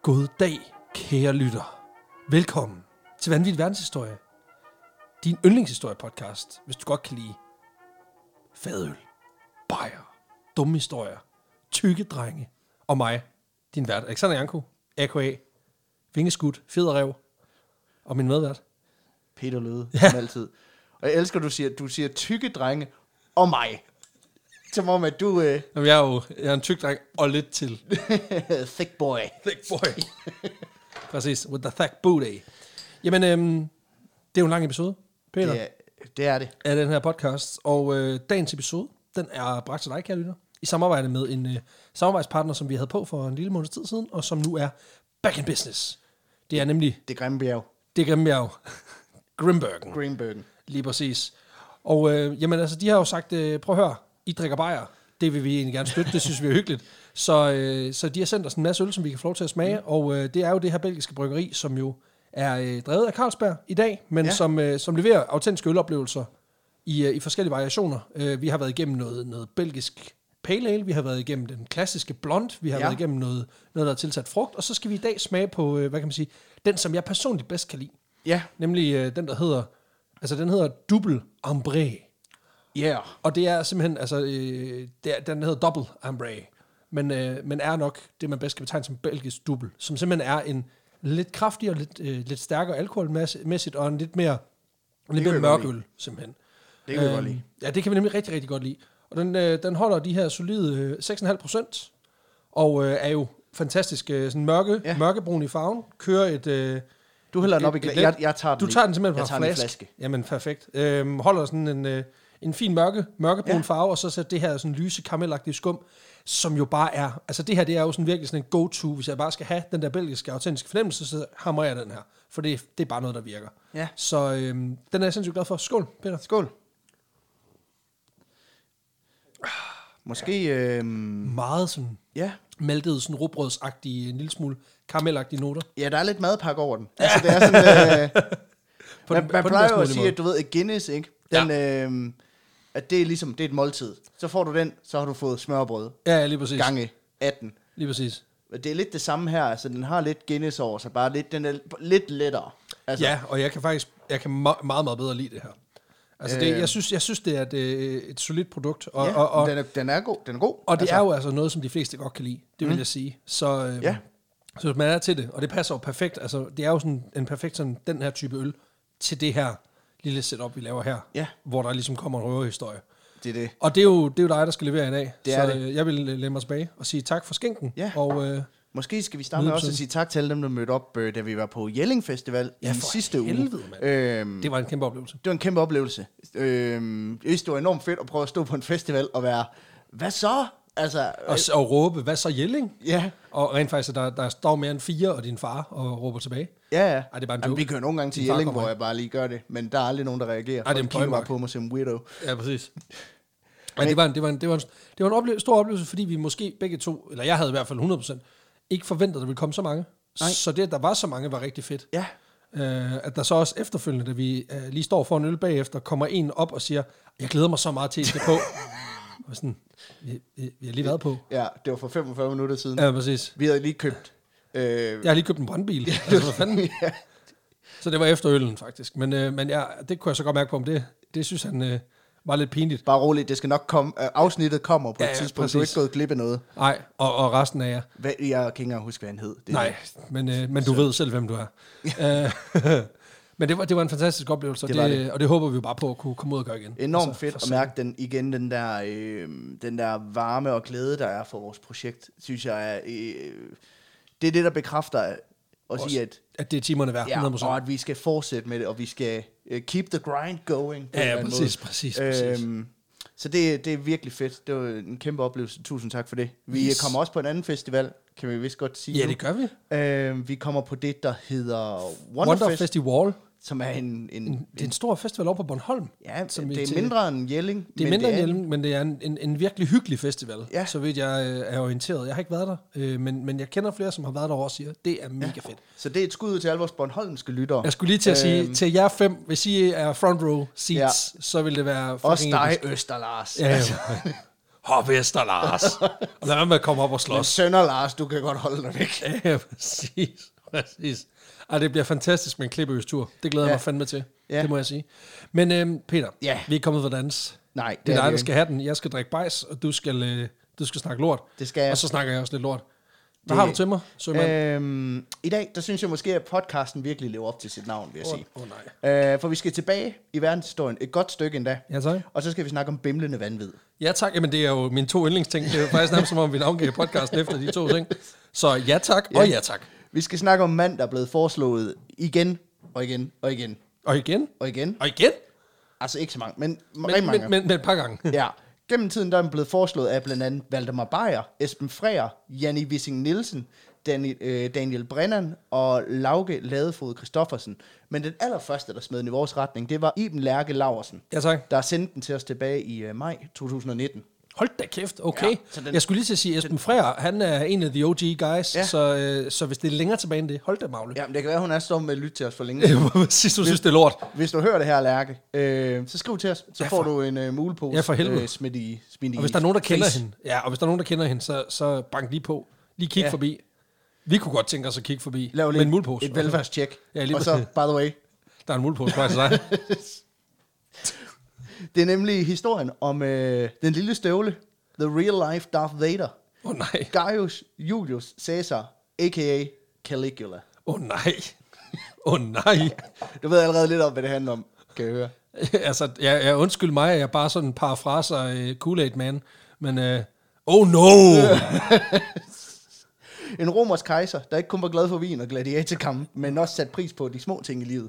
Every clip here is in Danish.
God dag, kære lytter. Velkommen til Vanvittig Verdenshistorie. Din yndlingshistorie-podcast, hvis du godt kan lide fadøl, bajer, dumme historier, tykke drenge og mig, din vært, Alexander Janko, a.k.a. Vingeskud, Federrev og min medvært. Peter Løde, som altid. Og jeg elsker, du siger tykke drenge og mig. Som om, at du... Jamen, jeg er en tyk dreng og lidt til. Thick boy. Thick boy. Præcis, with the thick booty. Jamen, det er jo en lang episode, Peter. Det er det. Af den her podcast. Og dagens episode, den er bragt til dig, kære lytter, i samarbejde med en samarbejdspartner, som vi havde på for en lille måneds tid siden, og som nu er back in business. Det er nemlig... Det grimme bjerg. Det grimme bjerg. Grimbergen. Lige præcis. Og jamen altså, de har jo sagt, prøv at høre, I drikker bajer. Det vil vi egentlig gerne støtte, det synes vi er hyggeligt. Så de har sendt os en masse øl, som vi kan få lov til at smage, og det er jo det her belgiske bryggeri, som jo er drevet af Carlsberg i dag, men som leverer autentiske øloplevelser i forskellige variationer. Vi har været igennem noget belgisk pale ale, vi har været igennem den klassiske blond, vi har været igennem noget, der er tilsat frugt, og så skal vi i dag smage på, hvad kan man sige, den, som jeg personligt bedst kan lide. Ja. Nemlig den, der hedder, den hedder Double Ambré. Yeah. Og det er simpelthen, den hedder Double Ambré, men er nok det, man bedst kan betegne som belgisk double, som simpelthen er en lidt kraftigere, lidt stærkere alkoholmæssigt, og en lidt mere mørkøl, simpelthen. Det kan vi godt lide. Ja, det kan vi nemlig rigtig, rigtig godt lide. Og den holder de her solide 6,5%, og er jo fantastisk sådan mørkebrun i farven, kører et... Du hælder den op i glas. Jeg tager den. Du tager den simpelthen fra flaske. Jamen, perfekt. Holder sådan en fin mørkebrun farve, og så sætter det her sådan lyse karamelagtige skum, som jo bare er... Altså det her, det er jo sådan virkelig sådan en go-to. Hvis jeg bare skal have den der belgiske autentiske fornemmelse, så hamrer jeg den her. For det er bare noget, der virker. Ja. Så den er jeg sindssygt glad for. Skål, Peter. Skål. Måske... Meget sådan... Ja. Maltede sådan rugbrødsagtige, en lille smule karamelagtige noter. Ja, der er lidt madpakke over den. Altså det er sådan... man plejer jo at sige, at du ved, Guinness, ikke? Den, at det er ligesom, det er et måltid. Så får du den, så har du fået smørbrød. Ja, lige præcis. Gange 18. Lige præcis. Det er lidt det samme her, altså den har lidt Guinness over sig, bare lidt, den er lidt lettere. Altså. Ja, og jeg kan meget, meget bedre lide det her. Altså det, jeg synes det er et solidt produkt. Og den er god. Og det er jo altså noget, som de fleste godt kan lide, det vil jeg sige. Så hvis man er til det, og det passer jo perfekt, altså det er jo sådan en perfekt sådan, den her type øl, til det her lille setup, vi laver her, hvor der ligesom kommer en røverhistorie. Det er det. Og det er jo dig, der skal levere i dag. Jeg vil lægge mig tilbage og sige tak for skænken. Ja. Og, måske skal vi starte med også at sige tak til alle dem, der mødte op, da vi var på Jelling Festival i sidste uge. Det var en kæmpe oplevelse. Det var en kæmpe oplevelse. Det var enormt fedt at prøve at stå på en festival og være, hvad så? Altså, og råbe, hvad så Jelling? Ja. Og rent faktisk, der står mere end 4, og din far, og råber tilbage. Ja. Ej, det er bare en joke. Vi kører nogle gange til Jelling, hvor jeg bare lige gør det, men der er aldrig nogen, der reagerer. Ej, det er en kigger bare på mig som weirdo. Ja, præcis. Men det var en stor oplevelse, fordi vi måske begge to, eller jeg havde i hvert fald 100%, ikke forventet, at der ville komme så mange. Nej. Så det, at der var så mange, var rigtig fedt. Ja. At der så også efterfølgende, da vi lige står for en øl bagefter, kommer en op og siger, jeg glæder mig så meget til, at I skal på. Og sådan, vi har lige været på. Ja, det var for 45 minutter siden. Ja, præcis. Vi havde lige købt... Jeg har lige købt en brandbil. Altså, hvad fanden? Ja. Så det var efter øllen, faktisk. Men ja, det kunne jeg så godt mærke på, om det synes han... var lidt pinligt. Bare roligt, det skal nok komme. Afsnittet kommer på et tidspunkt. Præcis. Du er ikke gået glip af noget. Nej, og resten af jer. Jeg kan ikke engang huske, hvad han hed. Nej, men du ved selv, hvem du er. Men det var en fantastisk oplevelse, og det håber vi jo bare på at kunne komme ud og gøre igen. Enormt fedt at mærke den der varme og glæde, der er for vores projekt, synes jeg er... det er det, der bekræfter at sige, at det er timerne værd. 100%. Og at vi skal fortsætte med det, og vi skal keep the grind going. Ja, præcis. Så det er virkelig fedt. Det var en kæmpe oplevelse. Tusind tak for det. Vi kommer også på en anden festival, kan vi vist godt sige. Ja, det gør vi. Vi kommer på det, der hedder Wonder Festival. Som er det er en stor festival over på Bornholm. Ja, det er mindre end Jelling. Det er mindre end Jelling, men det er en virkelig hyggelig festival, så vidt jeg er orienteret. Jeg har ikke været der, men jeg kender flere, som har været der og siger, det er mega fedt. Så det er et skud til alle vores bornholmske lyttere. Jeg skulle lige til at sige, til jer 5, hvis I er front row seats, så vil det være... Også dig, Øster Lars. Ja. Vester Lars. Og lad være med at komme op og slås. Men Sønder Lars, du kan godt holde dig væk. Ja, præcis. Ej, det bliver fantastisk med en Klippeøs-tur. Det glæder jeg mig fandme til. Ja. Det må jeg sige. Men Peter, vi er ikke kommet for dans. Nej, det er dig, der skal have den. Jeg skal drikke bajs, og du skal snakke lort. Det skal jeg. Og så snakker jeg også lidt lort. Hvad har du til mig, sømand? I dag, der synes jeg måske, at podcasten virkelig lever op til sit navn, vil jeg sige. Nej. For vi skal tilbage i verdenshistorien et godt stykke endda. Ja, tak. Og så skal vi snakke om bimlende vanvid. Ja, tak. Jamen, det er jo mine 2 yndlingsting. Det er jo faktisk nærmest som om, vi navngav podcasten efter de 2 ting. Så ja tak, og ja tak. Vi skal snakke om mand, der er blevet foreslået igen, og igen, og igen. Og igen? Og igen. Og igen? Altså ikke så mange, men mange. Men et par gange. Ja. Gennem tiden der er den blevet foreslået af blandt andet Valdemar Beyer, Esben Freer, Janni Wissing Nielsen, Daniel Brennan og Lauge Ladefod Christoffersen. Men den allerførste, der smed den i vores retning, det var Iben Lærke Laursen, der sendte den til os tilbage i maj 2019. Hold da kæft, okay. Ja, jeg skulle lige til at sige, Esben Freer, han er en af the OG guys, så hvis det er længere tilbage end det, hold da magle. Ja, men det kan være, hun er så med at lytte til os for længe. Hvis du synes, det er lort. Hvis du hører det her, Lærke, så skriv til os, så får du en mulepose. Ja, for helvede. Smidt i og hvis der er nogen, der kender hende, og hvis der er nogen, der kender hende, så bank lige på. Lige kig forbi. Vi kunne godt tænke os at kigge forbi med en mulepose. Et velfærdstjek. Ja, og så, by the way, der er en mulepose på til dig. Det er nemlig historien om den lille støvle, the real life Darth Vader. Nej. Gaius Julius Caesar, a.k.a. Caligula. Nej. Du ved allerede lidt om, hvad det handler om, kan jeg høre. Altså, jeg undskyld mig, jeg er bare sådan en par fraser Kool-Aid Man, men oh no! En romersk kejser, der ikke kun var glad for vin og gladiatorkamp, men også satte pris på de små ting i livet.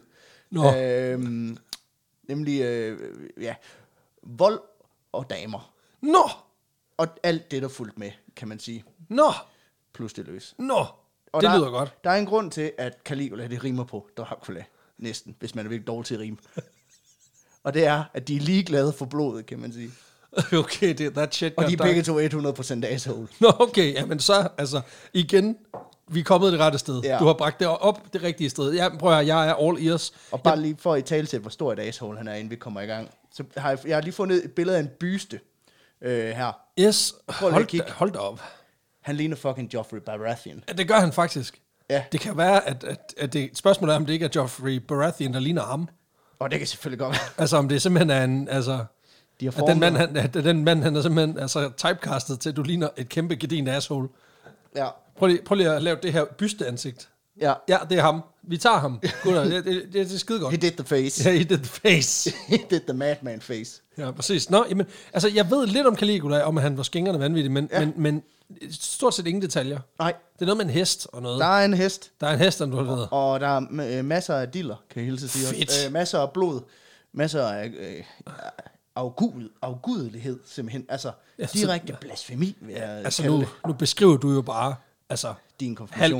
Nemlig, vold og damer. Og alt det, der fulgte med, kan man sige. Plus det løs. Og det lyder godt. Der er en grund til, at Caligula, det rimer på Dracula, næsten, hvis man er virkelig dårlig til at rime. Og det er, at de er ligeglade for blodet, kan man sige. Okay, that shit. Og de er begge to 100% asshole. Okay, jamen så, altså, igen, vi er kommet det rette sted. Ja. Du har bragt det op det rigtige sted. Ja, prøv at høre, jeg er all ears. Og bare lige for at italesætte, hvor stor et asshole han er, inden vi kommer i gang. Så har jeg har lige fundet et billede af en byste her. Yes, hold da op. Han ligner fucking Joffrey Baratheon. Ja, det gør han faktisk. Ja. Det kan være, at det spørgsmålet er, om det ikke er Joffrey Baratheon, der ligner ham. Og det kan selvfølgelig godt være. Altså, om det simpelthen er en, altså... Den mand, han er simpelthen altså, typecastet til, at du ligner et kæmpe gedin asshole. Ja. Prøv lige at lave det her bysteansigt. Ja, det er ham. Vi tager ham. Det er skide godt. He did the face. Ja, he did the face. He did the madman face. Ja, præcis. Jamen, altså, jeg ved lidt om Caligula, om at han var skingerne vanvittig, men stort set ingen detaljer. Nej. Det er noget med en hest og noget. Der er en hest. Der er en hest, om du ved. Og der er masser af diller, kan jeg hilse sige. Fedt. Masser af blod. Masser af afgudelighed, simpelthen. Altså, direkte blasfemi. Altså, nu beskriver du jo bare, altså... din konfirmation.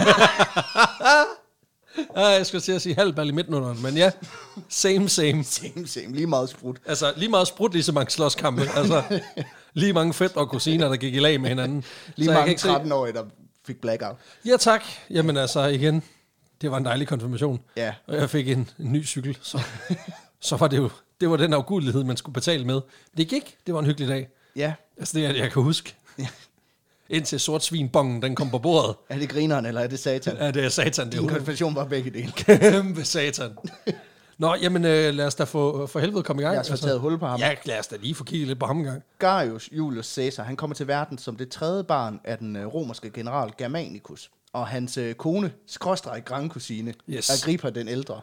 Jeg skulle til at sige halv bal i midtnutteren, men ja, same. Lige meget sprut. Altså, lige meget sprut, lige så mange slåskampe. Altså, lige mange fætter og kusiner, der gik i lag med hinanden. Lige så mange 13-årige, der fik blackout. Ja, tak. Jamen altså, igen, det var en dejlig konfirmation. Ja. Og jeg fik en ny cykel, så var det var den afgudelighed, man skulle betale med. Det gik. Det var en hyggelig dag. Ja. Altså, det er jeg kan huske. Ja. Indtil sortsvinbongen, den kom på bordet. Er det grineren, eller er det satan? Ja, det er satan. Din konfirmation var begge dele. Kæmpe satan. Nå, jamen lad os da for helvede komme i gang. Lad os få taget hul på ham. Ja, lad os da lige få kigget lidt på ham en gang. Gaius Julius Caesar, han kommer til verden som det 3. barn af den romerske general Germanicus. Og hans kone, grandkusine, Agrippa den ældre.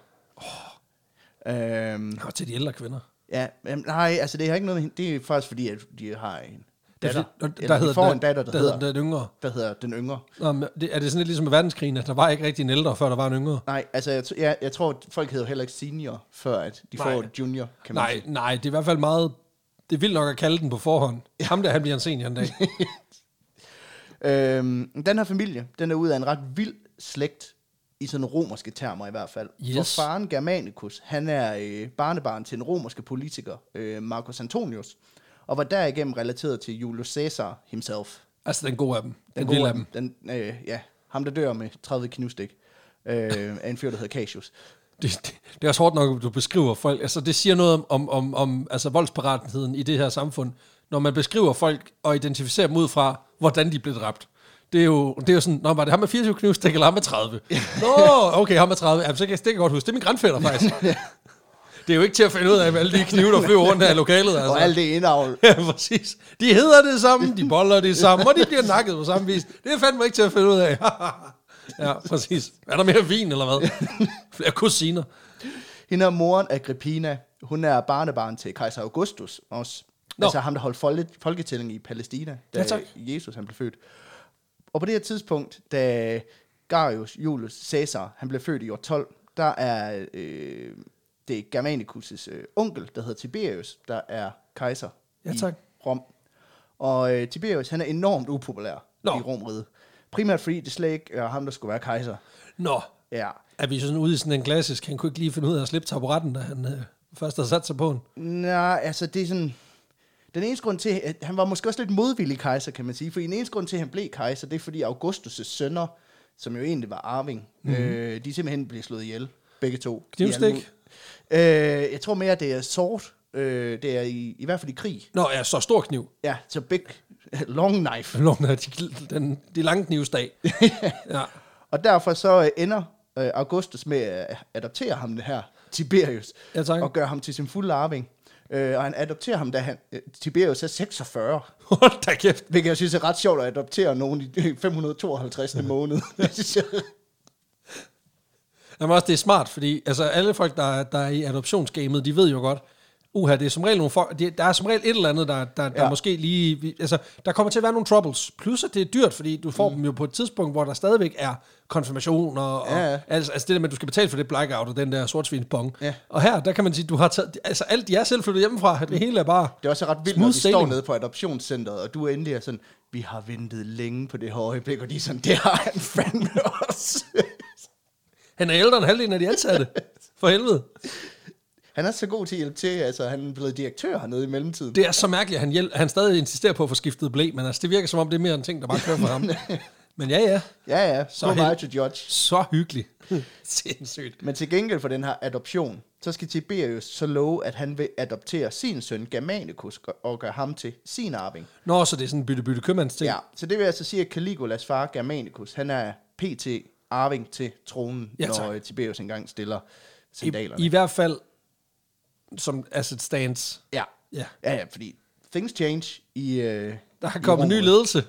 Og til de ældre kvinder. Ja, nej, altså det har ikke noget. Det er faktisk fordi, at de har en datter. Der hedder en datter, der hedder den yngre. Der hedder den yngre. Nå, er det sådan lidt ligesom med verdenskrigen, at der var ikke rigtig en ældre, før der var en yngre? Nej, altså jeg tror, at folk hedder heller ikke senior, før at de får et junior, kan man sige. Nej, det er i hvert fald meget... Det er vildt nok at kalde den på forhånd. Ham der, han bliver en senior en dag. Den her familie, den er ud af en ret vild slægt, i sådan romerske termer i hvert fald. Yes. For faren Germanicus, han er barnebarn til en romerske politiker, Marcus Antonius, og var derigennem relateret til Julius Caesar himself. Altså den gode af dem. Den gode af dem. Ham der dør med 30 knivstik af en fyr, der hedder Cassius. Det er også hårdt nok, at du beskriver folk. Altså det siger noget om altså voldsparatheden i det her samfund. når man beskriver folk og identificerer dem ud fra, hvordan de blev dræbt. Det er jo sådan, var det ham med 24 knivstik eller ham med 30? Nå, okay, ham med 30. Jamen, så kan jeg godt huske. Det er min grandfætter, faktisk. Det er jo ikke til at finde ud af, med alle de knive, der flyver rundt her i lokalet. Altså. Og alt det indavl. Ja, præcis. De hedder det samme, de boller det samme, og de bliver nakket på samme vis. Det er fandme ikke til at finde ud af. Ja, præcis. Er der mere vin, eller hvad? Flere kusiner. Hende er moren Agrippina. Hun er barnebarn til kejser Augustus også. Altså ham, der holdt folketælling i Palæstina, da Jesus han blev født. Og på det her tidspunkt, da Gaius Julius Caesar han blev født i år 12, der er det Germanicus' onkel, der hedder Tiberius, der er kejser i Rom. Og Tiberius han er enormt upopulær i Romriget. Primært fordi det slet ikke er ham, der skulle være kejser. Ja. Er vi sådan ude i sådan en klassisk, han kunne ikke lige finde ud af at slippe taburetten, da han først havde sat sig på den? Nej, altså det er sådan... Den eneste grund til, at han var måske også lidt modvillig kejser, kan man sige. For den eneste grund til, at han blev kejser, det er fordi Augustus' sønner, som jo egentlig var arving, de simpelthen blev slået ihjel. Begge to. Knivstik? Jeg tror mere, det er sort. Det er i hvert fald i krig. Nå, ja, så stor kniv. Ja, så big, long knife. De lange knivsdag. Ja. Og derfor så ender Augustus med at adoptere ham, det her Tiberius, og gøre ham til sin fulde arving. Og han adopterer ham, da Tiberius er 46. Hold da kæft. Hvilket jeg synes er ret sjovt at adoptere nogen i 552. måned. Jamen også, det er smart, fordi altså, alle folk, der er i adoptionsgamet, de ved jo godt, det er som regel nogle folk, der er som regel et eller andet, der måske lige, altså, der kommer til at være nogle troubles. Plus, at det er dyrt, fordi du får dem jo på et tidspunkt, hvor der stadigvæk er konfirmationer, og altså det der med, at du skal betale for det blackout, og den der sortsvinspong. Ja. Og her, der kan man sige, du har taget, altså alt, de er selv flyttet hjemmefra, det hele er bare det er også ret vildt, når de står nede på adoptionscenteret, og du endelig er sådan, vi har ventet længe på det her øjeblik, og de er sådan, det har han fandme også. Han er ældre end halvdelen af de ansatte. For helvede. Han er så god til at hjælpe til, altså han er blevet direktør hernede i mellemtiden. Det er så mærkeligt, at han stadig insisterer på at få skiftet blæ, men altså det virker som om, det er mere en ting, der bare kører for ham. Men ja. Ja, så meget to judge. Så hyggeligt. Sindssygt. Men til gengæld for den her adoption, så skal Tiberius så love, at han vil adoptere sin søn Germanicus og gøre ham til sin arving. Nå, så det er sådan en bytte købmandsting. Ja, så det vil altså sige, at Caligulas far Germanicus, han er pt. Arving til tronen, når Tiberius engang stiller sandalerne. I hvert fald som as it stands. Ja, fordi things change i der har kommet en ny ledelse.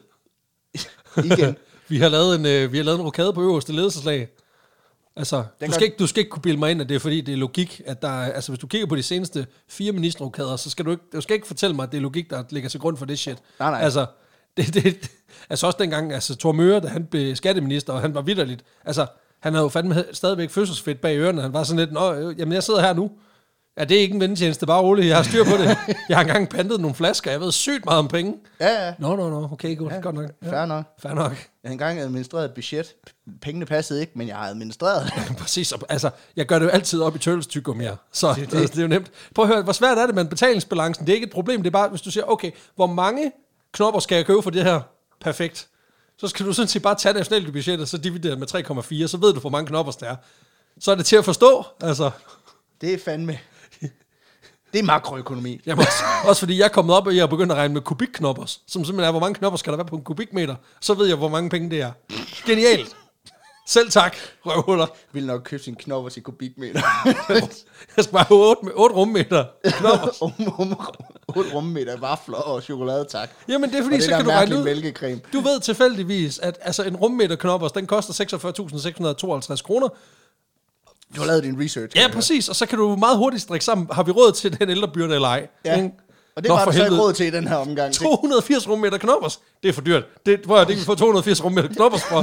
Igen. vi har lavet en rokade på øverste ledelseslag. Altså, du skal ikke kunne bilde mig ind, at det er fordi, det er logik, at der er, altså hvis du kigger på de seneste 4 ministerrokader, så skal du skal ikke fortælle mig, at det er logik, der ligger til grund for det shit. Nej. Altså, altså også dengang, altså Thor Møre, da han blev skatteminister, og han var vitterligt, altså han havde jo fandme stadigvæk fødselsfedt bag ørerne, han var sådan lidt, jamen jeg sidder her nu. Ja, det er ikke en vendetjeneste, bare roligt, jeg har styr på det. Jeg har engang pantet nogle flasker, jeg ved sygt meget om penge. Ja. Nå, okay, godt nok. Ja. Fair nok. Jeg har engang administreret et budget. Pengene passede ikke, men jeg har administreret det. Præcis, altså, jeg gør det jo altid op i tørlstykker mere, så det er jo nemt. Prøv at høre, hvor svært er det med betalingsbalancen? Det er ikke et problem, det er bare, hvis du siger, okay, hvor mange knopper skal jeg købe for det her? Perfekt. Så skal du sådan set bare tage nationalbudgettet, så dividere med 3,4, så ved du, hvor mange knopper der er. Så er det til at forstå, altså. Det er fandme. Det er makroøkonomi. Jamen også fordi jeg er kommet op, og jeg har begyndt at regne med kubikknopper, som simpelthen er, hvor mange knopper skal der være på en kubikmeter. Så ved jeg, hvor mange penge det er. Genialt. Selv tak, røvhuller. Vil nok købe sin knopper til kubikmeter. Jeg skal bare have 8 rummeter knopper. 8 rummeter vafler og chokolade, tak. Jamen det er fordi, og så kan du regne ud. Mælkecreme. Du ved tilfældigvis, at altså, en rummeter knopper, den koster 46.652 kroner. Du har lavet din research. Ja, præcis. Og så kan du meget hurtigt strikke sammen. Har vi råd til den ældrebyrde eller ej? Ja. Og det var du så ikke råd til i den her omgang. 280 rummeter knoppers. Det er for dyrt. Det kan vi få 280 rummeter knoppers for.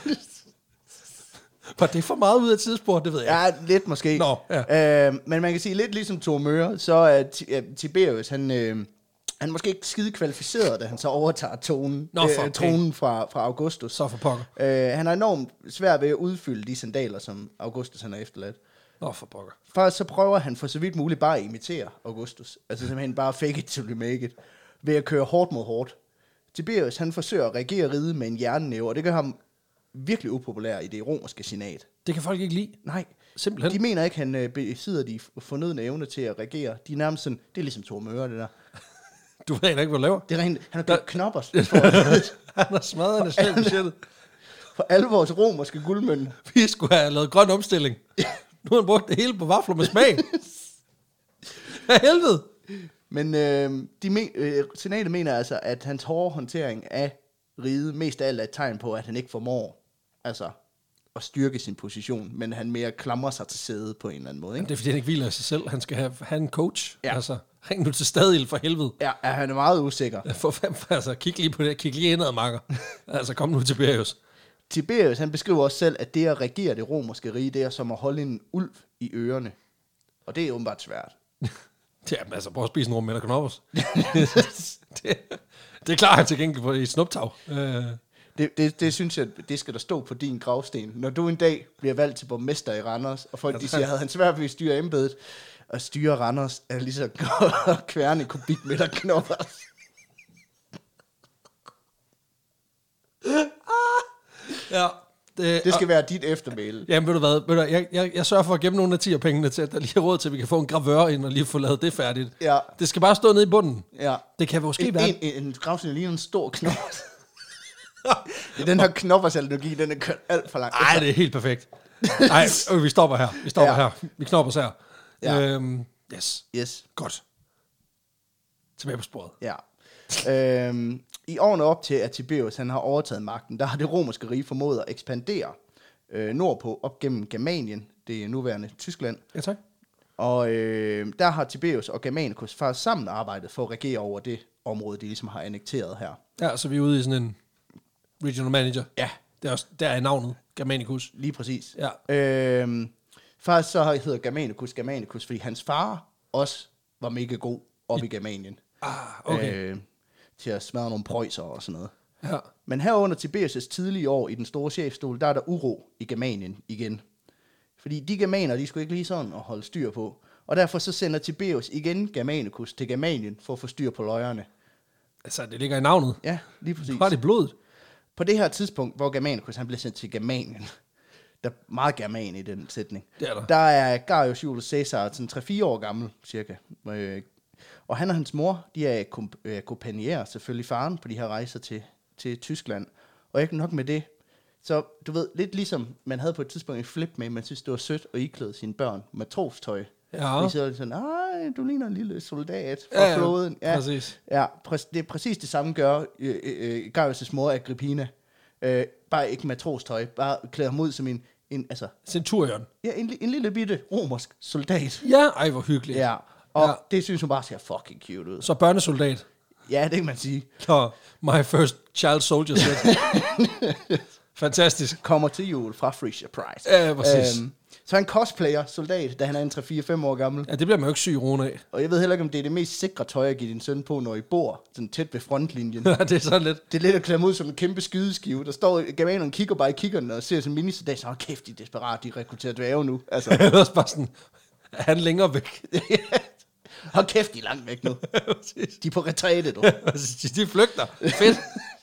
Var det for meget ud af tidsspor? Det ved jeg ikke. Ja, lidt måske. Nå, ja. Men man kan sige, lidt ligesom Thor Møre, så er Tiberius, han er måske ikke skide kvalificeret, da han så overtager tronen fra Augustus. Så for pokker. Han er enormt svær ved at udfylde de sandaler, som Augustus han har efterladt. For pokker. Først så prøver han for så vidt muligt bare at imitere Augustus. Altså simpelthen bare fake it till you make it. Ved at køre hårdt mod hårdt. Tiberius, han forsøger at regere riget med en jernnæve, og det gør ham virkelig upopulær i det romerske senat. Det kan folk ikke lide. Nej. Simpelthen. De mener ikke, han besidder de fornødne evne til at regere. De er nærmest sådan, det er ligesom Thor Møre, det der. Du ved ikke, hvad du laver. Det er rent, han har gjort knopper. Han har smadret nationalbudgettet. For alle vores romerske guldmønter. Vi skulle have lavet grøn omstilling. Nu har han brugt det hele på vafler med smag. Hvad helvede? Men senatet mener altså, at hans hårde håndtering af riget mest af alt er et tegn på, at han ikke formår at styrke sin position, men han mere klamrer sig til sædet på en eller anden måde. Ikke? Det er fordi, han ikke hviler i sig selv. Han skal have en coach. Ja. Ring nu til Stadild for helvede. Ja, han er meget usikker. Kig lige på det. Kig lige indad, makker. Kom nu, Tiberius. Tiberius, han beskriver også selv, at det at regere det romerske rige, det er som at holde en ulv i ørerne. Og det er åbenbart svært. Ja, prøv at spise en rum med knoppers. det er klart, at til gengæld på et snuptag. Det synes jeg, det skal der stå på din gravsten. Når du en dag bliver valgt til borgmester i Randers, og folk de siger, havde han svært ved at styre embedet, og styre Randers er lige så kværne kubikmeter knoppers. Ja. Det skal være dit eftermæle. Jamen, ved du hvad? Jeg sørger for at gemme nogle af 10 pengene til, at der lige er råd til, at vi kan få en gravør ind og lige få lavet det færdigt. Ja. Det skal bare stå nede i bunden. Ja. Det kan måske være... En gravsten ligner en stor knoppers. Den her knoppersallergi, den er kørt alt for langt. Nej, det er helt perfekt. Nej, vi stopper her. Her. Vi knopper os her. Ja. Yes. Godt. Tilbage på sporet. Ja. I årene op til, at Tiberius han har overtaget magten, der har det romerske rige formået at ekspandere nordpå op gennem Germanien, det nuværende Tyskland. Ja, tak. Og der har Tiberius og Germanicus faktisk sammen arbejdet for at regere over det område, de ligesom har annekteret her. Ja, så vi er ude i sådan en regional manager. Ja. Det er også, der er navnet, Germanicus. Lige præcis. Ja. Faktisk så hedder Germanicus, fordi hans far også var mega god op i Germanien. Okay. Til at smadre nogle preußer og sådan noget. Ja. Men herunder Tiberius' tidlige år i den store chefstol, der er der uro i Germanien igen. Fordi de germaner, de skulle ikke lige sådan at holde styr på. Og derfor så sender Tiberius igen Germanicus til Germanien for at få styr på løjerne. Altså, det ligger i navnet. Ja, lige præcis. Bare det blodet. På det her tidspunkt, hvor Germanicus han bliver sendt til Germanien, der er meget german i den sætning, der er Gaius Julius Caesar sådan 3-4 år gammel, cirka. Og han og hans mor, de er kompagnierer, selvfølgelig faren, på de her rejser til Tyskland. Og ikke nok med det, så du ved, lidt ligesom man havde på et tidspunkt en flip med, man synes, det var sødt at iklæde sine børn matrostøj. Ja. Og så sådan, du ligner en lille soldat fra floden. Ja, præcis. Ja, det er præcis det samme gør Gaius' mor Agrippina. Bare ikke matrostøj, bare klæder ham ud som en Centurion. Ja, en lille bitte romersk soldat. Ja, ej, hvor hyggeligt. Ja, og det synes hun bare ser fucking cute ud. Så børnesoldat. Ja, det kan man sige. Så my first child soldier set. Fantastisk. Kommer til jul fra Frisia Price. Ja, præcis. Så er han cosplayer, soldat, da han er en 3-4-5 år gammel. Ja, det bliver man jo ikke syg Rune af. Og jeg ved heller ikke, om det er det mest sikre tøj at give din søn på, når I bor sådan tæt ved frontlinjen. Ja, det er sådan lidt. Det er lidt at klemme ud som en kæmpe skydeskive. Der står germanerne kigger bare i kiggerne og ser som minisoldat. Så kæft, de er desperat, de rekrutterer dværge nu. Altså. Det er også bare sådan, er han længere væk? Hold kæft, de er langt væk nu. De er på retræte, du. De flygter. Fedt.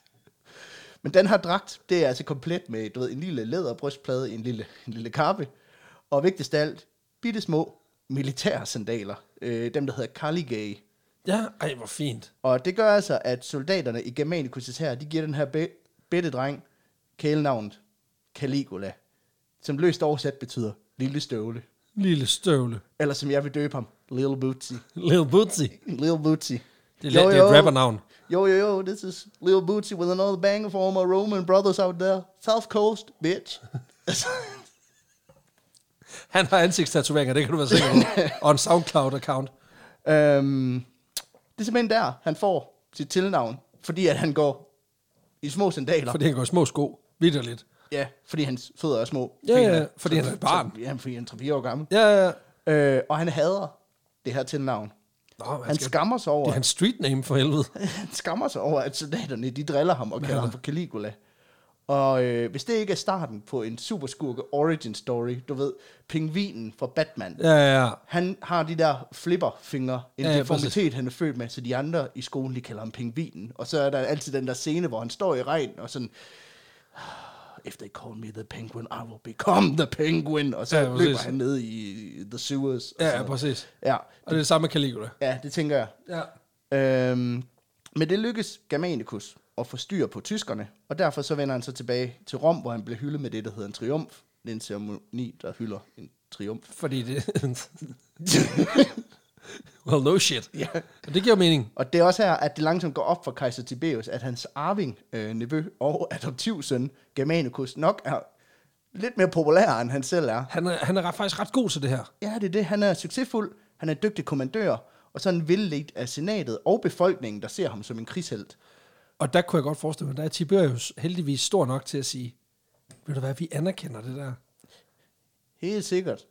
Men den her dragt, det er altså komplet med, du ved, en lille læderbrystplade, en lille kappe, og vigtigst af alt, bitte små militære sandaler, dem der hedder Caligae. Ja, ej, hvor fint. Og det gør altså, at soldaterne i Germanicus' her, de giver den her bedte dreng kælenavnet Caligula, som løst oversat betyder lille støvle. Lille støvle. Eller som jeg vil døbe ham, Little Bootsy. Little Bootsy. Little Bootsy. Det er et rappernavn. Yo, this is Little Bootsy with another banger for all my Roman brothers out there. South Coast, bitch. Han har ansigtstatoveringer, det kan du være sikker på. Og en SoundCloud-account. Det er simpelthen der, han får sit tilnavn, fordi at han går i små sandaler. Fordi han går i små sko, vitterligt. Ja, fordi hans fødder er små. Ja, fordi han er et barn. Ja, fordi han er 3-4 år gammel. Ja. Og han hader det her tilnavn. Han skammer sig over... Det er hans street name for helvede. Han skammer sig over, at soldaterne, de driller ham og kalder ham for Caligula. Og hvis det ikke er starten på en superskurke origin story, du ved, pingvinen fra Batman. Ja. Han har de der flipperfingre, en deformitet, han er født med, så de andre i skolen, de kalder ham pingvinen. Og så er der altid den der scene, hvor han står i regn og sådan... If they call me the penguin, I will become the penguin. Og så løber han ned i the sewers. Ja, præcis. Ja. Og det er det samme med Caligula. Ja, det tænker jeg. Ja. Men det lykkes Germanicus at få styr på tyskerne, og derfor så vender han så tilbage til Rom, hvor han bliver hyldet med det, der hedder en triumf. Det er en ceremoni, der hylder en triumf. Fordi det... well, no shit. Ja. Og det giver mening. Og det er også her, at det langsomt går op for kejser Tiberius, at hans arving, nevø og adoptivsøn, Germanicus, nok er lidt mere populær, end han selv er. Han er faktisk ret god til det her. Ja, det er det. Han er succesfuld, han er en dygtig kommandør, og sådan vildledt af senatet og befolkningen, der ser ham som en krigshelt. Og der kunne jeg godt forestille mig, der er Tiberius heldigvis stor nok til at sige, ved du hvad, vi anerkender det der. Helt sikkert.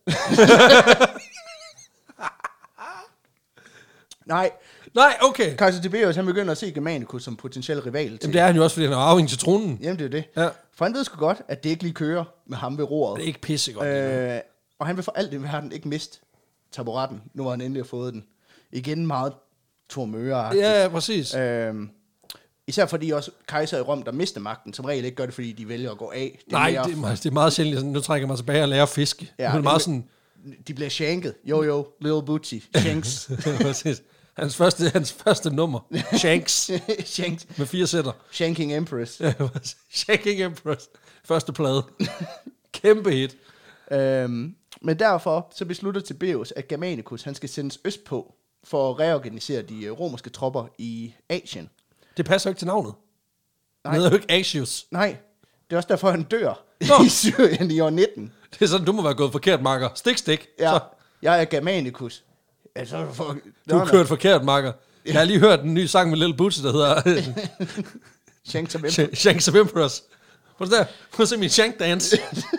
Nej, okay. kejser Tiberius, han begynder at se Germanicus som potentiel rival til. Jamen det er han jo også, fordi han er arving til tronen. Jamen det er det. Ja. For han ved sgu godt, at det ikke lige kører med ham ved roret. Det er ikke pissegodt. Og han vil for alt i verden ikke miste taburetten, nu har han endelig fået den. Igen meget Tormøre-agtigt. Ja, præcis. Især fordi også kejser i Rom, der mister magten, som regel ikke gør det, fordi de vælger at gå af. Det er meget sjældent, sådan, nu trækker jeg mig tilbage og lærer at fiske. Ja, det er meget sådan... De bliver shanket. Jo, little booty. Shanks. Præcis. Hans første nummer. Shanks. Shanks. Med 4 sætter. Shanking Empress. Shanking Empress. Første plade. Kæmpe hit. Men derfor så beslutter Tiberius, at Germanicus han skal sendes østpå for at reorganisere de romerske tropper i Asien. Det passer jo ikke til navnet. Nej. Det hedder jo ikke Asius. Nej, det er også derfor, han dør i Syrien i år 19. Det er sådan, du må være gået forkert, makker. Stik. Ja, så. Jeg er Germanicus. Altså, du har kørt forkert, makker. Ja. Jeg har lige hørt en ny sang med Little Bootsy, der hedder... Shanks of Empress. Prøv at se min shank dance.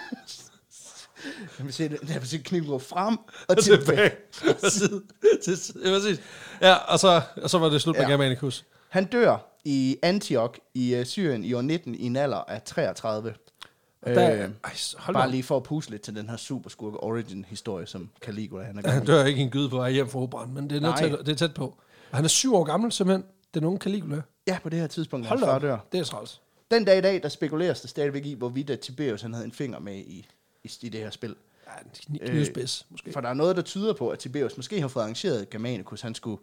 Jeg vil se kniven gå frem og tilbage. Præcis. Ja, og så var det slut med Germanicus. Han dør i Antioch i Syrien i år 19 i en alder af 33. Bare lige for at puste lidt til den her superskurke origin-historie, som Caligula han er gammel. Han dør ikke en gyde på vej hjem fra operaen, men det er tæt på. Og han er 7 år gammel, simpelthen, den unge Caligula. Ja, på det her tidspunkt, han far dør. Det er træls. Den dag i dag, der spekuleres der stadigvæk i, hvorvidt Tiberius han havde en finger med i det her spil. Ja, en knivspids, måske. For der er noget, der tyder på, at Tiberius måske har fået arrangeret Germanicus. Han skulle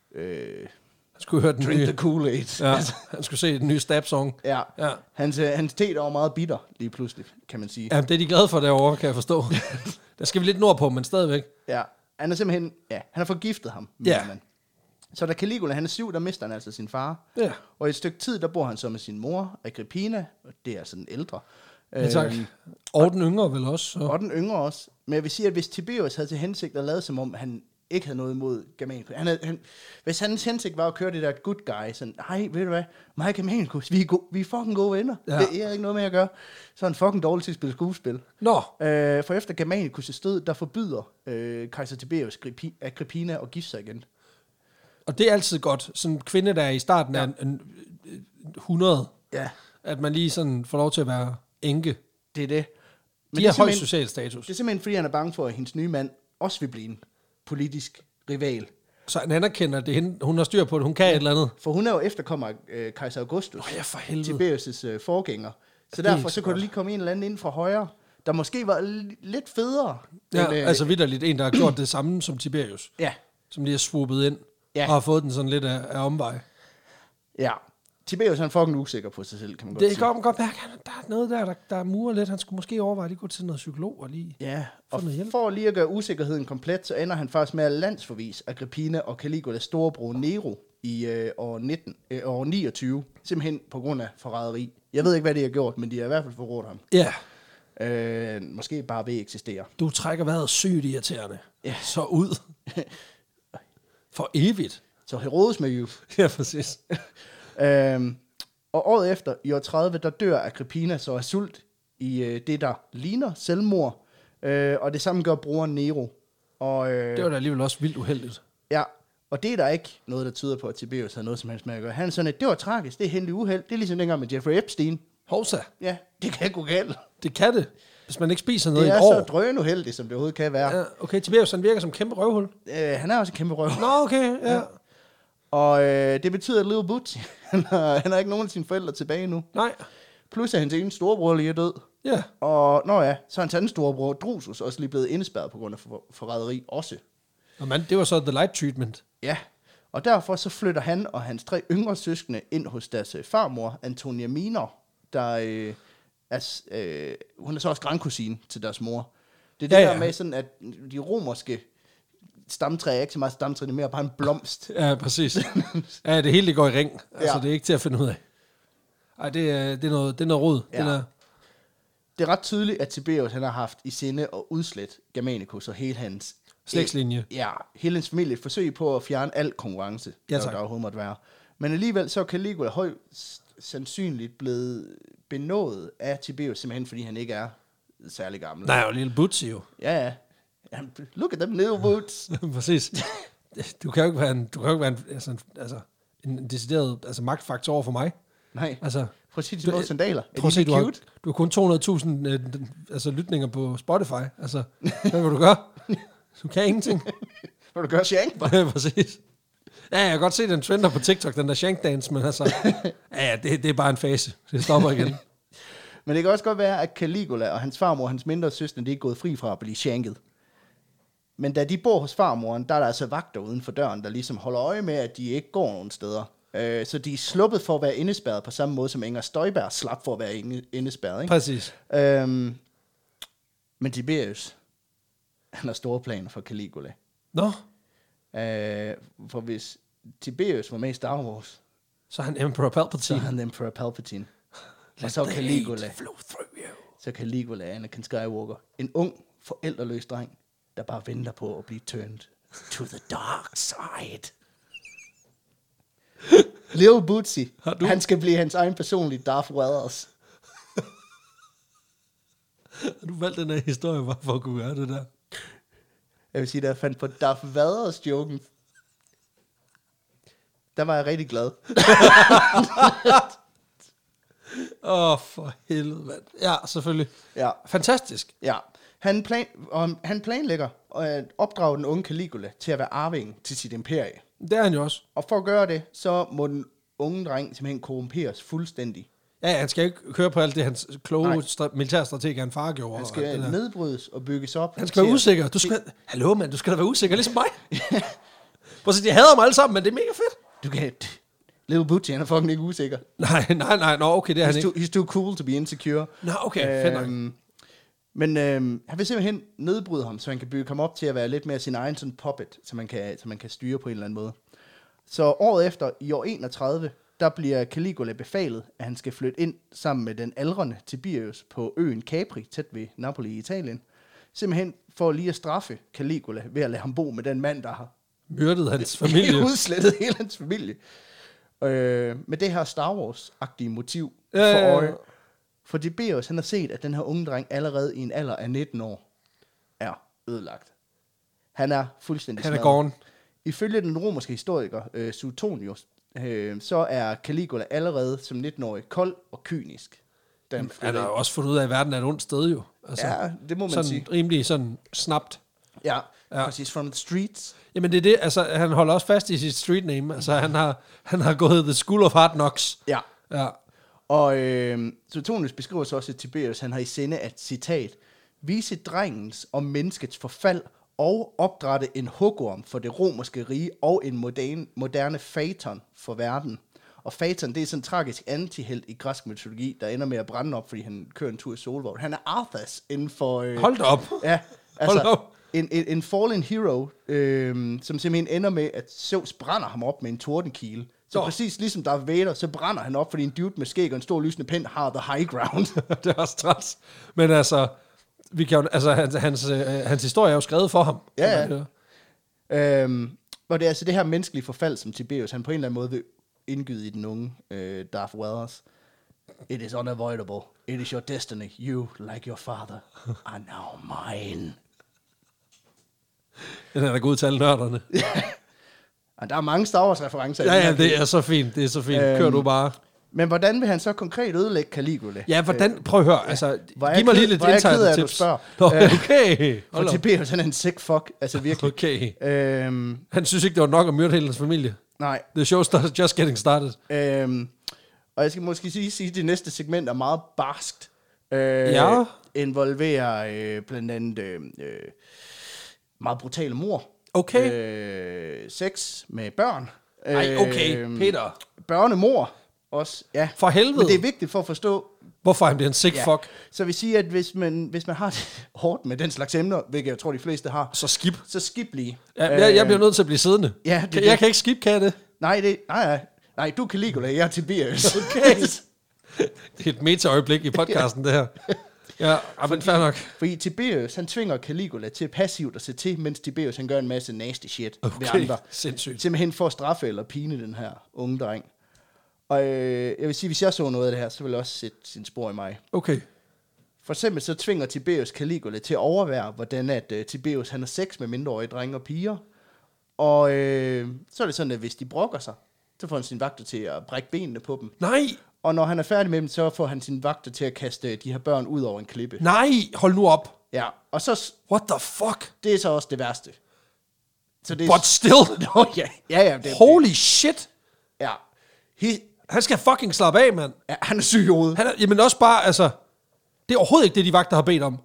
høre den drink the Kool-Aid. Ja, han skulle se den nye Stab-song. Ja. Hans te der var meget bitter, lige pludselig, kan man sige. Ja, det er de glade for derovre, kan jeg forstå. Der skal vi lidt nordpå, men stadigvæk. Ja, han er simpelthen, han har forgiftet ham. Ja. Så da Caligula han er 7, der mister han altså sin far. Ja. Og i et stykke tid, der bor han så med sin mor, Agrippina, og det er altså den ældre. Ja, tak. Og den yngre vel også. Så. Og den yngre også. Men jeg vil sige, at hvis Tiberius havde til hensigt at lade som om, han ikke havde noget imod Germanicus. Hvis hans hensigt var at køre det der good guy, sådan, hej, ved du hvad, mig og Germanicus, vi er fucking gode venner. Ja. Det er ikke noget med at gøre. Så er han fucking dårlig til at spille skuespil. Nå. For efter Germanicus' død, der forbyder kejser Tiberius Agrippina at gifte sig igen. Og det er altid godt. Sådan en kvinde, der er i starten af en 100, at man lige sådan får lov til at være enke. Det er det. Men de har høj social status. Det er simpelthen, fordi han er bange for, at hendes nye mand også vil blive en politisk rival. Så han anerkender, at det hende, hun har styr på det, hun kan et eller andet. For hun er jo efterkommer af kejser Augustus, for helvede. Tiberius' forgænger. Så derfor så kunne der lige komme en eller anden ind fra højre, der måske var lidt federe. Ja, altså vitterligt en, der har gjort det samme som Tiberius. Ja. Som lige har swoopet ind, og har fået den sådan lidt af omvej. Ja. Tiberius er fucking usikker på sig selv, kan man godt sige. Det kan man godt mærke, der er noget der murer lidt. Han skulle måske overveje at gå til noget psykolog og lige få noget hjælp. For lige at gøre usikkerheden komplet, så ender han faktisk med at landsforvis Agrippina og Caligulas storebror Nero i år 29, simpelthen på grund af forræderi. Jeg ved ikke, hvad de har gjort, men de har i hvert fald forrådt ham. Ja. Måske bare ved at eksistere. Du trækker vejret sygt irriterende. Ja. Så ud. For evigt. Så Herodes med you. Ja, præcis. Og året efter, i år 30, der dør Agrippina så af sult i det, der ligner selvmord. Og det samme gør broren Nero. Og, det var da alligevel også vildt uheldigt. Ja, og det er der ikke noget, der tyder på, at Tiberius havde noget som helst med at gøre. Han er sådan, at det var tragisk, det er heldig uheld. Det er ligesom dengang med Jeffrey Epstein. Hovsa. Ja, det kan gå galt. Det kan det, hvis man ikke spiser noget i et år. Det er så drønuheldigt, som det overhovedet kan være. Ja, okay, Tiberius han virker som kæmpe røvhul. Han er også en kæmpe røvhul. Nå, okay, ja. Og det betyder, at Little Bootsy, han har ikke nogen af sine forældre tilbage nu. Nej. Plus at hans ene storebror lige er død. Ja. Og så er hans anden storebror, Drusus, også lige blevet indespærret på grund af forræderi også. Og det var så the light treatment. Ja, Og derfor så flytter han og hans 3 yngre søskende ind hos deres farmor, Antonia Minor, der hun er så også grandkusine til deres mor. Det er det der med sådan, at de romerske stamtræ er ikke så meget stamtræ, det er mere bare en blomst. Ja, præcis. Ja, det hele det går i ring. Altså, det er ikke til at finde ud af. Ej, det er noget rod. Ja. Det er ret tydeligt, at Tiberius han har haft i sinde at udslet Germanicus og hele hans slægtslinje. Hele hans familie forsøg på at fjerne al konkurrence, der overhovedet måtte være. Men alligevel så er Caligula højst sandsynligt blevet benådet af Tiberius, simpelthen fordi han ikke er særlig gammel. Nej, og lille Butzi jo. Ja. Look at them little boots. Præcis. Du kan jo ikke være en decideret magtfaktor over for mig. Nej. Altså, prøv at se de små sandaler. Prøv at se, du har kun 200.000 lytninger på Spotify. Altså, hvad vil du gøre? Du kan ingenting. Hvad vil du gøre, Shank? Præcis. Ja, jeg kan godt se den trender på TikTok, den der Shank Dance, men altså, det er bare en fase. Det stopper igen. Men det kan også godt være, at Caligula og hans farmor og hans mindre søster, de er gået fri fra at blive shanket. Men da de bor hos farmoren, der er der altså vagter uden for døren, der ligesom holder øje med, at de ikke går nogen steder. Så de er sluppet for at være indespærret på samme måde, som Inger Støjberg slap for at være indespærret. Ikke? Præcis. Men Tiberius, han har store planer for Caligula. Nå? For hvis Tiberius var med i Star Wars, så er han Emperor Palpatine. Og så Caligula, Anakin Skywalker. En ung, forældreløs dreng, der bare venter på at blive turned to the dark side. Leo Butzi, han skal blive hans egen personlige Darth Vader. Har du valgt den her historie bare for at kunne gøre det der? Jeg vil sige, da jeg fandt på Darth Vaders joken, der var jeg rigtig glad. For helvede, mand. Ja, selvfølgelig. Ja. Fantastisk. Ja. Han planlægger at opdrage den unge Caligula til at være arving til sit imperie. Det er han jo også. Og for at gøre det, så må den unge dreng simpelthen korrumperes fuldstændig. Ja, han skal ikke køre på alt det, hans kloge militærstrateg, han far gjorde. Han skal nedbrydes og bygges op. Han skal være usikker. Hallo, mand, du skal da være usikker, ligesom mig. Prøv at sige, jeg hader dem alle sammen, men det er mega fedt. Du kan... Little Butch, han er fucking ikke usikker. Nej. Nå, okay, det er han ikke. He's too cool to be insecure. Nå, okay, fedt nok. Men han vil simpelthen nedbryde ham, så han kan bygge ham op til at være lidt mere sin egen sådan puppet, så man kan styre på en eller anden måde. Så året efter, i år 31, der bliver Caligula befalet, at han skal flytte ind sammen med den aldrende Tiberius på øen Capri, tæt ved Napoli i Italien. Simpelthen for lige at straffe Caligula ved at lade ham bo med den mand, der har myrdet hans familie. Udslettet hele hans familie. Med det her Star Wars-agtige motiv for øje. For Tiberius, han har set, at den her unge dreng allerede i en alder af 19 år er ødelagt. Han er fuldstændig smadret. Han er gone. Ifølge den romerske historiker Suetonius, så er Caligula allerede som 19-årig kold og kynisk. Han har jo også fundet ud af, at verden er et ondt sted jo. Altså, ja, det må man sådan sige. Rimelig sådan snapt. Ja, præcis, from the streets. Jamen det er det, altså han holder også fast i sit street name. Altså han har gået The School of Hard Knocks. Ja. Og Suetonius beskriver så også, at Tiberius, han har i sinde at, citat, vise drengens og menneskets forfald og opdrætte en hugorm for det romerske rige og en moderne Phaeton for verden. Og Phaeton, det er sådan en tragisk antihelt i græsk mytologi, der ender med at brænde op, fordi han kører en tur i solvogn. Han er Arthas inden for... Hold da op! Ja, altså en fallen hero, som simpelthen ender med, at Zeus brænder ham op med en tordenkile. Så præcis ligesom Darth Vader, så brænder han op, fordi en dude med skæg og en stor lysende pind har the high ground. Det er også træls. Men altså, vi kan jo, altså hans historie er jo skrevet for ham. Ja. Og det er altså det her menneskelige forfald, som Tiberius, han på en eller anden måde vil indgyde i den unge Darth Vader. It is unavoidable. It is your destiny. You, like your father, are now mine. Den er da god til alle nørderne. Der er mange Star Wars-referencer. Ja, det er så fint. Det er så fint. Kør du bare. Men hvordan vil han så konkret ødelægge Caligula? Ja, hvordan? Prøv at høre. Altså, giv mig lige lidt insight tips. Okay. For Tiberius, han er en sick fuck. Altså virkelig. Okay. Han synes ikke, det var nok at myrde hele hans familie. Nej. The show started just getting started. Og jeg skal måske sige, at det næste segment er meget barskt. Ja. Involverer blandt andet meget brutale mord. Okay. Sex med børn. Ej, okay, Peter. Børnemor også, ja. For helvede. Men det er vigtigt for at forstå... Hvorfor han bliver en sick fuck. Så vi siger, at hvis man har det hårdt med den slags emner, hvilket jeg tror, de fleste har... Så skip. Så skip lige. Ja, jeg bliver nødt til at blive siddende. Ja, jeg kan ikke skip, kan jeg det? Nej, du kan Caligula, jeg er Tiberius. Okay. Det er et meta-øjeblik i podcasten, det her. Ja, men fair nok. Fordi Tiberius, han tvinger Caligula til passivt at se til, mens Tiberius, han gør en masse nasty shit ved andre. Sindssygt. Simpelthen for at straffe eller pine den her unge dreng. Og jeg vil sige, hvis jeg så noget af det her, så vil jeg også sætte sin spor i mig. Okay. For eksempel så tvinger Tiberius Caligula til at overvære, hvordan at Tiberius, han har sex med mindreårige drenge og piger. Og så er det sådan, at hvis de brokker sig, så får han sine vagter til at brække benene på dem. Nej! Og når han er færdig med dem, så får han sine vagter til at kaste de her børn ud over en klippe. Nej, hold nu op. Ja, og så... What the fuck? Det er så også det værste. Så det But still. ja. Holy shit. Ja. Han skal fucking slappe af, mand. Ja, han er syg i hovedet. Jamen også bare, altså... Det er overhovedet ikke det, de vagter har bedt om.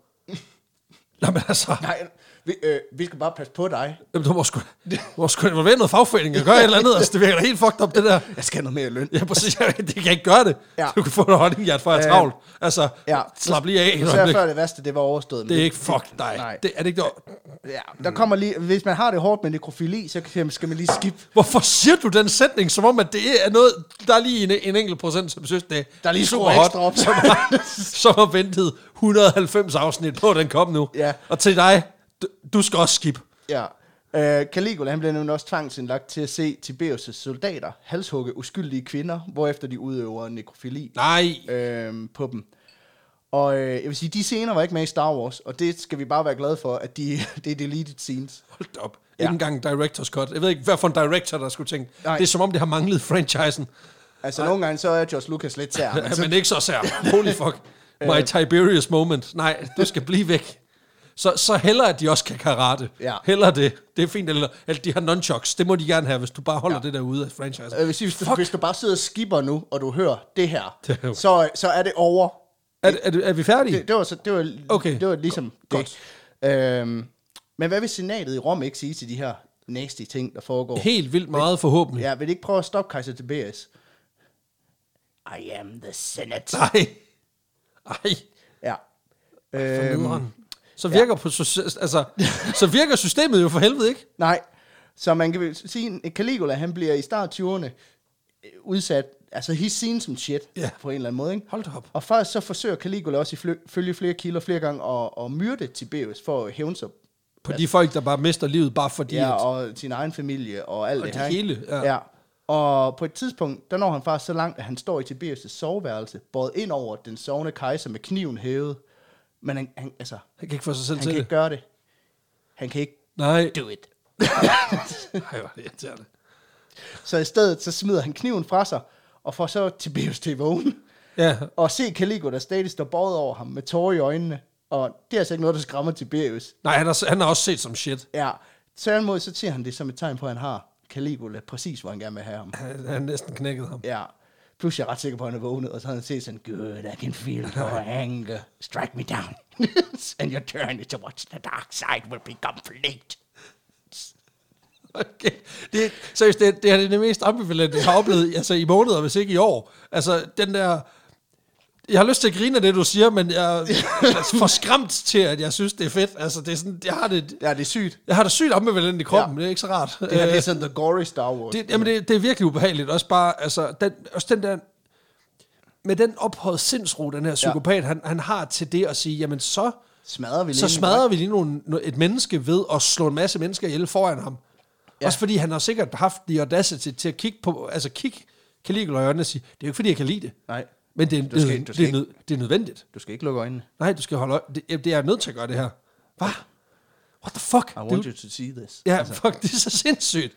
Nå, men altså... Nej, vi skal bare passe på dig. Jamen, du må sgu involvere noget fagforening og gøre et eller andet. Altså, det virker helt fucked up, det der. Jeg skal have noget mere løn. Ja, præcis. Det kan ikke gøre det. Ja. Du kan få noget honninghjert for at have travlt. Altså, slap lige af. Så før det værste, det var overstået. Det er ikke fuck dig. Nej. Det, er det ikke det? Ja, der kommer lige... Hvis man har det hårdt med nekrofili, så skal man lige skip. Hvorfor siger du den sætning, som om, at det er noget... Der er lige en enkelt procent, som synes, det der er lige super ekstra hot, som har ventet 190 afsnit på, den kom nu. Ja. Og til dig... Du skal også skip. Ja. Caligula, han blev nemlig også tvangsindlagt til at se Tiberius' soldater halshugge uskyldige kvinder, hvorefter de udøver nekrofili på dem. Og jeg vil sige, de scener var ikke med i Star Wars, og det skal vi bare være glade for, at det er deleted scenes. Hold da op. Ikke engang director's cut. Jeg ved ikke, hvad for en director, der skulle tænke. Nej. Det er som om, det har manglet franchisen. Altså nogle gange, så er George Lucas lidt sær. Men ikke så sær. Holy fuck. My Tiberius moment. Nej, du skal blive væk. Så hellere, at de også kan karate. Ja. Hellere det. Det er fint. Eller de har nunchucks. Det må de gerne have, hvis du bare holder det der ude af franchise. Hvis du bare sidder og skipper nu, og du hører det her, så er det over. Er vi færdige? Det var ligesom det. Men hvad vil senatet i Rom ikke sige til de her nasty ting, der foregår? Helt vildt meget forhåbentlig. Ja, vil de ikke prøve at stoppe kejser Tiberius? I am the Senate. Nej. Ja. Så virker systemet jo for helvede ikke. Nej. Så man kan sige, at Caligula, han bliver i start 20'erne udsat, altså he's seen some shit på en eller anden måde, ikke? Hold da op. Og faktisk så forsøger Caligula også ifølge flere kilder flere gange at myrde Tiberius for at hævne sig på de folk, der bare mister livet bare fordi... Ja, og sin egen familie og alt og det her. Hele, ja. Og på et tidspunkt, der når han faktisk så langt, at han står i Tiberius' soveværelse, båret ind over den sovende kejser med kniven hævet. Men han kan ikke få sig selv til det. Han kan ikke gøre det. Han kan ikke do it. Nej, hvor irriterende. Så i stedet, så smider han kniven fra sig, og får så Tiberius til vågen. Ja. Og se Caligula, der stadig står båret over ham med tårer i øjnene. Og det er altså ikke noget, der skræmmer Tiberius. Nej, han har også set som shit. Ja. Tværtimod, så ser han det som et tegn på, at han har Caligula præcis, hvor han gerne vil have ham. Han næsten knækket ham. Ja. Pludselig er jeg ret sikker på, at han er vågnet, og så har han set sådan, good, I can feel your anger. Strike me down. And your journey towards the dark side will be complete. Okay. Seriøst, det er det mest ambivalente, jeg har oplevet altså, i måneder, hvis ikke i år. Altså, den der... Jeg har lyst til at grine af det, du siger, men jeg er for skræmt til, at jeg synes, det er fedt. Altså, det er sådan, jeg har det... Ja, det er sygt. Jeg har det sygt ambivalent i kroppen, det er ikke så rart. Det er sådan the gory Star Wars. Det er virkelig ubehageligt. Også bare, altså, den der... Med den ophøjet sindsro, den her psykopat, han har til det at sige, jamen så smadrer vi lige et menneske ved at slå en masse mennesker ihjel foran ham. Ja. Også fordi han har sikkert haft the audacity til at kigge på, altså kigge Caligula i øjnene og sige, det er jo ikke fordi, jeg kan lide det. Nej. Men det er nødvendigt. Du skal ikke lukke øjnene. Nej, du skal holde øjnene. Det er nødt til at gøre det her. Hvad? What the fuck? I want you to see this. Ja, fuck, det er så sindssygt.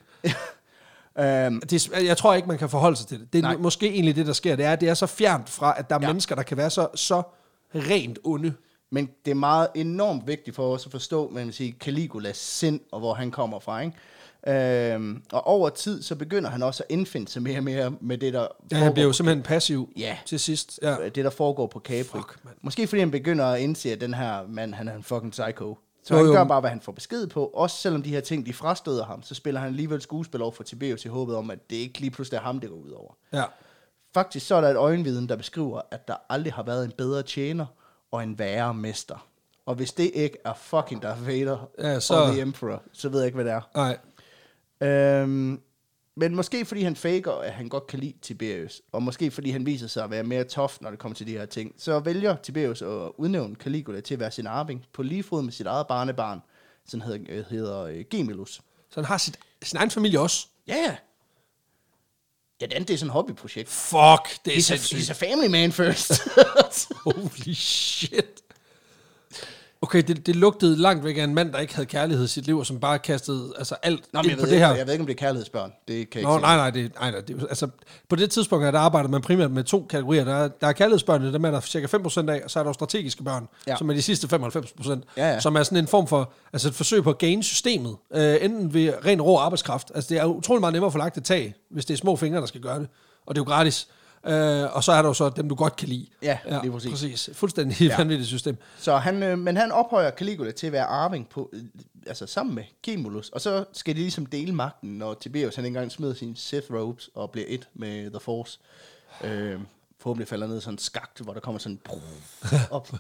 Jeg tror ikke, man kan forholde sig til det. Det er måske egentlig det, der sker. Det er så fjernt fra, at der er mennesker, der kan være så rent onde. Men det er meget enormt vigtigt for os at forstå, man vil sige, Caligulas sind, og hvor han kommer fra, ikke? Og over tid, så begynder han også at indfinde sig mere og mere med det, der han bliver jo simpelthen passiv til sidst. Ja. Det, der foregår på Capri. Måske fordi han begynder at indse, at den her mand, han er en fucking psycho. Så han gør bare, hvad han får besked på. Også selvom de her ting, de frastøder ham, så spiller han alligevel skuespil over for Tiberius i håbet om, at det ikke lige pludselig er ham, det går ud over. Ja. Faktisk så er der et øjenviden, der beskriver, at der aldrig har været en bedre tjener og en værre mester. Og hvis det ikke er fucking Darth Vader og The Emperor, så ved jeg ikke, hvad det er. Nej. Men måske fordi han faker, at han godt kan lide Tiberius, og måske fordi han viser sig at være mere tough, når det kommer til de her ting, så vælger Tiberius at udnævne Caligula til at være sin arving på lige fod med sit eget barnebarn, som hedder Gemellus. Så han har sin egen familie også? Ja. Ja, det er sådan et hobbyprojekt. Fuck, det er sindssygt. He's a family man first. Holy shit. Okay, det lugtede langt væk af en mand, der ikke havde kærlighed i sit liv, og som bare kastede alt ind på det her. Jeg ved ikke, om det er kærlighedsbørn. Det kan jeg ikke nej. Altså, på det tidspunkt, der arbejder man primært med 2 kategorier. Der er kærlighedsbørnene, dem er der cirka 5% af, og så er der strategiske børn, som er de sidste 95%, som er sådan en form for et forsøg på at gaine systemet, enten ved ren rå arbejdskraft. Altså, det er utrolig meget nemmere at få lagt et tag, hvis det er små fingre, der skal gøre det. Og det er jo gratis. Og så er der jo så dem, du godt kan lide. Ja, lige præcis. Fuldstændig vanvittigt system. Så han ophøjer Caligula til at være arving på, sammen med Gemellus, og så skal de ligesom dele magten, når Tiberius han engang smider sine Sith robes og bliver et med The Force. Forhåbentlig falder ned sådan en skagt, hvor der kommer sådan op.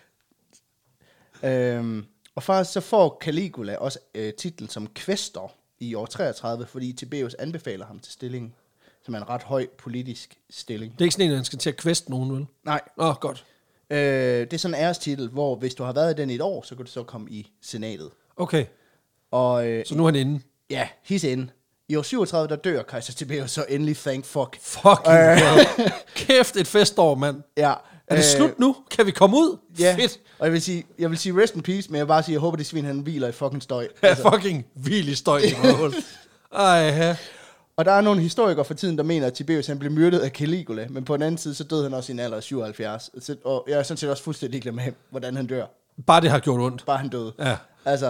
Og faktisk så får Caligula også titlen som questor i år 33, fordi Tiberius anbefaler ham til stillingen. Som er en ret høj politisk stilling. Det er ikke sådan en, at han skal til at queste nogen, vel? Nej. Godt. Det er sådan en ærestitel, hvor hvis du har været i den i et år, så kan du så komme i senatet. Okay. Og, så nu er han inde? Ja, he's inde. I år 37, der dør kejser Tiberius, så endelig thank fuck. Fucking kæft, et festår, mand. Ja. Er det slut nu? Kan vi komme ud? Ja. Fedt. Og jeg vil sige rest in peace, men jeg vil bare sige, jeg håber, det svin, han hviler i fucking støj. Ja, fucking hvil i støj. Og der er nogle historikere for tiden, der mener, at Tiberius han blev myrdet af Caligula, men på den anden side, så døde han også i en alder af 77. Og jeg er sådan set også fuldstændig ligeglad med, hvordan han dør. Bare det har gjort ondt. Bare han døde. Ja. Altså,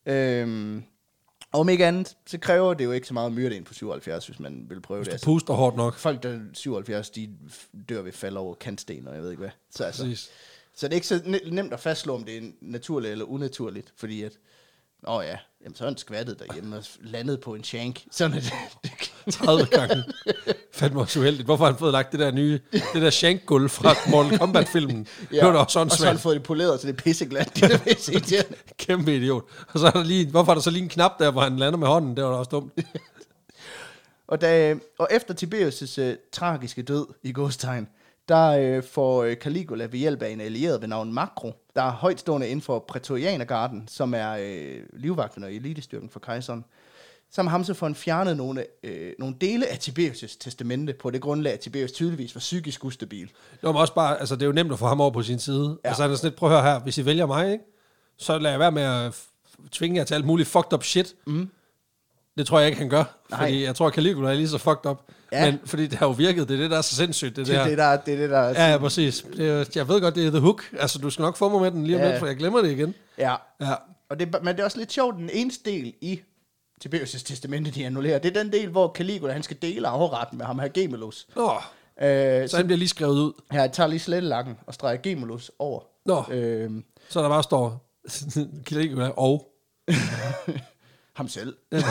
og om ikke andet, så kræver det jo ikke så meget myrde ind på 77, hvis man vil prøve det. Hvis du puster hårdt nok. Folk, der er 77, de dør ved fald over kantsten, og jeg ved ikke hvad. Så det er ikke så nemt at fastslå, om det er naturligt eller unaturligt, fordi at jamen, så er han skvattet derhjemme og landet på en shank. Sådan er det. 30 gange. Fandme også uheldigt. Hvorfor har han fået lagt det der shank-gulv fra Mortal Kombat-filmen? Det var da også og så har han fået det poleret, så det er pisseglat. Det er pisseirriterende. Kæmpe idiot. Og så er der hvorfor er der så lige en knap der, hvor han lander med hånden? Det var da også dumt. og efter Tiberius' tragiske død i godstegn, der får Caligula ved hjælp af en allieret ved navn Macro, der er højtstående inden for Prætorianergarden, som er livvagten og elitestyrken for kejseren. Sammen med ham så får han fjernet nogle dele af Tiberius' testamente på det grundlag, at Tiberius tydeligvis var psykisk ustabil. Det var også bare, det er jo nemt at få ham over på sin side. Ja. Altså han er sådan lidt, prøv at høre her, hvis I vælger mig, ikke, så lader jeg være med at tvinge jer til alt muligt fucked up shit. Mm. Det tror jeg ikke, han gør. Nej. Fordi jeg tror, at Caligula er lige så fucked up. Ja. Men fordi det har jo virket, det er det, der er så sindssygt. Det er det, der er ja, præcis. Jeg ved godt, det er the hook. Altså, du skal nok få mig med den lige om lidt, for jeg glemmer det igen. Ja. Men det er også lidt sjovt, den eneste del i Tiberius' testamente, de annullerer. Det er den del, hvor Caligula, han skal dele arveretten med ham her Gemellus. Så han bliver lige skrevet ud. Ja, jeg tager lige slettelakken og streger Gemellus over. Så der bare står Caligula og... ham selv. Ja,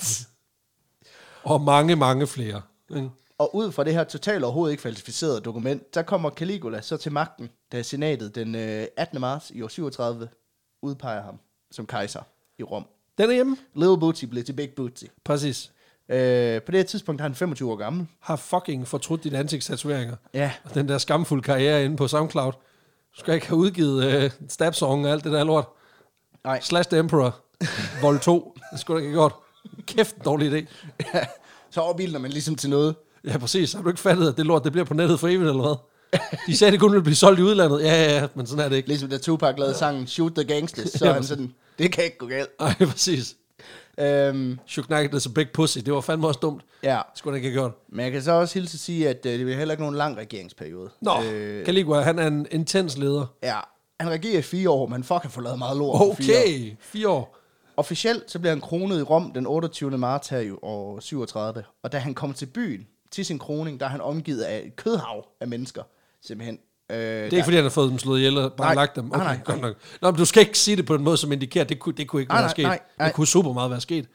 og mange, mange flere. Og ud fra det her totalt overhovedet ikke falsificerede dokument, der kommer Caligula så til magten, da senatet den 18. marts i år 37 udpeger ham som kejser i Rom. Den er hjemme. Little Bootsy blev til Big Bootsy. Præcis. På det her tidspunkt er han 25 år gammel. Har fucking fortrudt dine ansigtstatoveringer. Ja. Og den der skamfulde karriere inde på SoundCloud. Du skal ikke have udgivet stab-song og alt det der lort. Nej. Slash the Emperor. Vol 2. Det skulle du ikke have gjort. Kæft, dårlig idé. Ja. Så overbilder man ligesom til noget. Ja, præcis. Har du ikke fattet, at det lort, det bliver på nettet for evigt, eller hvad? De sagde, det kun ville blive solgt i udlandet. Ja, men sådan er det ikke. Ligesom da Tupac lavede sangen Shoot the Gangsters, så er han sådan, det kan ikke gå galt. Nej, præcis. Shook Knight is a big pussy. Det var fandme også dumt. Ja. Det skulle han ikke have gjort. Men jeg kan så også hilse at sige, at det bliver heller ikke nogen lang regeringsperiode. Caligula, han er en intens leder. Ja, han regerer i 4 år, men fuck, han får lavet meget lort. Okay, 4 år. Officielt så bliver han kronet i Rom den 28. marts her i år 37. Og da han kommer til byen, til sin kroning, der er han omgivet af et kødhav af mennesker. Simpelthen Det er ikke, fordi han har fået dem slået ihjel og bare lagt dem? Okay, nej. Godt nok. Nå, men du skal ikke sige det på en måde, som indikerer, det kunne ikke være sket. Nej. Det kunne super meget være sket.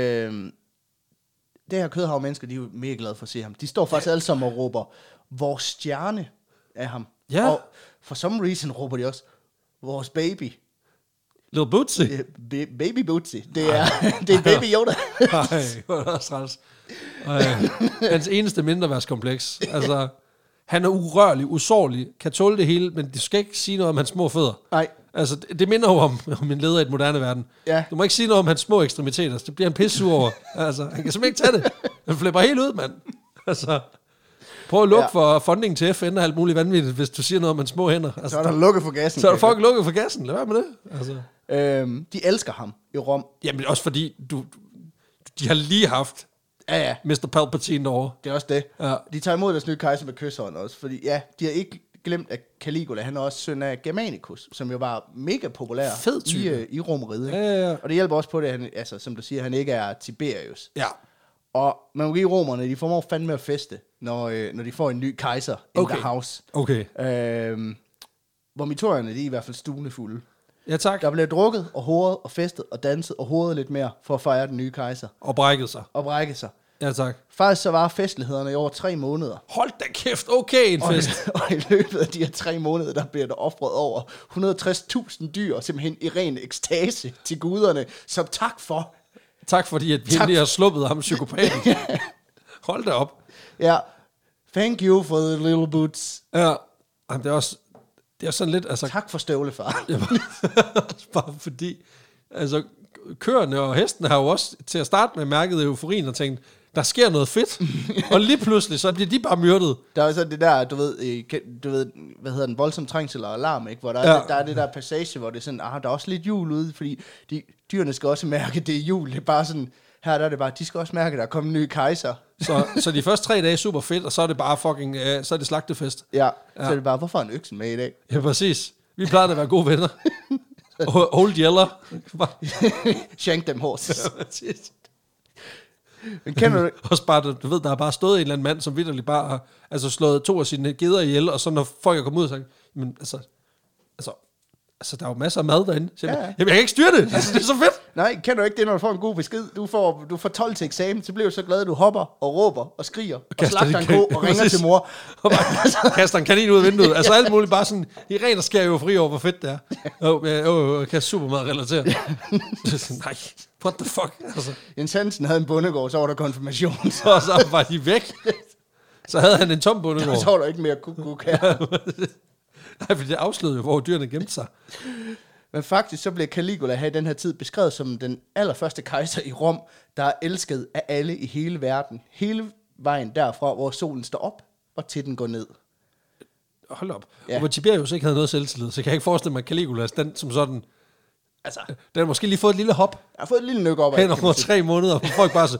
Det her kødhav-mennesker, de er jo mega glade for at se ham. De står faktisk alle sammen og råber, vores stjerne af ham. Ja. Og for some reason råber de også, vores baby. Little Bootsy? Baby Bootsy. Det er Baby Yoda. Nej, det var også træls. Hans eneste mindreværdskompleks. Altså, han er urørlig, usårlig, kan tåle det hele, men du skal ikke sige noget om hans små fødder. Nej. Altså, det minder jo om en leder i et moderne verden. Ja. Du må ikke sige noget om hans små ekstremiteter, det bliver han pissur over. Altså, han kan simpelthen ikke tage det. Han flipper helt ud, mand. Altså, prøv at lukke for funding til FN og alt muligt vanvittigt, hvis du siger noget om hans små hænder. Altså, så er der lukket for gassen. Så er der fucking lukket for gassen. Lad være med det. Altså. De elsker ham i Rom. Jamen, også fordi, de har lige haft Mr. Palpatine derovre. Det er også det. Ja. De tager imod deres nye kejser med kysseren også, fordi de har ikke glemt, at Caligula, han er også søn af Germanicus, som jo var mega populær i Romeriet. Ja. Og det hjælper også på det, han, altså, som du siger, han ikke er Tiberius. Ja. Og man må give romerne, de formår fandme at feste, når de får en ny kejser in the house. Okay. Vomitorierne, de er i hvert fald stunefulde. Ja, tak. Der blev drukket og hovedet og festet og danset og hovedet lidt mere for at fejre den nye kejser. Og brækket sig. Ja, tak. Faktisk så var festlighederne i over 3 måneder. Hold da kæft, okay en fest. Og i løbet af de her 3 måneder, der bliver der offret over 160.000 dyr, simpelthen i ren ekstase til guderne, som tak for. Tak fordi, at vi lige har sluppet ham psykopaten. Hold da op. Ja. Thank you for the little boots. Ja. Jamen, det er sådan lidt, altså... Tak for støvlefar. Bare fordi, altså, køerne og hestene har jo også til at starte med mærket euforien og tænkt, der sker noget fedt, og lige pludselig, så bliver de bare myrdet. Der er så det der, du ved, hvad hedder den, voldsom trængsel og alarm, ikke? Hvor der er det der passage, hvor det er sådan, der er også lidt jul ude, fordi dyrene skal også mærke, det er jul. Det er bare sådan, her der er det bare, de skal også mærke, der er kommet en ny kejser. Så de første 3 dage er super fedt, og så er det bare fucking, så er det slagtefest. Ja, så er det bare, hvorfor er en øksen med i dag? Ja, præcis. Vi plejer at være gode venner. Old Yeller. Shank them horses. Ja, præcis. Men kender du også bare, du ved, der har bare stået en eller anden mand, som vitterligt bare har slået 2 af sine geder ihjel, og så når folk er kommet ud og sagt, men altså, der er jo masser af mad derinde. Så jamen, jeg kan ikke styre det. Altså, det er så fedt. Nej, kender du ikke det, når du får en god besked? Du får 12 til eksamen, så bliver du så glad, at du hopper og råber og skriger og slagter en ko og ringer til mor. Og bare kaster en kanin ud af vinduet. Altså alt muligt bare sådan, i ren og skær eufori over, hvor fedt det er. Kan super meget relatere. Nej, what the fuck? Altså. Jens Hansen havde en bondegård, så var der konfirmation. Så var de væk. Så havde han en tom bondegård. Så var der ikke mere kuk her. Nej, for det afslørede jo, hvor dyrene gemte sig. Men faktisk så blev Caligula her i den her tid beskrevet som den allerførste kejser i Rom, der er elsket af alle i hele verden. Hele vejen derfra, hvor solen står op, og til den går ned. Hold op. Ja. Og hvor Tiberius ikke havde noget selvtillid, så kan jeg ikke forestille mig, at Caligula den som sådan... Altså, den har måske lige fået et lille hop. Jeg har fået et lille nyk op. Hen over 3 måneder, hvor folk bare så...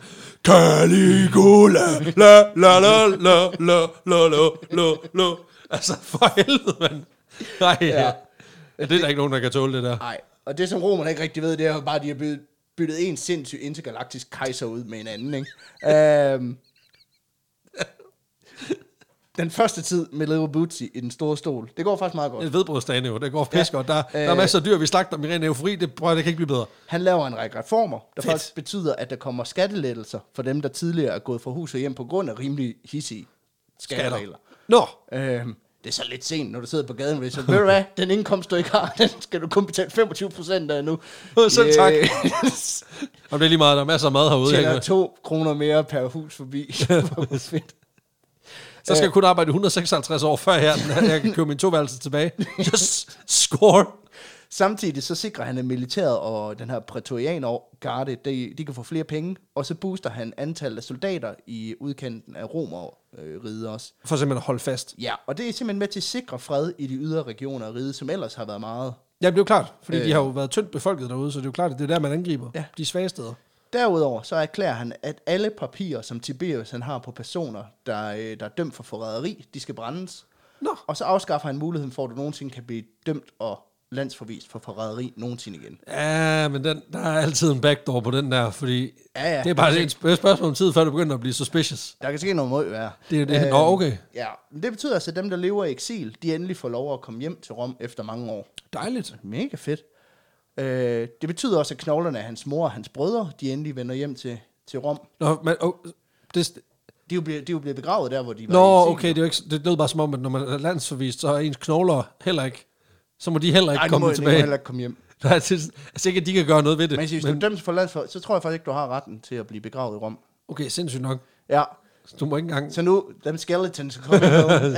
Caligula, la la la la la la la la. Altså, for helvede, mand. Nej, ja. Det er der ikke nogen, der kan tåle det der. Nej, og det som romerne ikke rigtig ved, det er jo bare, at de har byttet en sindssyg intergalaktisk kejser ud med en anden, ikke? Den første tid med Little Bootsy i den store stol, det går faktisk meget godt. Det vedbrødsdagen jo, det går pisse godt. Der er masser af dyr, vi slagter med ren eufori, det kan ikke blive bedre. Han laver en række reformer, der faktisk betyder, at der kommer skattelettelser for dem, der tidligere er gået fra hus og hjem på grund af rimelig hissige skatteregler. Nå! Det er så lidt sent, når du sidder på gaden, så ved du hvad, den indkomst, du ikke har, den skal du kun betale 25% af nu. Selv tak. Og det er lige meget, der er masser af mad herude. Tjener 2 kroner mere per hus forbi. Fedt. Så skal jeg kun arbejde 156 år, før jeg kan købe min 2-værelse tilbage. Just score! Samtidig så sikrer han, at militæret og den her prætorianergarde, de kan få flere penge, og så booster han antallet af soldater i udkanten af Romerriget også. For simpelthen at holde fast. Ja, og det er simpelthen med til at sikre fred i de ydre regioner af riget, som ellers har været meget... Ja, det er jo klart, fordi de har jo været tyndt befolket derude, så det er jo klart, at det er der, man angriber de svage steder. Derudover så erklærer han, at alle papirer, som Tiberius han har på personer, der er dømt for forræderi, de skal brændes. Nå. Og så afskaffer han muligheden for, at du nogensinde kan blive dømt og landsforvist for forræderi nogensinde igen. Ja, men der er altid en backdoor på den der, fordi ja. Det er bare et spørgsmål om tid, før det begynder at blive suspicious. Der kan ske noget møg være. Det er det. Nå, okay. Ja, men det betyder altså, at dem, der lever i eksil, de endelig får lov at komme hjem til Rom efter mange år. Dejligt. Mega fedt. Det betyder også, at knoglerne af hans mor og hans brødre, de endelig vender hjem til Rom. Nå, men... De er jo blevet begravet der, hvor de var i eksil. Okay, det lød bare som om, at når man er landsforvist, så er ens knogler heller ikke. Så må de heller ikke komme tilbage. Nej, de må heller ikke komme hjem. Nej, altså ikke, at de kan gøre noget ved det. Men hvis du dømmes for landsforvist, så tror jeg faktisk ikke, du har retten til at blive begravet i Rom. Okay, sindssygt nok. Ja. Så du må ikke engang... Så nu, dem skeletons kommer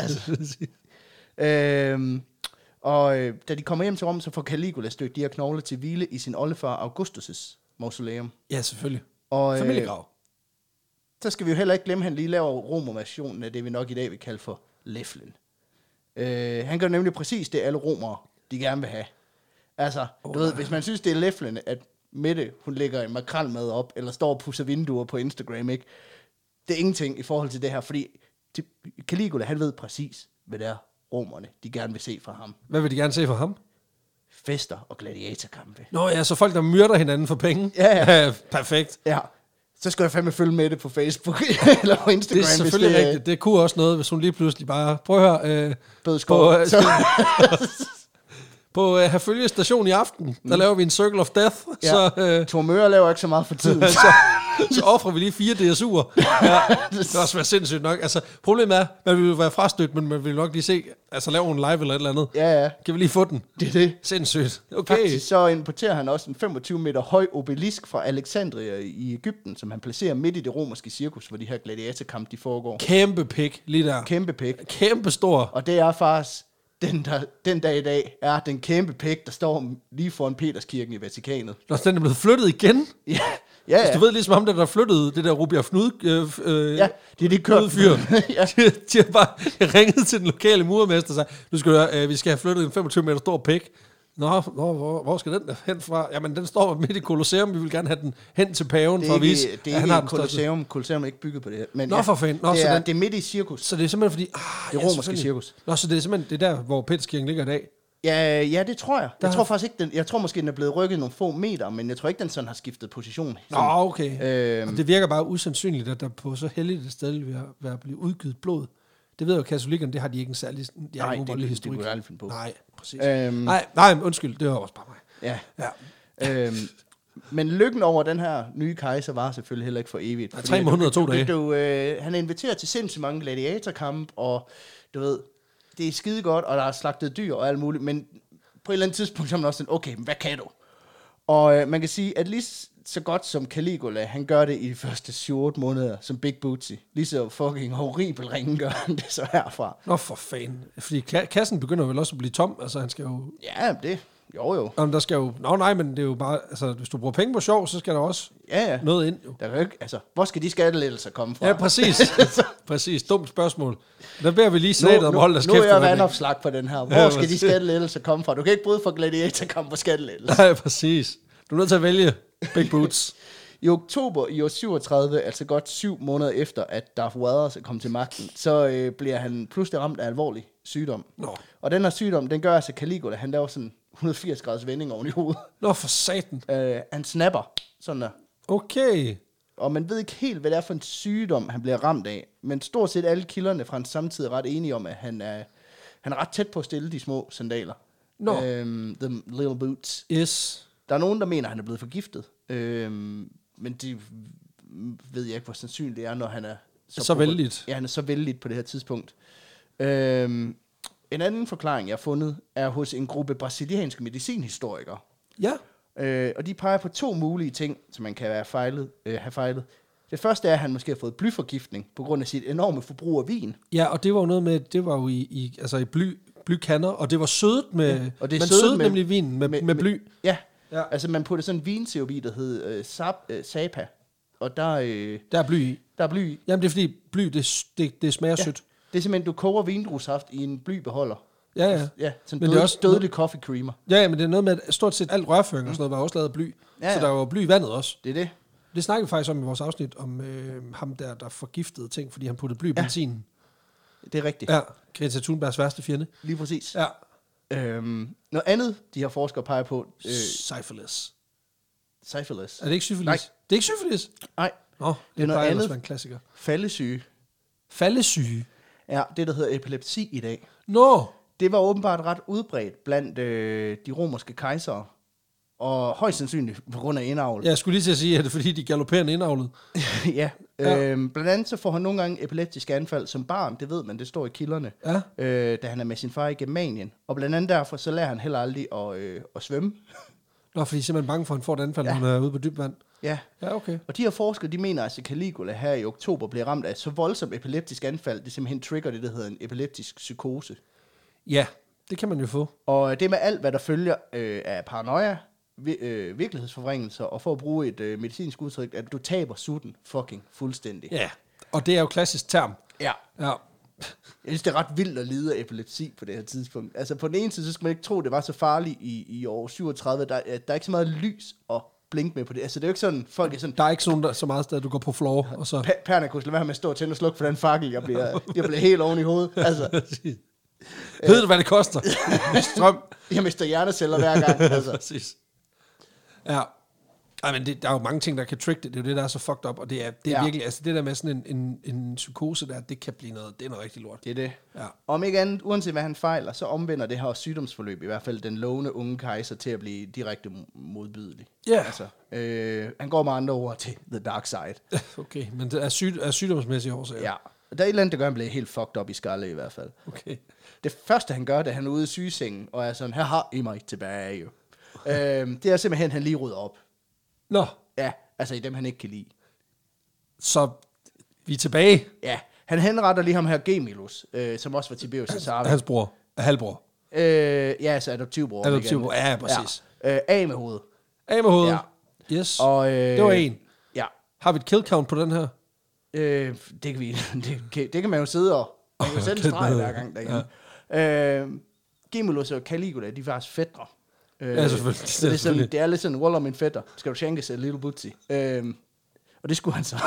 da de kommer hjem til Rom, så får Caligula stødt de her knogler til hvile i sin oldefar Augustus' mausoleum. Ja, selvfølgelig. Og familiegrav. Så skal vi jo heller ikke glemme, at han lige laver romerversionen af det, vi nok i dag vil kalde for leflen. Han gør nemlig præcis det, alle romere, de gerne vil have. Altså, du ved, hvis man synes, det er leflen, at Mette, hun lægger en makrelmad op, eller står og pusser vinduer på Instagram, ikke? Det er ingenting i forhold til det her, fordi Caligula, han ved præcis, hvad det er romerne, de gerne vil se fra ham. Hvad vil de gerne se fra ham? Fester og gladiatorkampe. Nå ja, så folk, der myrder hinanden for penge. Ja. Perfekt. Ja. Så skal jeg fandme følge med det på Facebook eller på Instagram. Det er selvfølgelig rigtigt. Det kunne også noget, hvis hun lige pludselig bare... Prøv at høre... På Herfølge station i aften, der laver vi en Circle of Death. Ja. Thor Møller laver ikke så meget for tiden. så offrer vi lige 4 DSU'er. Ja, det vil også være sindssygt nok. Altså, problemet er, man vil være frastødt, men man vil nok lige se, altså lave en live eller et eller andet. Ja. Kan vi lige få den? Det er det. Sindssygt. Okay. Faktisk så importerer han også en 25 meter høj obelisk fra Alexandria i Egypten, som han placerer midt i det romerske cirkus, hvor de her gladiatorkampe de foregår. Kæmpe pik, lige der. Kæmpe pik. Kæmpe stor. Og det er faktisk... Den dag i dag er den kæmpe pæk, der står lige foran Peterskirken i Vatikanet. Nå, den er blevet flyttet igen? Ja. Altså, du ved ligesom ham, der flyttede det der Rubia Fnud ja, de kørt fyr. Ja. de har bare ringet til den lokale murermester og sagt, nu skal du vi skal have flyttet en 25 meter stor pæk. Nå, hvor skal den hen fra? Jamen, den står midt i Colosseum. Vi vil gerne have den hen til paven for at vise, det er ikke Colosseum. Colosseum er ikke bygget på det her. Men Nå, for fanden. Det er midt i cirkus. Så det er simpelthen fordi... det romerske cirkus. Nå, så det er simpelthen det der, hvor Peterskirken ligger i dag? Ja, det tror jeg. Jeg tror faktisk ikke, jeg tror måske, den er blevet rykket nogle få meter, men jeg tror ikke, den sådan har skiftet position. Nå, okay. Det virker bare usandsynligt, at der på så heldigt et sted vil være blive udgivet blod. Det ved jo katolikkerne, det har de ikke en særlig... Nej, det kunne jeg aldrig finde på. Nej, præcis. Nej, undskyld, det var også bare mig. Ja. Men lykken over den her nye kejser var selvfølgelig heller ikke for evigt. 3 måneder og 2 dage. Han er inviteret til sindssygt mange gladiatorkamp, og du ved, det er skide godt, og der er slagtet dyr og alt muligt, men på et eller andet tidspunkt så er man også sådan, okay, hvad kan du? Og man kan sige, at lige så godt som Caligula, han gør det i de første 7-8 måneder som Big Bootsy. Lige så fucking horribel ringen gør han det så herfra. Nå for fanden. Fordi kassen begynder vel også at blive tom. Altså han skal jo... Ja, det... Jo. Jamen, der skal jo... nej, men det er jo bare... Altså, hvis du bruger penge på sjov, så skal der også noget ind. Jo. Der er jo ikke... Altså, hvor skal de skattelettelser komme fra? Ja, præcis. Præcis. Dumt spørgsmål. Der beder vi lige senatet om at holde deres kæft. Nu er jeg vandopslag på den her. Hvor skal de skattelettelser komme fra? Du kan ikke bryde for gladiatorkamp på skattelettelser. Nej, præcis. Du er nødt til at vælge Big Boots. I oktober i år 37, altså godt 7 måneder efter, at Darth Vader kom til magten, så bliver han pludselig ramt af alvorlig sygdom. Nå. Og den her sygdom, den gør altså Caligula, han laver sådan 180 graders vending oven i hovedet. Nå, for satan. Han snapper, sådan der. Okay. Og man ved ikke helt, hvad det er for en sygdom, han bliver ramt af. Men stort set alle kilderne fra hans samtid er ret enige om, at han er ret tæt på at stille de små sandaler. Nå. The little boots. Yes. Der er nogen, der mener, at han er blevet forgiftet. Men det ved jeg ikke, hvor sandsynligt det er, når han er så vældigt. Ja, han er så vældigt på det her tidspunkt. En anden forklaring, jeg har fundet, er hos en gruppe brasilianske medicinhistorikere. Ja. Og de peger på 2 mulige ting, som man kan have fejlet. Det første er, at han måske har fået blyforgiftning på grund af sit enorme forbrug af vin. Ja, og det var jo noget med, det var jo i blykanner, og det var sødet med, ja, og det man sødede nemlig vinen med bly. Ja, altså man puttede sådan en vinsirup i, der hed Sapa, og der er bly i. Der er bly i. Jamen det er fordi bly, det smager sødt. Det er simpelthen, du koger vindruesaft i en blybeholder. Ja. Sådan men det er også dødelig coffee creamer. Ja, men det er noget med, at stort set alt rørføring og sådan noget var også lavet af bly. Ja. Så der var bly i vandet også. Det er det. Det snakkede vi faktisk om i vores afsnit, om ham der forgiftede ting, fordi han puttede bly i benzinen. Det er rigtigt. Ja, Greta Thunbergs værste fjende. Lige præcis. Ja. Noget andet, de her forskere peger på... Syphilis. Syphilis? Er det ikke syfilis? Nej. Det er ikke syfilis? Nej. Det er noget andet. En klassiker. Faldesyge. Faldesyge? Ja, det der hedder epilepsi i dag. Det var åbenbart ret udbredt blandt de romerske kejsere. Og højst sandsynligt på grund af indavl. Jeg skulle lige til at sige, at det er fordi, de galopperende indavlet. ja. Blandt andet så får han nogle gange epileptiske anfald som barn. Det ved man, det står i kilderne. Ja. Da han er med sin far i Germanien. Og blandt andet derfor, så lærer han heller aldrig at svømme. Fordi I er simpelthen bange for, at han får et anfald, når han er ude på dybt vand. Ja. Ja, okay. Og de her forskere, de mener, at Caligula her i oktober bliver ramt af så voldsomt epileptisk anfald, det simpelthen trigger det, der hedder en epileptisk psykose. Ja, det kan man jo få. Og det med alt, hvad der følger af paranoia, virkelighedsforvrængelser, og for at bruge et medicinsk udtryk, at du taber sutten fucking fuldstændig. Ja, og det er jo klassisk term. Ja. Jeg synes, det er ret vildt at lide af epilepsi på det her tidspunkt. Altså på den ene side, så skal man ikke tro, det var så farligt i år 37. Der er ikke så meget lys og blink med på det. Altså det er jo ikke sådan, folk er sådan... Der er ikke sådan så meget sted, at du går på floor, og så... Pernikus, lad være med at stå og tænde og slukke for den fakkel, jeg bliver helt oven i hovedet. Altså... Ved du, hvad det koster? Strøm. Jeg mister hjerneceller hver gang. Altså. Præcis. Ja. Ej, men der er jo mange ting, der kan trick det. Det er jo det, der er så fucked up. Og det er virkelig... Altså det der med sådan en psykose der, det kan blive noget... Det er noget rigtig lort. Det er det. Ja. Om ikke andet, uanset hvad han fejler, så omvender det her sygdomsforløb i hvert fald den lovende unge kejser til at blive direkte modbydelig. Ja. Altså, han går med andre ord til the dark side. Okay, men det er sygdomsmæssige årsager. Ja. Der er et eller andet, der gør, han bliver helt fucked up i skalle i hvert fald. Okay. Det første, han gør, det er, han er ude i sygesengen, og er sådan, her har I mig tilbage. Det er simpelthen, han lige rydder op. Nå. Ja, altså i dem, han ikke kan lide. Så vi er tilbage. Ja, han henretter lige ham her Gemilus, som også var Tiberius Caesar. Hans bror. Halvbror. Ja, altså adoptivbror. Adoptivbror, ja, præcis. Ja. Af med hovedet. Af med hovedet. Ja. Yes. Og, det var en. Ja. Har vi et kill count på den her? Det kan vi. Det kan man jo sidde og... Man kan jo sætte en streg hver gang derhjemme. Ja. Gemilus og Caligula, de var faktisk fætre. Ja, selvfølgelig. Det er lidt sådan, Waller min fætter. Skal du shankes a little bootsy? Og det skulle han så.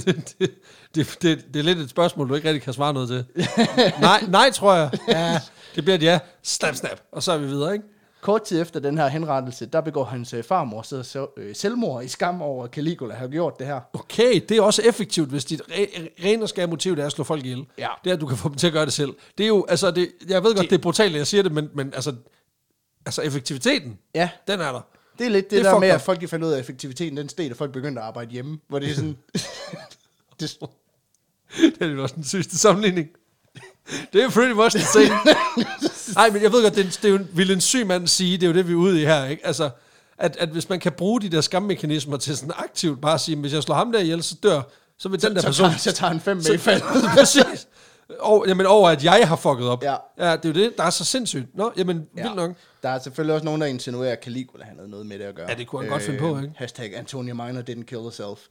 det er lidt et spørgsmål, du ikke rigtig kan svare noget til. nej, tror jeg. Ja, det bliver et ja. Snap. Og så er vi videre, ikke? Kort tid efter den her henrettelse, der begår hans farmor så selvmord i skam over, at Caligula har gjort det her. Okay, det er også effektivt, hvis dit ren og skære motiv er at slå folk ihjel. Ja. Det er, at du kan få dem til at gøre det selv. Det er jo, altså, jeg ved godt, det er brutalt, jeg siger det, men altså effektiviteten, den er der. Det er lidt det der med, at folk fandt ud af, at effektiviteten den steg, og folk begyndte at arbejde hjemme, hvor det er sådan... det er jo også den sygeste sammenligning. Det er jo pretty much the same. Nej, men jeg ved godt, det er jo, vil en syg mand sige, det er jo det, vi er ude i her, ikke? Altså, at hvis man kan bruge de der skammekanismer til sådan aktivt bare at sige, hvis jeg slår ham der ihjel, så dør, så vil den der person... Så tager han 5 med i fald. Præcis. Over at jeg har fucket op. Ja. Ja, det er jo det, der er så sindssygt. Nå, jamen, vildt nok. Der er selvfølgelig også nogen, der insinuerer, at Caligula havde noget med det at gøre. Ja, det kunne han godt finde på, ikke? Hashtag Antonia Minor didn't kill herself.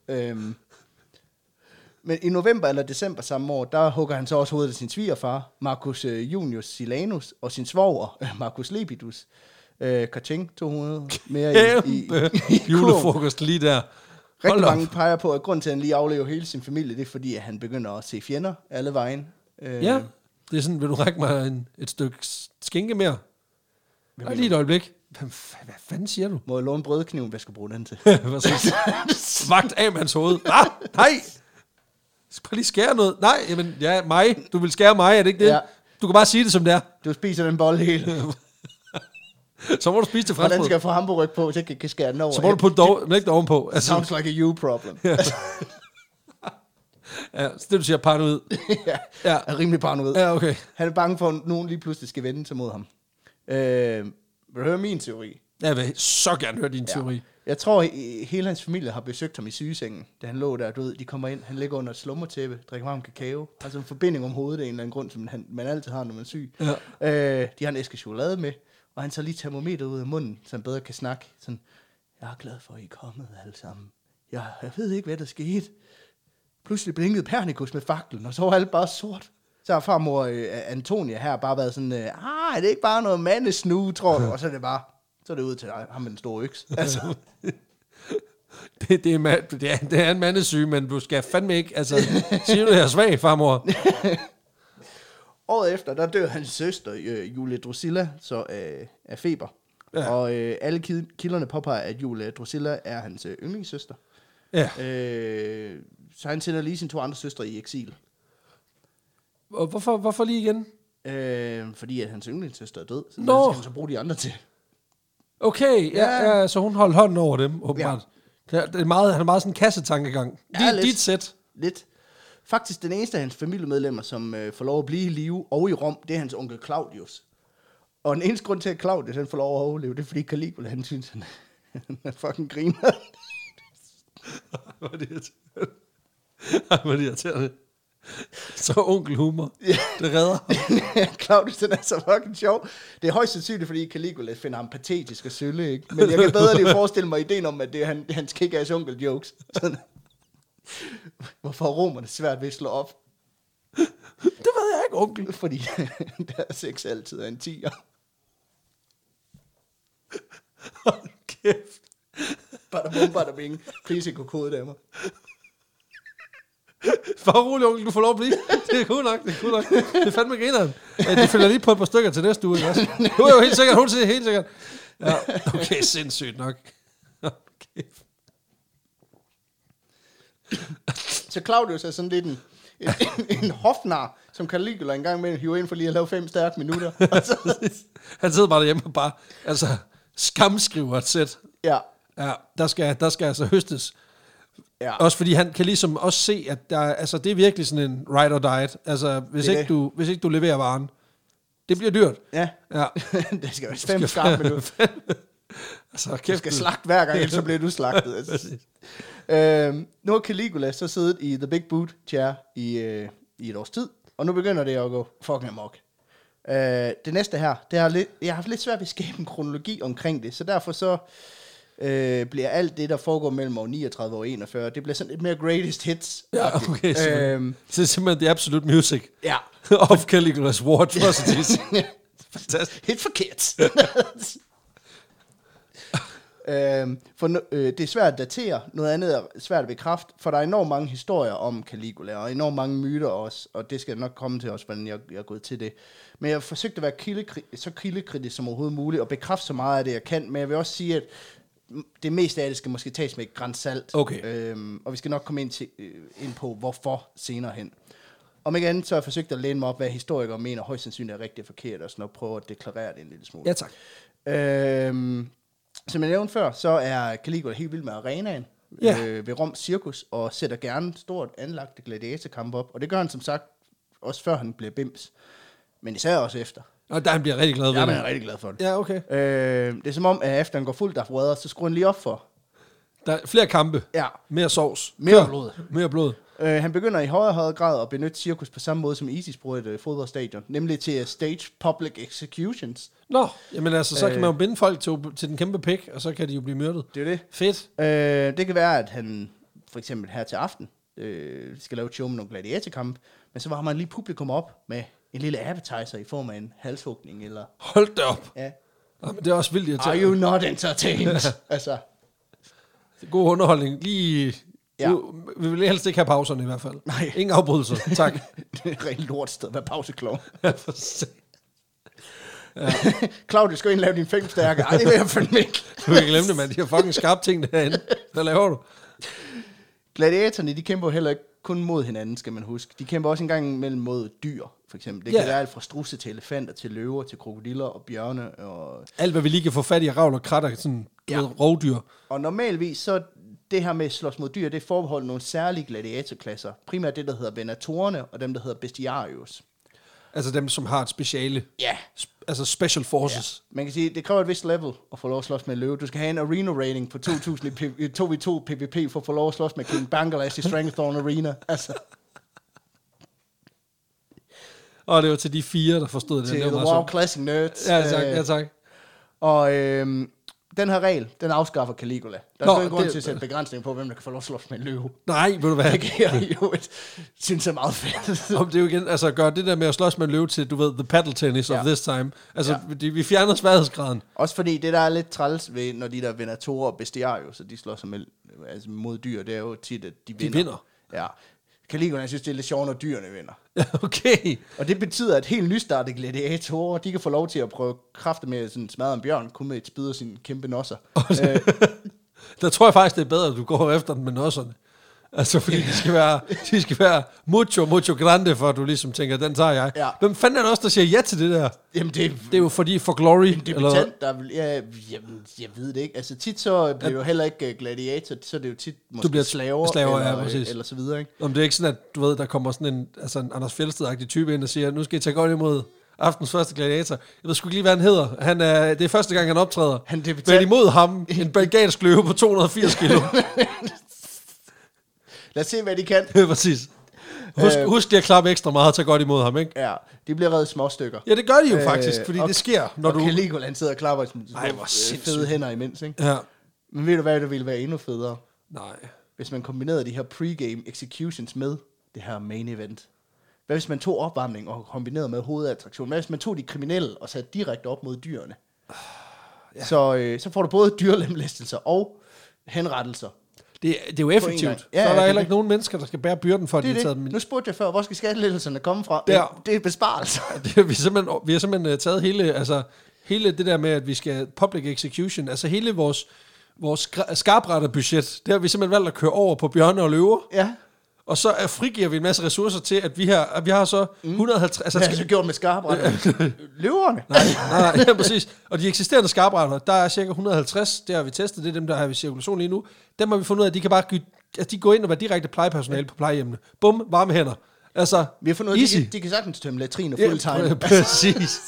Men i november eller december samme år, der hugger han så også hovedet af sin svigerfar, Marcus Junius Silanus, og sin svoger, Marcus Lepidus. Kaching, 200 mere i julefrokost lige der. Rigtig mange peger på, at grund til, at han lige aflever hele sin familie, det er fordi, at han begynder at se fjender alle vejen. Ja, det er sådan, vil du række mig et stykke skinke mere? Lige et øjeblik. Hvad fanden siger du? Må jeg låne brødkniven, hvad skal jeg bruge den til? Vagt af med hans hoved. Nej! Skal bare lige skære noget? Nej, jamen, ja, mig. Du vil skære mig, er det ikke det? Ja. Du kan bare sige det, som det er. Du spiser den bolle hele. Så må du spise det franskbrød. Hvordan skal jeg få hamburg på, så jeg kan skære den over? Så må du putte lægge ovenpå. Altså. Sounds like a you problem. Ja, så det du siger, paranoid. Ja, er rimelig paranoid. Ja, okay. Han er bange for, at nogen lige pludselig skal vende sig mod ham. Vil du høre min teori? Jeg vil så gerne høre din teori. Jeg tror, hele hans familie har besøgt ham i sygesengen, da han lå der. Du ved, de kommer ind, han ligger under et slummertæppe, drikker varm kakao, har sådan en forbinding om hovedet af en eller anden grund, som man altid har, når man er syg. Ja. De har en æske chokolade med, og han tager lige termometer ud af munden, så han bedre kan snakke. Sådan, jeg er glad for, at I er kommet alle sammen. Jeg ved ikke, hvad der skete. Pludselig blinkede Pernikus med faklen, og så var alt bare sort. Så har farmor Antonia her bare været sådan, er det ikke bare noget mandesnue, tror du? Og så er det bare, så er det ud til ham med den store øks. Altså. Det er en mandesyge, men du skal fandme ikke, altså, siger du, jeg er svag, farmor? Året efter, der dør hans søster, Julia Drusilla, så af feber. Ja. Og alle kilderne påpeger, at Julia Drusilla er hans yndlingssøster. Ja. Så han sender lige sine 2 andre søstre i eksil. Og hvorfor lige igen? Fordi at hans yndlingssøster er død, så skal han så bruge de andre til. Okay, ja, så hun holdt hånden over dem, åbenbart. Ja. Det er meget, han er meget sådan en kassetankegang. Ja, dit sæt. Lidt. Faktisk den eneste af hans familiemedlemmer, som får lov at blive i live og i Rom, det er hans onkel Claudius. Og den eneste grund til, at Claudius han får lov at overleve, det er fordi Caligula, han synes, han er fucking griner. Hvor er det irriterende. Så onkel humor. Det redder. Claudius, den er så fucking sjov. Det er højst sandsynligt, fordi Caligula finder ham patetisk og sølle, ikke? Men jeg kan bedre lige forestille mig ideen om, at det er hans kick-ass onkel jokes. Sådan. Hvorfor er romerne svært ved at slå op? Det ved jeg ikke, onkel. Fordi deres sex altid er en 10'er. Hold kæft. Bada bum, bada bing. Please, ikke kode damer. For rolig, onkel, du får lov at blive. Det er cool nok, det er fandme grineren. De følger lige på et par stykker til næste uge, ikke også? Du er jo helt sikkert, hun siger helt sikkert. Ja, okay, sindssygt nok. Okay. Så Claudius er sådan lidt en hofnar, som Caligula engang med hiver ind for lige at lave 5 stærke minutter. Han sidder bare derhjemme og bare, skamskriver et sæt. Ja. Ja, der skal altså høstes. Ja. Også fordi han kan ligesom også se, at det er virkelig sådan en ride or die. Altså, hvis ikke du leverer varen. Det bliver dyrt. Ja. Det skal være 5 skarpe minutter. Du skal slagte hver gang, ellers så bliver du slagtet. Altså. Nu har Caligula så siddet i The Big Boot Chair i et års tid, og nu begynder det at gå fucking amok. Det næste her, jeg har haft lidt svært ved at skabe en kronologi omkring det, så derfor så bliver alt det, der foregår mellem år 39 og 41, det bliver sådan lidt mere greatest hits. Ja, okay. Så det er simpelthen the absolute music. Ja. Of Caligula's war atrocities. Fantastisk. Hit for kids. Det er svært at datere, noget andet er svært at bekræfte, for der er enormt mange historier om Caligula, og enormt mange myter også, og det skal jeg nok komme til også, hvordan jeg er gået til det. Men jeg har forsøgt at være så kildekritisk som overhovedet muligt, og bekræfte så meget af det, jeg kan, men jeg vil også sige, at det meste af det skal måske tages med et gran salt, okay. Og vi skal nok komme ind på, hvorfor senere hen. Om ikke andet, så har jeg forsøgt at læne mig op, hvad historikere mener højst sandsynligt er rigtigt og forkert, og sådan at prøve at deklarere det en lille smule. Ja, tak. Som jeg nævnte før, så er Caligula helt vild med arenaen ved Roms Cirkus, og sætter gerne stort anlagte gladiatorkampe op. Og det gør han som sagt også før han bliver bims, men især også efter. Og der han bliver rigtig glad ved det. Ja, han er rigtig glad for det. Ja, okay. Det er som om, at efter han går fuldt af Vader, så skruer han lige op for. Der er flere kampe. Ja. Mere sovs. Mere blod. Han begynder i højere grad at benytte cirkus på samme måde, som ISIS bruger et fodboldstadion, nemlig til at stage public executions. Nå, jamen altså, så kan man jo binde folk til den kæmpe pik, og så kan de jo blive myrdet. Det er det. Fedt. Det kan være, at han for eksempel her til aften skal lave et show med nogle gladiatorkamp, men så var man lige publikum op med en lille appetizer i form af en halshugning, eller... Hold da op. Ja. Men det er også vildt irriterende. Are you not entertained? Altså. God underholdning. Lige... Ja. Vi vil helst ikke have pauserne i hvert fald. Nej. Ingen afbrydelser. Tak. Det er et rigtig lort sted at være pauseklog. Ja, for sent. Ja. Claudius, skal ind og lave din 5 stærke. Ej, det vil jeg fandme ikke. Du kan glemme det, mand. De har fucking skarpe ting derinde. Hvad laver du? Gladiatorerne, de kæmper heller ikke kun mod hinanden, skal man huske. De kæmper også en gang mellem mod dyr, for eksempel. Det kan være alt fra strudse til elefanter, til løver, til krokodiller og bjørne. Og... alt, hvad vi lige kan få fat i ravl og kratter, sådan rovdyr. Og normalvis, så det her med at slås mod dyr, det er forbeholdt nogle særlige gladiatorklasser. Primært det, der hedder venatorerne, og dem, der hedder bestiarius. Altså dem, som har et speciale. Ja. Altså special forces. Ja. Man kan sige, det kræver et vist level at få lov at slås med en løve. Du skal have en arena rating på 2000 i 2v2 PvP for at få lov at slås med King Bangladesh i Strangthorn Arena. Altså. Og det var til de 4, der forstod det. Til The Wow Classic Nerds. Ja, tak. Ja, tak. Og den her regel, den afskaffer Caligula. Der er ingen grund til at sætte begrænsning på, hvem der kan få lov at slås med en løve. Nej, ved du hvad? Det kan jeg jo synes er meget fedt. Om det er jo igen, altså gør det der med at slås med en løve til, du ved, the paddle tennis of this time. Altså, vi fjerner sværhedsgraden. Også fordi det, der er lidt træls ved, når de der venatorer og bestiarius, så de slår sig mod dyr, det er jo tit, at de vinder. De vinder. Ja. Caligula, jeg synes, det er lidt sjovt, når dyrene vinder. Okay. Og det betyder, at helt nystartede gladiatorer, de kan få lov til at prøve kræfte med sådan smadre en bjørn, kun med et spid og sine kæmpe nosser. Der tror jeg faktisk, det er bedre, at du går efter den med nosserne. Altså, fordi de skal være mucho grande, for at du ligesom tænker, den tager jeg. Ja. Hvem fanden er det også, der siger ja til det der? Jamen, det er jo fordi for glory. En debutant, der vil... Jeg ved det ikke. Altså, tit så bliver det jo heller ikke gladiator, så er det jo tit måske bliver slaver eller så videre, ikke? Om det er ikke sådan, at du ved, der kommer sådan en Anders Fjeldsted-agtig type ind og siger, nu skal I tage godt imod aftens første gladiator. Jeg ved sgu ikke lige, hvad han hedder. Det er første gang, han optræder. Han debuterer imod ham, en belgisk løve på 280 kilo. Lad os se, hvad de kan. Præcis. Husk lige at klappe ekstra meget og tage godt imod ham, ikke? Ja, de bliver reddet små stykker. Ja, det gør de jo faktisk, fordi det sker, når du... Og Caligula, han sidder og klapper fede hænder imens, ikke? Ja. Men ved du hvad, det ville være endnu federe? Nej. Hvis man kombinerede de her pregame executions med det her main event. Hvad hvis man tog opvarmning og kombinerede med hovedattraktion? Hvad hvis man tog de kriminelle og satte direkte op mod dyrene? Ja. Så får du både dyrlemlæstelser og henrettelser. Det er jo effektivt. Ja, så er der heller ikke nogen mennesker, der skal bære byrden for, at de tager dem. Nu spurgte jeg før, hvor skal skattelettelserne komme fra? Det er besparelser. Vi har simpelthen taget hele det der med, at vi skal public execution, altså hele vores skarpretterbudget, det har vi simpelthen valgt at køre over på bjørne og løver. Ja. Og så frigiver vi en masse ressourcer til, at vi har så 150... Altså, hvad har du gjort med skarpretter? Løverne? Nej, ja, præcis. Og de eksisterende skarpretter, der er cirka 150, det har vi testet, det er dem, der har vi cirkulation lige nu. Dem har vi fundet ud af, at de kan bare de går ind og være direkte plejepersonale på plejehjemmene. Bum, varme hænder. Altså, vi har fundet ud af, at de kan sagtens tømme latriner full-time. Ja, præcis.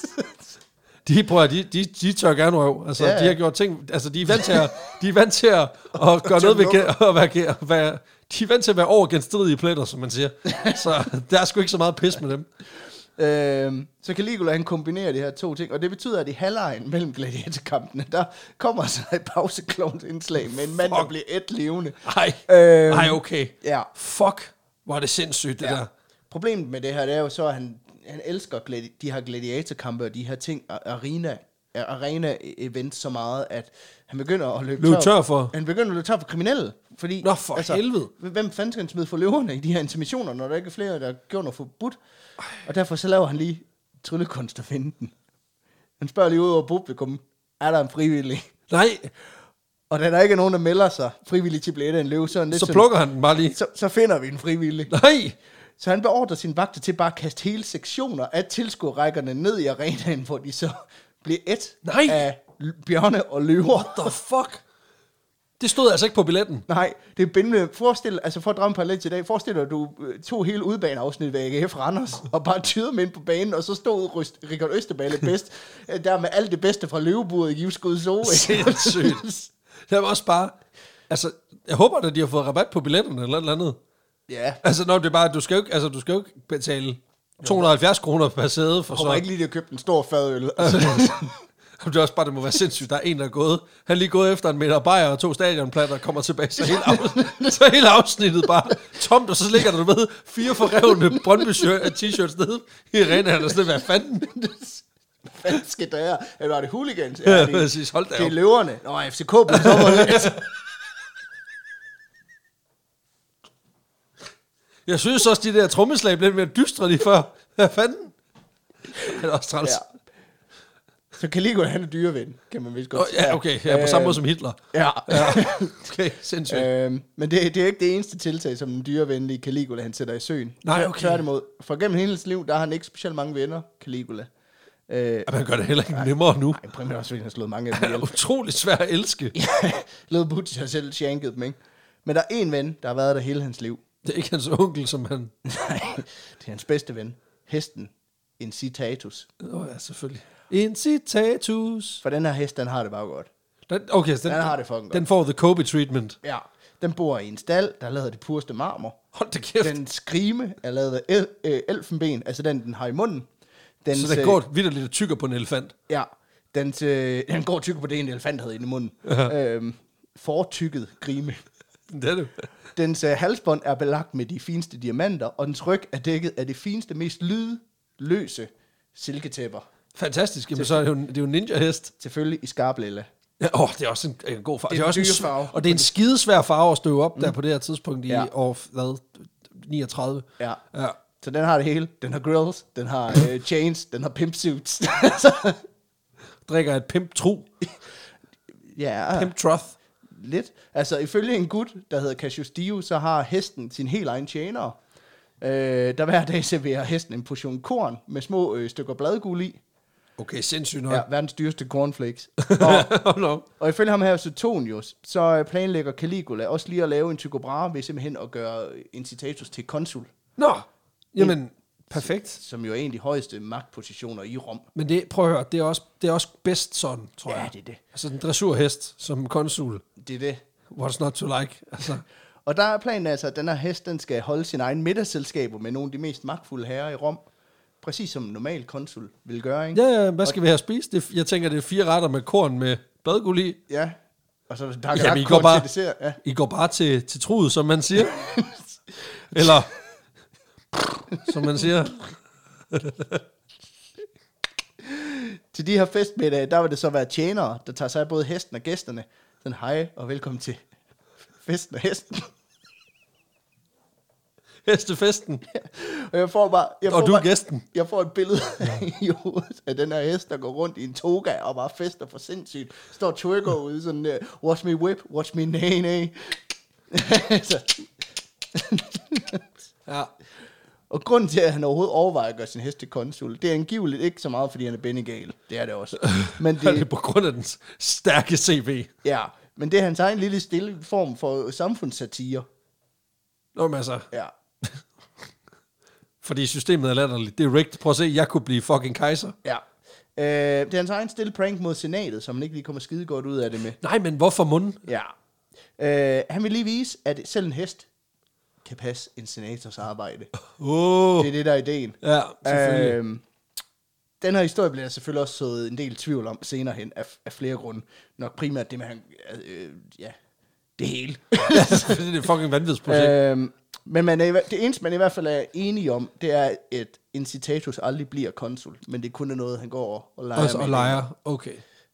De tør gerne røv. Altså, de har gjort ting... Altså, de er vant til at gøre noget ved... De er vant til at være over genstridige pletter, som man siger. Så der er sgu ikke så meget pis med dem. Så Caligula, han kombinerer de her to ting, og det betyder, at i halvlejen mellem gladiatorkampene, der kommer så et pauseklovns indslag med en mand, der bliver et levende. Ej, okay. Ja. Fuck, hvor er det sindssygt, det der. Problemet med det her, det er jo så, at han elsker de her gladiatorkampe og de her ting, arena-events så meget, at han begynder at løbe tør for kriminelle. Fordi, nå, for helvede. Hvem fanden skal han smide for løverne i de her intermissioner, når der ikke er flere, der gjort noget forbudt? Og derfor så laver han lige tryllekunst at finde den. Han spørger lige ud over publikum, er der en frivillig? Nej. Og da der ikke er nogen, der melder sig frivillig til blæde en løve, så plukker han den bare lige. Så finder vi en frivillig. Nej. Så han beordrer sine vagter til bare at kaste hele sektioner af tilskuerrækkerne ned i arenaen, hvor de så bliver af bjørne og løver. What the fuck? Det stod altså ikke på billetten. Nej, det er bindende. For at drømme parallelt til i dag, forestil dig, at du tog hele udbaneafsnit ved AGF Randers, og bare tyder med ind på banen, og så stod Richard Østerballe bedst, der med alt det bedste fra løveburet i Givskud Zoo. Sindssygt. Det var også bare, altså, jeg håber, at de har fået rabat på billetterne eller noget andet. Ja. Altså, når det er bare, du skal jo ikke betale 270 kroner per sæde for så. Jeg håber ikke lige, at købt en stor fadøl. Det er også bare, det må være sindssygt. Der er en, der er gået. Han er lige gået efter en meter bajer og 2 stadionplatter og kommer tilbage. Så hele afsnittet bare tomt, og så ligger der, du ved, 4 forrevne Brøndby t-shirts nede i arenaen. Og sådan, hvad fanden? Hvad fanden skal der? Eller var det hooligans? Ja, præcis. Hold da op. Det er løverne. Nå, FCK blev så Jeg synes også, de der trommeslag blev mere dystre lige før. Hvad fanden? Det er også træls. Ja. Så Caligula, han er dyreven, kan man vist godt sige. Ja, okay. Ja, på samme måde som Hitler. Ja. Okay, sindssygt. Men det er ikke det eneste tiltag, som den dyrevenlige Caligula, han sætter i søen. Nej, okay. Tværtimod. For gennem hele hans liv, der har han ikke specielt mange venner, Caligula. Man gør det heller ikke nemmere nu. Nej, primært også, fordi han har slået mange af dem ihjel. Utroligt svært at elske. Lød Butch har selv shanket dem, ikke? Men der er en ven, der har været der hele hans liv. Det er ikke hans onkel, som han... Nej, det er hans bedste ven. Hesten. Incitatus. Ja, selvfølgelig. Incitatus. For den her hest, den har det bare godt. Den har det fucking godt. Den får the Kobe treatment. Ja. Den bor i en stald, der er lavet af det pureste marmor. Hold da kæft. Den skrime er lavet af elfenben, altså den har i munden. Så den går vitterligt og tykker på en elefant. Ja. Den går tykker på det, en elefant havde inde i munden. Fortykket grime. Det er det. Dens halsbånd er belagt med de fineste diamanter, og dens ryg er dækket af det fineste, mest lydløse silketæpper. Fantastisk. Jamen, så er det jo en ninja-hest. Selvfølgelig i skarp lilla. Ja, det er også en god farve. Det er også en farve. Og det er en skidesvær farve at støve op der på det her tidspunkt i år 39. Ja. Så den har det hele. Den har grills, den har chains, den har pimpsuits. Drikker et pimp-tru. Ja. Pimp-troth. Lidt. Altså, ifølge en gut, der hedder Cassius Dio, så har hesten sin helt egen tjenere. Der hver dag serverer hesten en portion korn med små stykker bladguld i. Okay, sindssygt nok. Ja, verdens dyreste cornflakes. Og ifølge ham her, Suetonius, så planlægger Caligula også lige at lave en Tycho Brahe ved simpelthen at gøre Incitatus til konsul. Nå, jamen, perfekt. Som jo er en af de højeste magtpositioner i Rom. Men det, prøv at høre, det er også bedst sådan, tror jeg. Ja, det er det. Altså en dressurhest som konsul. Det er det. What's not to like? Altså. Og der er planen altså, at den her hest, den skal holde sin egen middagsselskaber med nogle af de mest magtfulde herrer i Rom. Præcis som en normal konsul vil gøre, ikke? Ja, hvad skal vi have spist? Jeg tænker, det er 4 retter med korn med bladguld i. Ja, og så der kan I går bare, til dessert. Ja. I går bare til truet, som man siger. Eller, som man siger. Til de her festmiddage, der vil det så være tjenere, der tager sig af både hesten og gæsterne. Sådan, hej og velkommen til festen og hesten. Hestefesten. Ja. Og jeg får du er gæsten. Jeg får et billede i hovedet af den her hest, der går rundt i en toga og bare fester for sindssygt. Står twerker ude sådan, watch me whip, watch me nay. Ja. Og grunden til, at han overhovedet overvejer at gøre sin hest til konsul, det er angiveligt ikke så meget, fordi han er benegal. Det er det også. Men det er på grund af den stærke CV. Ja, men det er hans egen lille stille form for samfundssatire. Nå, men altså. Ja. Fordi systemet er latterligt. Det er rigtigt. Prøv at se, jeg kunne blive fucking kejser. Ja. Det er hans egen stille prank mod senatet, som han ikke lige kommer skide godt ud af det med. Nej, men hvorfor munden? Ja. Han vil lige vise, at selv en hest kan passe en senators arbejde. Det er det, der er ideen. Ja, selvfølgelig. Den her historie bliver selvfølgelig også sået en del tvivl om senere hen, af flere grunde. Nok primært det med, det hele. Det er fucking vanvidsprojekt. Men det eneste, man i hvert fald er enige om, det er, at Incitatus aldrig bliver konsul, men det kun er noget, han går og leger med. Og leger, okay.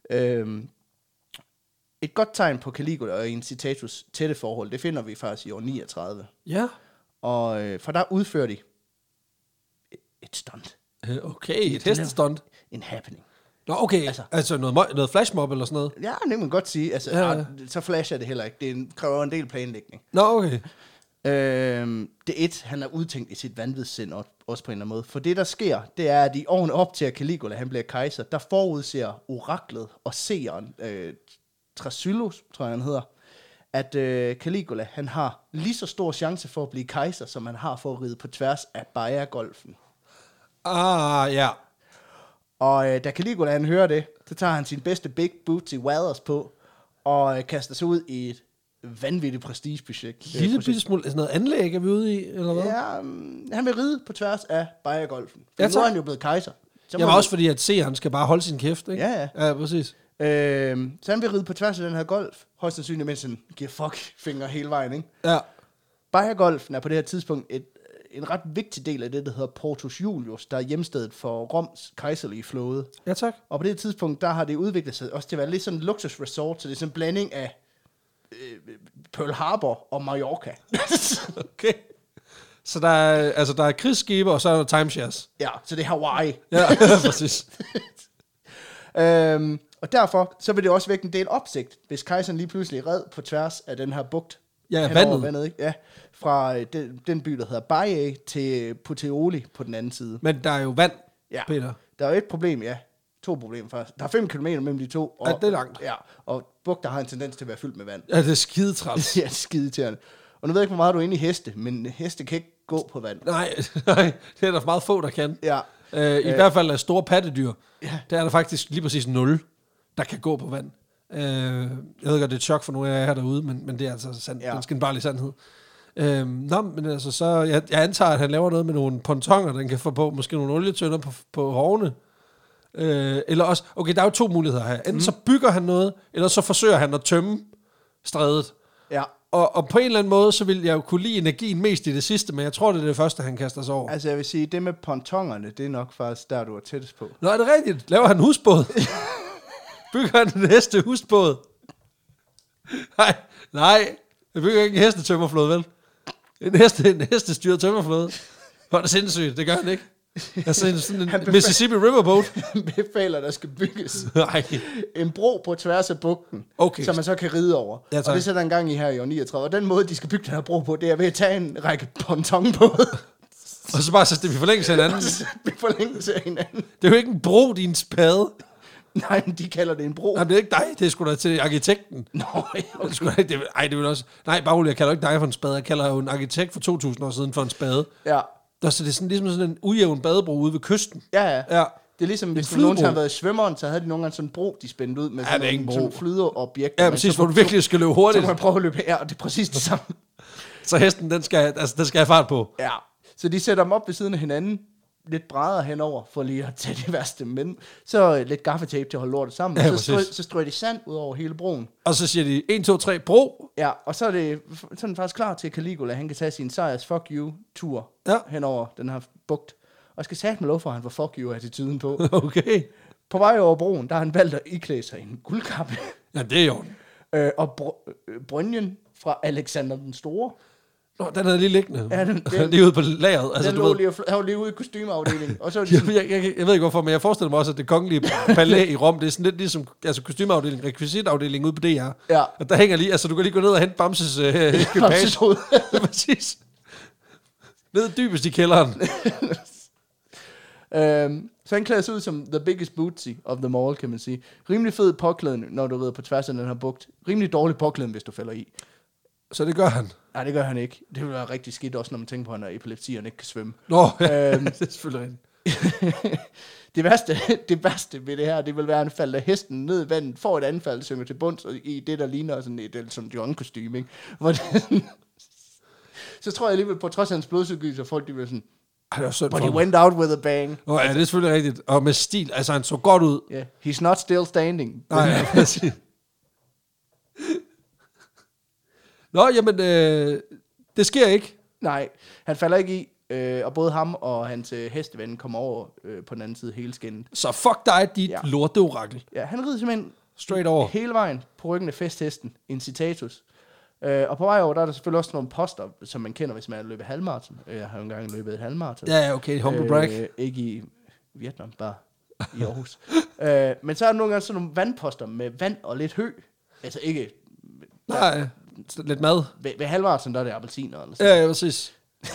Et godt tegn på Caligula og Incitatus tætte forhold, det finder vi faktisk i år 39. Ja. Og for der udfører de et stunt. Okay, et hestestunt. En happening. Nå, okay. Altså noget flashmob eller sådan noget? Ja, det kan man godt sige. Altså, så flasher det heller ikke. Det kræver en del planlægning. Nå, okay. Det han er udtænkt i sit vanvidssind også på en eller anden måde. For det, der sker, det er, at i årene op til, at Caligula han bliver kejser, der forudser oraklet og seeren, Thrasyllus, tror jeg han hedder, at Caligula, han har lige så stor chance for at blive kejser, som han har for at ride på tværs af Baia-golfen. Ja. Og da Caligula han hører det, så tager han sin bedste big booty Wathers på, og kaster sig ud i et vanvittigt prestigeprojekt. Lille bitte smule, sådan noget anlæg er vi ude i, eller hvad? Ja, han vil ride på tværs af Baia-golfen. Ja, nu er han jo blevet kejser. Jamen også fordi, at seeren skal bare holde sin kæft, ikke? Ja. Ja, præcis. Så han vil ride på tværs af den her golf, højst sandsynligt, mens han giver fuck-finger hele vejen, ikke? Ja. Baia-golfen er på det her tidspunkt en ret vigtig del af det, der hedder Portus Julius, der er hjemstedet for Roms kejserlige flåde. Ja, tak. Og på det tidspunkt, der har det udviklet sig også til at være lidt sådan en luksusresort, så det er sådan en blanding af Pearl Harbor og Mallorca. Okay. Så der er krigsskibe, og så er der timeshares. Ja, så det er Hawaii. Ja, præcis. Og derfor, så vil det også vække en del opsigt, hvis kejseren lige pludselig red på tværs af den her bugt. Ja, vandet. Ikke? Ja, fra den by, der hedder Baiae, til Puteoli på den anden side. Men der er jo vand, ja. Peter. Der er jo et problem, ja. 2 problemer faktisk. Der er 5 kilometer mellem de to. Og, ja, det er langt. Ja, og bugter har en tendens til at være fyldt med vand. Ja, det er skidetræls. Ja, det er skidetærende. Og nu ved jeg ikke, hvor meget du er inde i heste, men heste kan ikke gå på vand. Nej, det er der meget få, der kan. Ja. I hvert fald af store pattedyr, ja. Der er der faktisk lige præcis 0, der kan gå på vand. Jeg ved godt, det er et chok for nogle af jer her derude, men det er altså sandt. Ja. Det er en skinbarlig sandhed. Men altså så, jeg antager, at han laver noget med nogle pontoner, den kan få på, måske nogle olietønder på hovene. Eller også, okay, der er jo 2 muligheder her. Enten så bygger han noget, eller så forsøger han at tømme strædet. Ja. Og på en eller anden måde, så vil jeg jo kunne lide energien mest i det sidste, men jeg tror, det er det første, han kaster sig over. Altså jeg vil sige, det med pontongerne, det er nok faktisk der, du er tættest på. Nå, er det rigtigt? Laver han en husbåd? Bygger han den næste husbåd? Nej. Jeg bygger ikke en hestetømmerflåde, vel? En hestestyret tømmerflåde. Hvor er det sindssygt, det gør han ikke. Altså sådan en Mississippi Riverboat. Han befaler, der skal bygges Nej. en bro på tværs af bugten, som man så kan ride over. Ja, og det sætter en gang i her i år 39. Og den måde, de skal bygge den her bro på, det er ved at tage en række pontonbåde. Og så bare sætte dem i forlængelse af hinanden. Det er jo ikke en bro, din spade. Nej, men de kalder det en bro. Nej, det er ikke dig, det er sgu da til arkitekten. Nå, okay. Det vil også... Nej, bare jeg kalder ikke dig for en spade. Jeg kalder jo en arkitekt for 2000 år siden for en spade. Ja. Så det er sådan, ligesom sådan en ujævn badebro ude ved kysten. Ja. Det er ligesom, hvis du nogensinde har været i svømmeren, så havde de nogle gange sådan en bro, de spændte ud med sådan flydeobjekter. Ja, præcis, hvor du virkelig skal løbe hurtigt. Så kan man prøve at løbe her, og det er præcis det samme. Så hesten, den skal have fart på. Ja, så de sætter dem op ved siden af hinanden, lidt brædder henover, for lige at tage det værste, men så lidt gaffatape til at holde lortet sammen, og så strøger de sand ud over hele broen. Og så siger de, 1, 2, 3, bro! Ja, og så er det faktisk klar til, at Caligula, han kan tage sin sejrs fuck you-tur henover den her bugt. Og skal sætte med lov for, at han får fuck you-attituden på. Okay. På vej over broen, der har han valgt at iklæde sig en guldkappe. Ja, det er jo. Og brynjen fra Alexander den Store. Nå, den er lige liggende. Ja, den lige ude på lageret. Altså, den lå lige ude i kostymeafdelingen. Og så jeg ved ikke hvorfor, men jeg forestiller mig også, at det kongelige palæ i Rom, det er sådan lidt ligesom kostymeafdelingen, rekvisitafdelingen ude på DR. Ja. Og der hænger lige, altså du kan lige gå ned og hente Bamses ekipage. Præcis. Ned dybest i kælderen. Så han klæder sig ud som the biggest bootsy of them all, kan man sige. Rimelig fed påklædning, når du rider på tværs af den her bugt. Rimelig dårlig påklædning, hvis du falder i. Så det gør han? Nej, det gør han ikke. Det vil være rigtig skidt, også når man tænker på, at han har epilepsi, og han ikke kan svømme. Nå, det er selvfølgelig det værste ved det her, det vil være, at han falder hesten ned i vandet, får et anfald, synger til bunds, og i det, der ligner sådan et Elton John-kostyme, ikke? Så tror jeg alligevel, på trods af hans blodsudgivelse, at folk de vil sådan, but he went out with a bang. Ja, det er selvfølgelig rigtigt. Og med stil, altså han så godt ud. Yeah. He's not still standing. Nej, præcis. Nå, jamen, det sker ikke. Nej, han falder ikke i, og både ham og hans hesteven kommer over på den anden side hele skinnet. Så fuck dig, dit lorteorakel. Ja, han rider simpelthen straight over hele vejen på ryggen af festhesten, incitatus. Og på vej over, der er der selvfølgelig også nogle poster, som man kender, hvis man har løbet halvmarathon. Jeg har jo engang løbet et halvmarathon. Ja, okay, humble brag. Ikke i Vietnam, bare i Aarhus. Men så er der nogle gange sådan nogle vandposter med vand og lidt hø. Altså ikke... Nej, lidt mad. Ved halvmarathon, der er det appelsiner. Eller sådan. Ja, præcis.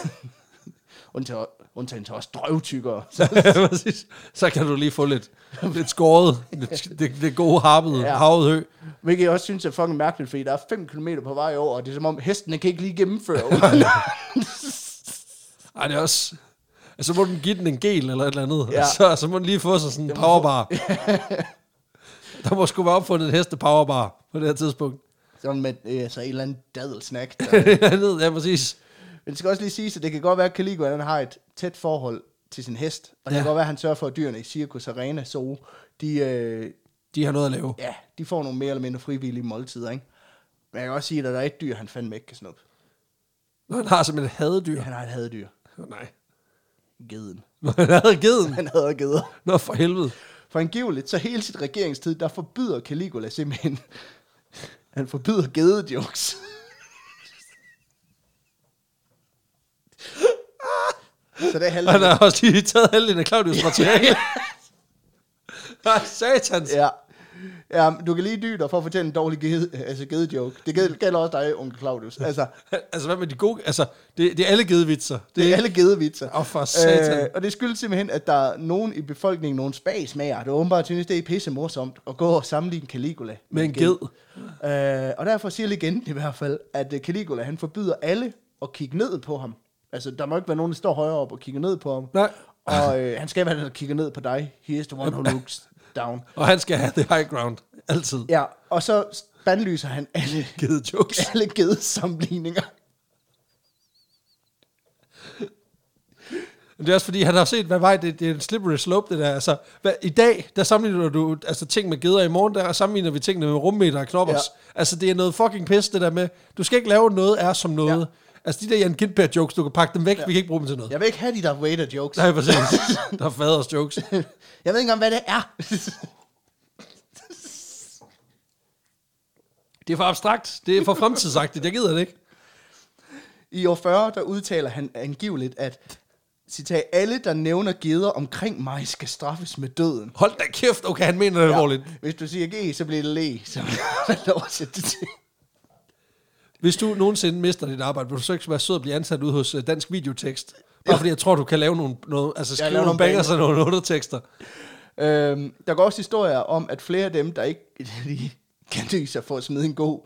Undtagen til også drøvtykkere. Så kan du lige få lidt skåret, det gode harpede, havet hø. Hvilket jeg også synes er fucking mærkeligt, fordi der er 5 kilometer på vej over, og det er som om hestene kan ikke lige gennemføre. Ej, det er også... Altså, så må den give den en gel eller et eller andet, og så må den lige få sig sådan en powerbar. Der må sgu være opfundet en heste-powerbar på det her tidspunkt. Sådan med så en eller anden dadelsnack. Ja, præcis. Men det skal også lige sige, at det kan godt være, at Caligula har et tæt forhold til sin hest. Og det kan godt være, at han sørger for, at dyrene i Circus Arena Zoo, de har noget at lave. Ja, de får nogle mere eller mindre frivillige måltider, ikke? Men jeg kan også sige, at der er et dyr, han fandme ikke kan snuppe. Nå, han har simpelthen et hadedyr. Ja, han har et hadedyr. Nej. Geden. Nå, han havde geden? Han havde geder. Nå, for helvede. For angiveligt, så hele sit regeringstid, der forbyder Caligula simpelthen... Han forbyder gedejokes. Så det er han har også lige taget halvdelen af Claudius materiale. Nej, satans. Ja, du kan lige dybe dig for at fortælle en dårlig gedejoke. Det gælder også dig, onkel Claudius. Altså hvad med de gode... Altså, det er alle gedevitser. Det er alle gedevitser. For satan. Og det skyldes simpelthen, at der er nogen i befolkningen, nogle spagsmager, der åbenbart synes, det er pisse morsomt at gå og sammenligne Caligula med en ged. Og derfor siger legenden i hvert fald, at Caligula, han forbyder alle at kigge ned på ham. Altså, der må ikke være nogen, der står højere op og kigger ned på ham. Nej. Og han skal være den, der kigger ned på dig. He is the one who looks down. Og han skal have the high ground. Altid. Ja, og så bandlyser han alle gedejokes. Alle gedesammenligninger. Det er også fordi, han har set, hvad vej, det er en slippery slope, det der. Altså, i dag, der sammenligner du altså, ting med geder, i morgen, der sammenligner vi tingene med rummeter og knoppers. Ja. Altså, det er noget fucking pis, det der med, du skal ikke lave noget er som noget. Ja. Altså, de der Jan Gintberg jokes, du kan pakke dem væk, vi kan ikke bruge dem til noget. Jeg vil ikke have de der waiter jokes. Nej, præcis. Der er faders jokes. Jeg ved ikke engang, hvad det er. Det er for abstrakt. Det er for fremtidsagtigt. Jeg gider det ikke. I år 40, der udtaler han angiveligt, at citat, alle, der nævner geder omkring mig, skal straffes med døden. Hold da kæft, okay, han mener det alvorligt. Hvis du siger G, så bliver det læ, så er det oversætte det til. Hvis du nogensinde mister dit arbejde, vil du så ikke være sød at blive ansat ude hos Dansk Videotekst? Bare fordi jeg tror, du kan lave skrive nogle bangers og nogle undertekster. Der går også historier om, at flere af dem, der ikke kan dy sig for at smide en goat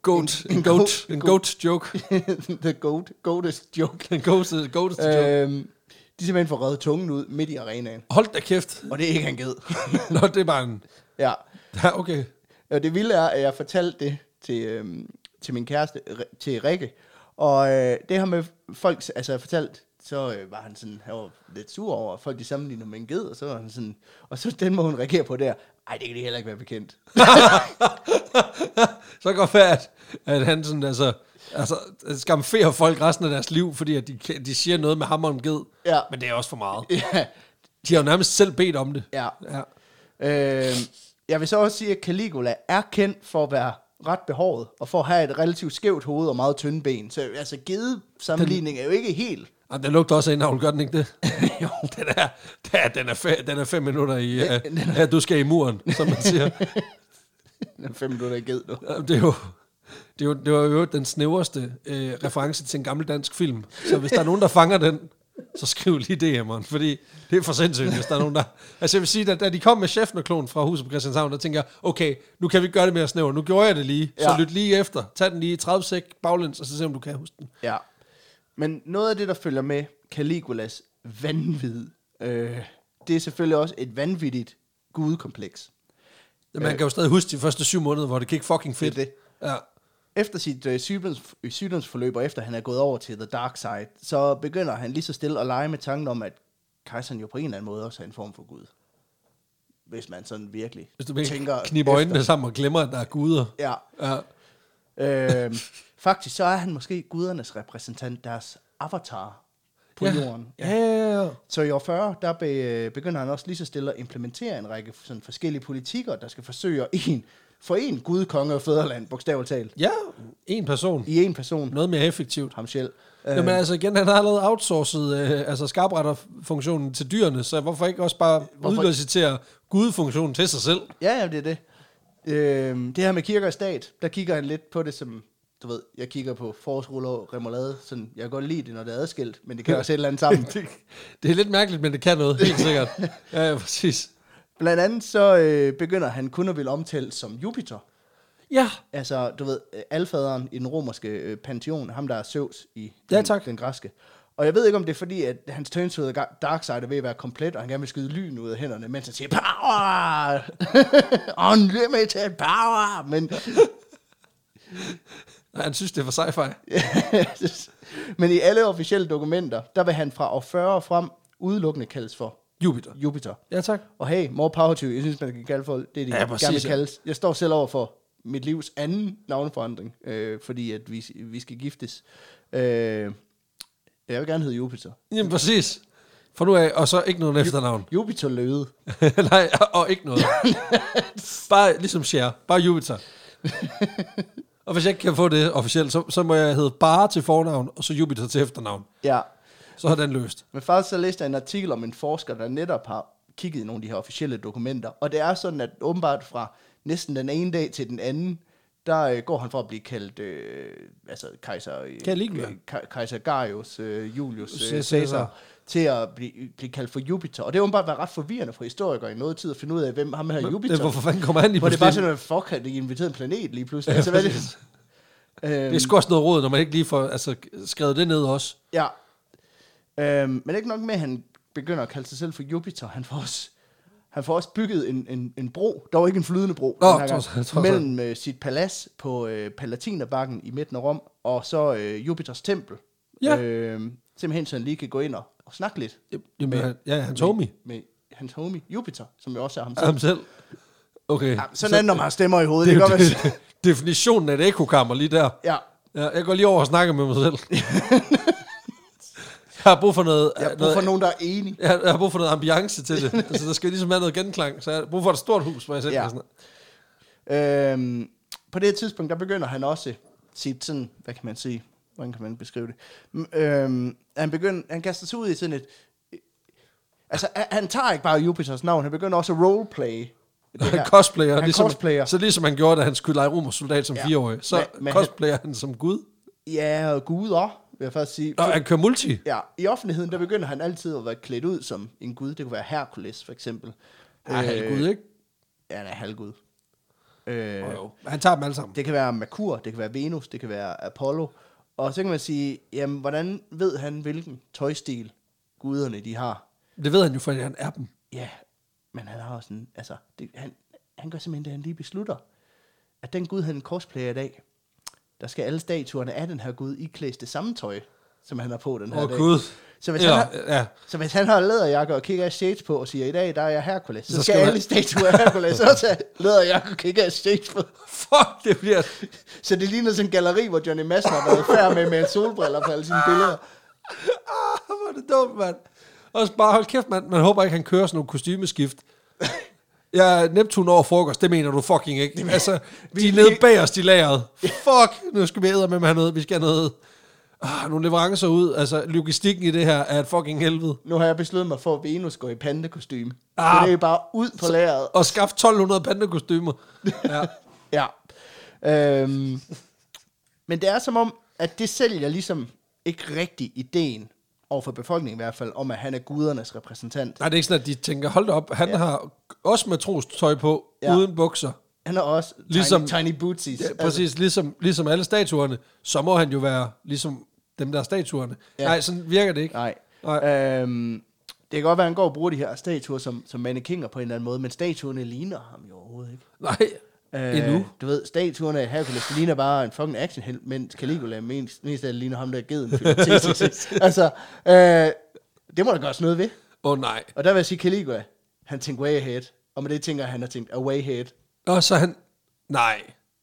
joke. The goatest joke. Den goatest joke. De simpelthen får reddet tungen ud midt i arenaen. Hold da kæft. Og det er ikke en ged. Nå, det er bare en... Ja. Ja, okay. Og det vilde er, at jeg fortalte det til min kæreste, til Rikke. Og det har med folk, altså jeg fortalt, så var han sådan, han var lidt sur over, at folk de sammenligner med en ged, og så var han sådan, og så den må hun reagere på der, ej, det kan de heller ikke være bekendt. Så går færdigt, at han sådan, altså skamferer folk resten af deres liv, fordi at de siger noget med ham og en ged, ja. Men det er også for meget. Ja. De har jo nærmest selv bedt om det. Ja. Jeg vil så også sige, at Caligula er kendt for at være ret behåret, og for at have et relativt skævt hoved og meget tynde ben. Så altså, gedesammenligning er jo ikke helt... Jamen, den lugter også af indavl, gør den ikke det? Jo. Den er 5 minutter i... Ja, du skal i muren, som man siger. Den er 5 minutter i ged nu. Det var jo den snæverste reference til en gammel dansk film. Så hvis der er nogen, der fanger den, så skriv lige det, Emron, fordi det er for sindssygt, hvis der er nogen, der... Altså jeg vil sige, da de kom med Chefen og Klon fra Huset på Christianshavn, der tænker jeg, okay, nu kan vi gøre det mere snævert. Nu gjorde jeg det lige, så lyt lige efter. Tag den lige i 30 sæk baglæns, og så se, om du kan huske den. Ja, men noget af det, der følger med Caligulas vanvid, det er selvfølgelig også et vanvittigt gudekompleks. Man kan jo stadig huske de første 7 måneder, hvor det gik fucking fedt. Det. Ja. Efter sit sygdomsforløb, og efter han er gået over til The Dark Side, så begynder han lige så stille at lege med tanken om, at kejseren jo på en eller anden måde også er en form for Gud. Hvis man sådan virkelig tænker... Kniber øjnene sammen og glemmer, at der er guder. Ja. Faktisk så er han måske gudernes repræsentant, deres avatar på jorden. Ja. Så i år 40, der begynder han også lige så stille at implementere en række sådan forskellige politikker, der skal forsøge at forene Gud, konge og fædreland, bogstaveligt talt. Ja, en person. I en person. Noget mere effektivt. Ham selv. Jamen altså igen, han har allerede outsourcet skarpretterfunktionen til dyrene, så hvorfor ikke også bare udlicitere Gud-funktionen til sig selv? Ja, det er det. Det her med kirke og stat, der kigger han lidt på det som, du ved, jeg kigger på forårsruller og remoulade, sådan, jeg kan godt lide det, når det er adskilt, men det kan også et eller andet sammen. Det er lidt mærkeligt, men det kan noget, helt sikkert. Ja, præcis. Blandt andet så begynder han kun at ville omtales som Jupiter. Ja. Altså, du ved, alfaderen i den romerske pantheon, ham der er Zeus i den græske. Og jeg ved ikke, om det er fordi, at hans turn to the dark side er ved at være komplet, og han gerne vil skyde lyn ud af hænderne, mens han siger, power! Unlimited power! Men... Han synes, det er for sci-fi. Men i alle officielle dokumenter, der vil han fra år 40 frem udelukkende kaldes for Jupiter. Ja, tak. Og hey, more power to you. Jeg synes, man kan kalde for det, de gerne vil kaldes. Jeg står selv over for mit livs anden navneforandring, fordi at vi skal giftes. Jeg vil gerne hedde Jupiter. Jamen præcis. For nu af, og så ikke noget efternavn. Jupiter Løde. Nej, og ikke noget. Bare ligesom Cher. Bare Jupiter. Og hvis jeg ikke kan få det officielt, så må jeg hedde bare til fornavn, og så Jupiter til efternavn. Ja. Så har den løst. Men faktisk så læste jeg en artikel om en forsker, der netop har kigget i nogle af de her officielle dokumenter. Og det er sådan, at åbenbart fra næsten den ene dag til den anden, der går han for at blive kaldt kejser Gaius, Julius Caesar, til at blive kaldt for Jupiter. Og det har åbenbart været ret forvirrende for historikere i noget tid at finde ud af, hvem ham her Jupiter. Hvorfor fanden kommer han lige pludselig? Hvor det bare sådan, at fuck, de inviteret en planet lige pludselig. Ja, altså, hvad det? Det er sgu også noget råd, når man ikke lige får skrevet det ned også. Ja. Men ikke nok med, at han begynder at kalde sig selv for Jupiter. Han får også bygget en bro, dog ikke en flydende bro, mellem sit palads på Palatinerbakken i midten af Rom, og så Jupiters tempel. Ja. Simpelthen så han lige kan gå ind og snakke lidt. Hans homie. Med hans homie, Jupiter, som jo også er ham selv. Ham selv. Okay. Ja, sådan når man har stemmer i hovedet. Det definitionen af et ekokammer lige der. Ja. Jeg går lige over og snakker med mig selv. Jeg har brug for noget... Jeg har brug for nogen, der er enige. Jeg har brug for noget ambiance til det. Altså, der skal ligesom være noget genklang. Så jeg har brug for et stort hus, hvor jeg selv kan på det tidspunkt, der begynder han også sit sådan, hvad kan man sige, hvordan kan man beskrive det? Han kaster sig ud i sådan et... Altså, han tager ikke bare Jupiters navn, han begynder også at roleplay. Cosplayer. Han cosplayer. Så ligesom han gjorde, da han skulle lege romersoldat som 4-årig, så cosplayer han som Gud. Ja, og guder, vil jeg faktisk sige. Og han kører multi. Ja, i offentligheden, der begynder han altid at være klædt ud som en gud. Det kunne være Hercules, for eksempel. Ja, halvgud, ikke? Ja, han er halvgud. Han tager dem alle sammen. Det kan være Merkur, det kan være Venus, det kan være Apollo. Og så kan man sige, jamen, hvordan ved han, hvilken tøjstil guderne de har? Det ved han jo, fordi han er dem. Ja, men han har sådan, altså, han gør simpelthen det, han lige beslutter, at den gud, han cosplayer i dag, der skal alle statuerne af den her gud iklædes det samme tøj, som han har på den her dag. Gud. Så hvis han har læderjakke og kigger af shades på og siger, i dag der er jeg Hercules, så skal alle statuer af Hercules også have læderjakke og kigger af shades på. Fuck, det bliver... Så det ligner sådan en galleri, hvor Johnny Madsen har været færd med en solbriller på alle sine billeder. Hvor er det dumt, mand. Og bare hold kæft, mand. Man håber ikke, han kører sådan nogle kostymeskift. Ja, Neptun over frokost, det mener du fucking ikke. Altså, de er nede bag os, de lagret. Fuck, nu skal vi æde med have noget. Vi skal have noget... nogle leverancer ud. Altså, logistikken i det her er et fucking helvede. Nu har jeg besluttet mig for, at Venus går i pandekostyme. Så det er bare ud på lagret. Og skaffe 1200 pandekostymer. Ja. Ja. Men det er som om, at det sælger ligesom ikke rigtig ideen over for befolkningen i hvert fald, om at han er gudernes repræsentant. Nej, det er ikke sådan, at de tænker, hold da op, han har også matrostøj på, uden bukser. Han har også ligesom, tiny bootsies. Ja, præcis, ligesom alle statuerne, så må han jo være ligesom dem, der er statuerne. Ja. Nej, sådan virker det ikke. Nej. Det kan godt være, at han går og bruger de her statuer som mannequiner på en eller anden måde, men statuerne ligner ham jo overhovedet ikke. Nej, endnu. Du ved, statuerne af Hercules, de ligner bare en fucking actionhelt, mens Caligula mest af det ligner ham, der er geden. Altså, det må der gøres noget ved. Nej. Og der vil jeg sige, Caligula, han tænker way ahead. Og med det tænker han har tænkt away ahead. Og så han... Nej.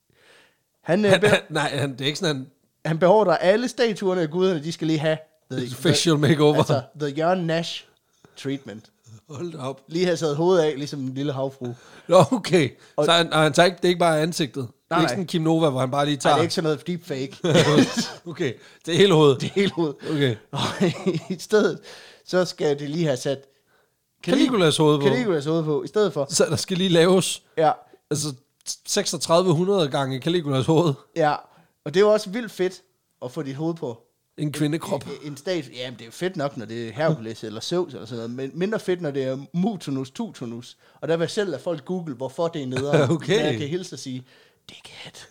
Nej, det er ikke sådan, han beordrer alle statuerne af guderne, de skal lige have... facial makeover. Altså, the Jørgen Nash treatment. Hold da op. Lige have taget hovedet af, ligesom en lille havfrue. Okay. Så han tager ikke, det er ikke bare ansigtet. Det er ikke sådan Kim Nova, hvor han bare lige tager... Nej, det er ikke sådan noget deepfake. Okay, det er hele hovedet. Det er hele hovedet. Okay. Og i stedet, så skal det lige have sat... Caligulas hoved på. Caligulas hoved på, i stedet for. Så der skal lige laves... Ja. Altså 3600 gange Caligulas hoved. Ja, og det er jo også vildt fedt at få dit hoved på. En kvindekrop. En stat, jamen det er fedt nok, når det er Hercules eller Zeus eller sådan noget, men mindre fedt, når det er Mutunus, Tutunus. Og der vil jeg selv lade folk google, hvorfor det er nederen. Okay. Men jeg kan hilse at sige, det er kat.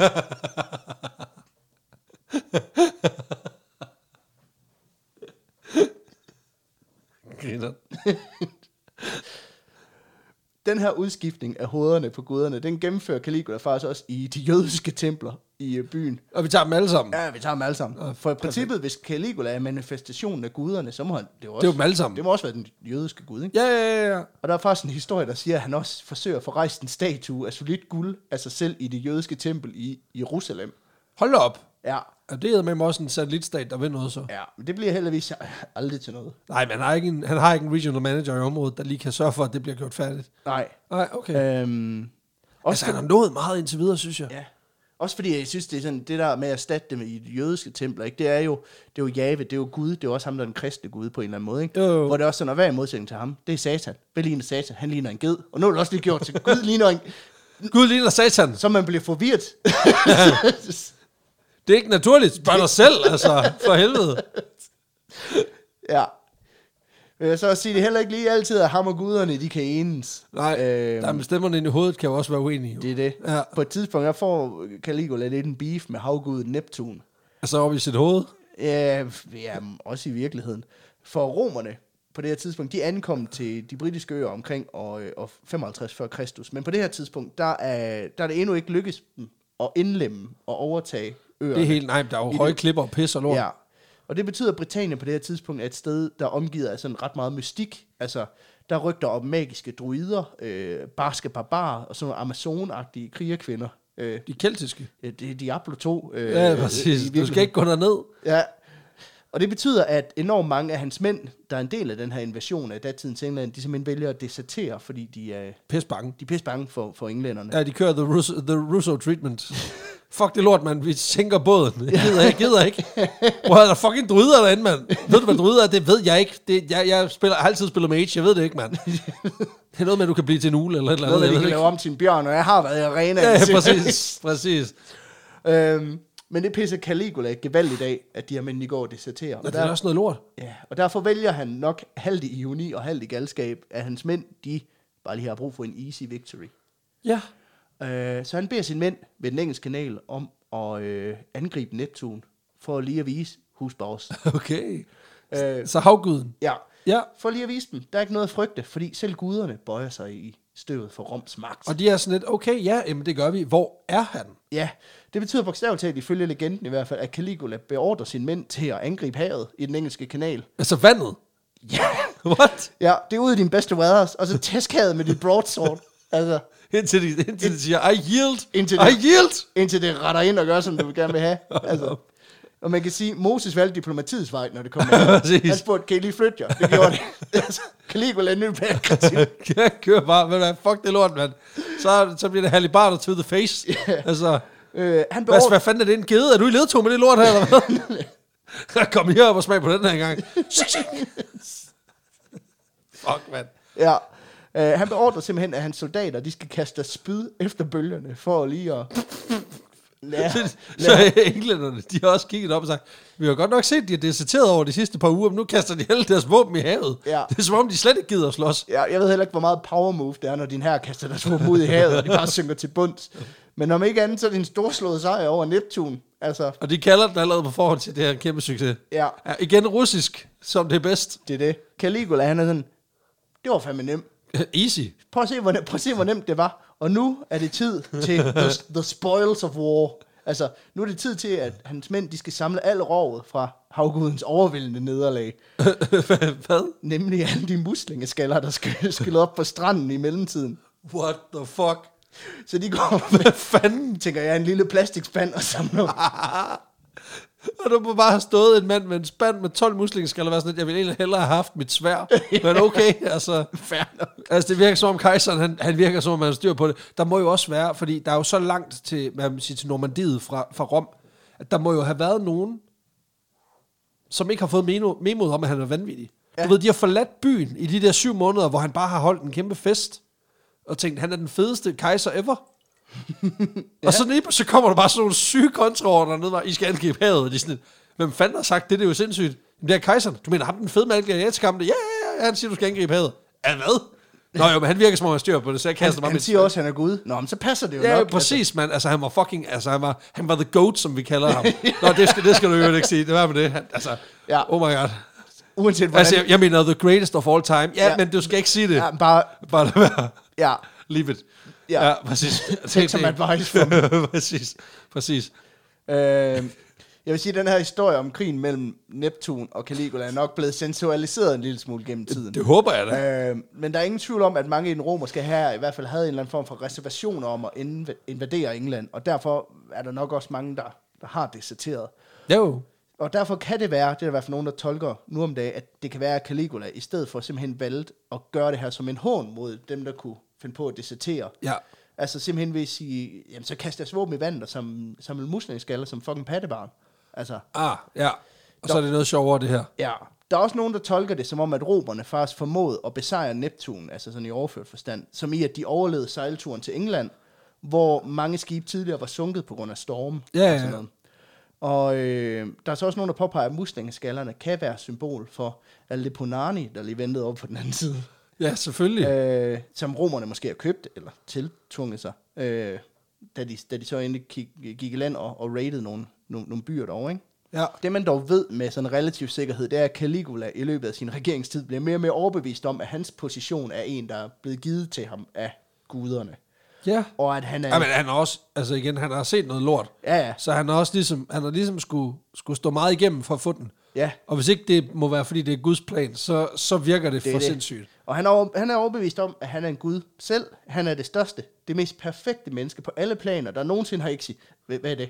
Den her udskiftning af hovederne på guderne, den gennemfører Caligula faktisk også i de jødiske templer i byen. Og vi tager dem alle sammen? Ja, vi tager dem alle sammen. For i princippet, hvis Caligula er manifestationen af guderne, så må han... Det er jo dem alle sammen. Det må også være den jødiske gud, ikke? Ja. Og der er faktisk en historie, der siger, at han også forsøger at få rejst en statue af solidt guld af sig selv i det jødiske tempel i Jerusalem. Hold da op. Ja. Og det er med mig også en satellitstat, der vil noget så. Ja, men det bliver heldigvis aldrig til noget. Nej, men han har ikke en regional manager i området, der lige kan sørge for, at det bliver gjort færdigt. Nej, okay. Også han har nået meget indtil videre, synes jeg. Ja. Også fordi jeg synes, det er sådan, det der med at erstatte dem i de jødiske templer, ikke? Det er jo Jave, det er jo Gud, det er også ham, der er den kristne Gud på en eller anden måde, ikke? Jo. Hvor det er også sådan, at hver modsætning til ham, det er Satan. Hvad ligner Satan? Han ligner en ged. Og nu er det også lige gjort til Gud ligner en... Gud ligner Satan. Så man bliver forvirret. Det er ikke naturligt. Spørg dig selv, altså. For helvede. Ja. Så at sige, det heller ikke lige altid, at ham og guderne, de kan enes. Nej, der med stemmerne inde i hovedet kan jo også være uenige. Det er det. Ja. På et tidspunkt, jeg får Caligula lidt en beef med havguden Neptun. Altså op i sit hoved? Ja, også i virkeligheden. For romerne, på det her tidspunkt, de ankom til de britiske øer omkring år 55 før Kristus. Men på det her tidspunkt, der er det endnu ikke lykkes dem at indlemme og overtage øerne. Det er helt, nej, der er jo høje klipper og pis og lort. Ja, og det betyder, at Britannien på det her tidspunkt er et sted, der er omgivet af sådan ret meget mystik. Altså, der rygter om magiske druider, barske barbarer og sådan nogle Amazon-agtige krigerkvinder. De keltiske. Det er Diablo 2. Ja, præcis. Du skal ikke gå derned. Ja, Og det betyder, at enormt mange af hans mænd, der er en del af den her invasion af datidens England, de simpelthen vælger at desertere, fordi de er pisbange. De er pisbange for englænderne. Ja, de kører the Russo treatment. Fuck det lort, mand. Vi sænker båden. Jeg gider ikke. Hvor er der fucking druider derinde, mand? Ved du, hvad druider er? Det ved jeg ikke. Jeg har altid spillet mage. Jeg ved det ikke, mand. Det er noget med, at du kan blive til en ule eller et eller andet. Noget, de kan lave om til en bjørn, og jeg har været i arena. Ja, præcis. Men det pisser Caligula gevaldigt af, at de her mænd, de går og deserterer. Og det er også noget lort. Ja, og derfor vælger han nok halvt i ironi og halvt i galskab, at hans mænd, de bare lige har brug for en easy victory. Ja. Så han beder sine mænd ved den engelske kanal om at angribe Neptun, for lige at vise husbags. Okay. Så havguden. Ja, for lige at vise dem. Der er ikke noget at frygte, fordi selv guderne bøjer sig i støvet for Roms magt. Og de er sådan lidt, okay, ja, jamen det gør vi. Hvor er han? Ja, det betyder bogstaveligt talt, ifølge legenden i hvert fald, at Caligula beordrer sine mænd til at angribe havet i den engelske kanal. Altså vandet? Ja. What? Ja, det er ude i din bedste weathers, og så tæsk havet med dit broadsword. Altså, indtil de siger, I yield. Indtil det retter ind og gør, som du gerne vil have. Altså. Og man kan sige, Moses valgte diplomatiets vej, når det kom med. Han spurgte, kan I lige flytte jer? Det gjorde det. Altså, Caligula er nødt på aggressiv. Jeg kører bare, men fuck det lort, mand. Så bliver det Halibarter to the face. Yeah. Altså, hvad fanden er det en gede? Er du i ledtog med det lort her, eller hvad? Kom her op og smag på den her gang. Fuck, mand. Ja. Han beordrer simpelthen, at hans soldater, de skal kaste spyd efter bølgerne, for lige at... Så englænderne, de har også kigget op og sagt, vi har godt nok set, de har deserteret over de sidste par uger, men nu kaster de alle deres våben i havet. Ja. Det er som om, de slet ikke gider at slås. Ja, jeg ved heller ikke, hvor meget power move det er, når din her kaster deres våben ud i havet, og de bare synker til bunds. Men om ikke andet, så er det en storslået sejr over Neptun. Altså. Og de kalder den allerede på forhånd til det her kæmpe succes. Ja. Igen russisk, som det er bedst. Det er det. Caligula, han er sådan, det var fandme nemt. Easy. Prøv at se, hvor nemt det var. Og nu er det tid til the spoils of war. Altså, nu er det tid til, at hans mænd, de skal samle al rovet fra havgudens overvældende nederlag. Hvad? Nemlig alle de muslingeskaller, der skyllet op på stranden i mellemtiden. What the fuck? Så de går med, fanden, tænker jeg, en lille plastikspand og samler. Og du må bare have stået en mand med en spand med 12 muslingeskaller, og være sådan lidt, jeg ville egentlig hellere have haft mit sværd. Men okay, altså. Altså det virker som om kejseren, han virker som om man har styr på det. Der må jo også være, fordi der er jo så langt til, hvad man siger, til Normandiet fra Rom, at der må jo have været nogen, som ikke har fået memoet om, at han er vanvittig. Ja. Du ved, de har forladt byen i de der 7 måneder, hvor han bare har holdt en kæmpe fest, og tænkt, han er den fedeste kejser ever. Ja. Og så kommer der bare sådan nogle syge kontraordner ned, I skal angribe havet, og de sådan, hvem fanden har sagt det? Det er jo sindssygt. Men det er kejseren. Du mener ham den fede mand, ja, han siger, du skal angribe havet. Ja, hvad? Nå jo, men han virker som om han styr på det, så jeg kaster mig han siger også, han er Gud. Nå, men så passer det jo nok. Ja, præcis, altså. Mand. Altså, han var fucking, altså, han var the goat, som vi kalder ham. Nå, det skal du jo ikke sige. Det var med det. Altså, ja. Oh my god. Uanset hvordan... Altså, jeg mener, the greatest of all time. Ja, men du skal ikke sige det. Ja, bare lad være. Ja. Leave it. Ja, præcis. Take some advice from. præcis. Jeg vil sige, at den her historie om krigen mellem Neptun og Caligula er nok blevet sensualiseret en lille smule gennem tiden. Det håber jeg da. Men der er ingen tvivl om, at mange i den romerske hær i hvert fald havde en eller anden form for reservationer om at invadere England, og derfor er der nok også mange, der har deserteret. Jo. Og derfor kan det være, det er i hvert fald nogen, der tolker nu om dagen, at det kan være, at Caligula i stedet for simpelthen valgte at gøre det her som en hån mod dem, der kunne finde på at desertere. Ja. Altså simpelthen ved at sige, jamen så kaster jeg våben i vandet og samle muslingeskaller som fucking pattebarn. Altså. Ja. Og så er det noget sjovere, det her. Ja. Der er også nogen, der tolker det som om, at romerne faktisk formåede at besejre Neptun, altså sådan i overført forstand, som i, at de overlevede sejlturen til England, hvor mange skibe tidligere var sunket på grund af storme. Ja. Og sådan noget. Og der er så også nogen, der påpeger, at muslingeskallerne kan være symbol for alle de punani, der lige ventede over på den anden side. Ja, selvfølgelig. Som romerne måske har købt, eller tiltvunget sig, da de så endelig gik i land og raidede nogle byer derovre, ikke? Ja. Det man dog ved med sådan relativ sikkerhed, det er, at Caligula i løbet af sin regeringstid bliver mere og mere overbevist om, at hans position er en, der er blevet givet til ham af guderne. Ja. Og at han er... Ja, men han har også, altså igen, han har set noget lort. Ja. Så han har også ligesom skulle stå meget igennem for at få den. Ja. Og hvis ikke det må være, fordi det er Guds plan, så virker det for sindssygt. Og han er overbevist om, at han er en Gud selv. Han er det største, det mest perfekte menneske på alle planer, der nogensinde har eksisteret. Hvad er det?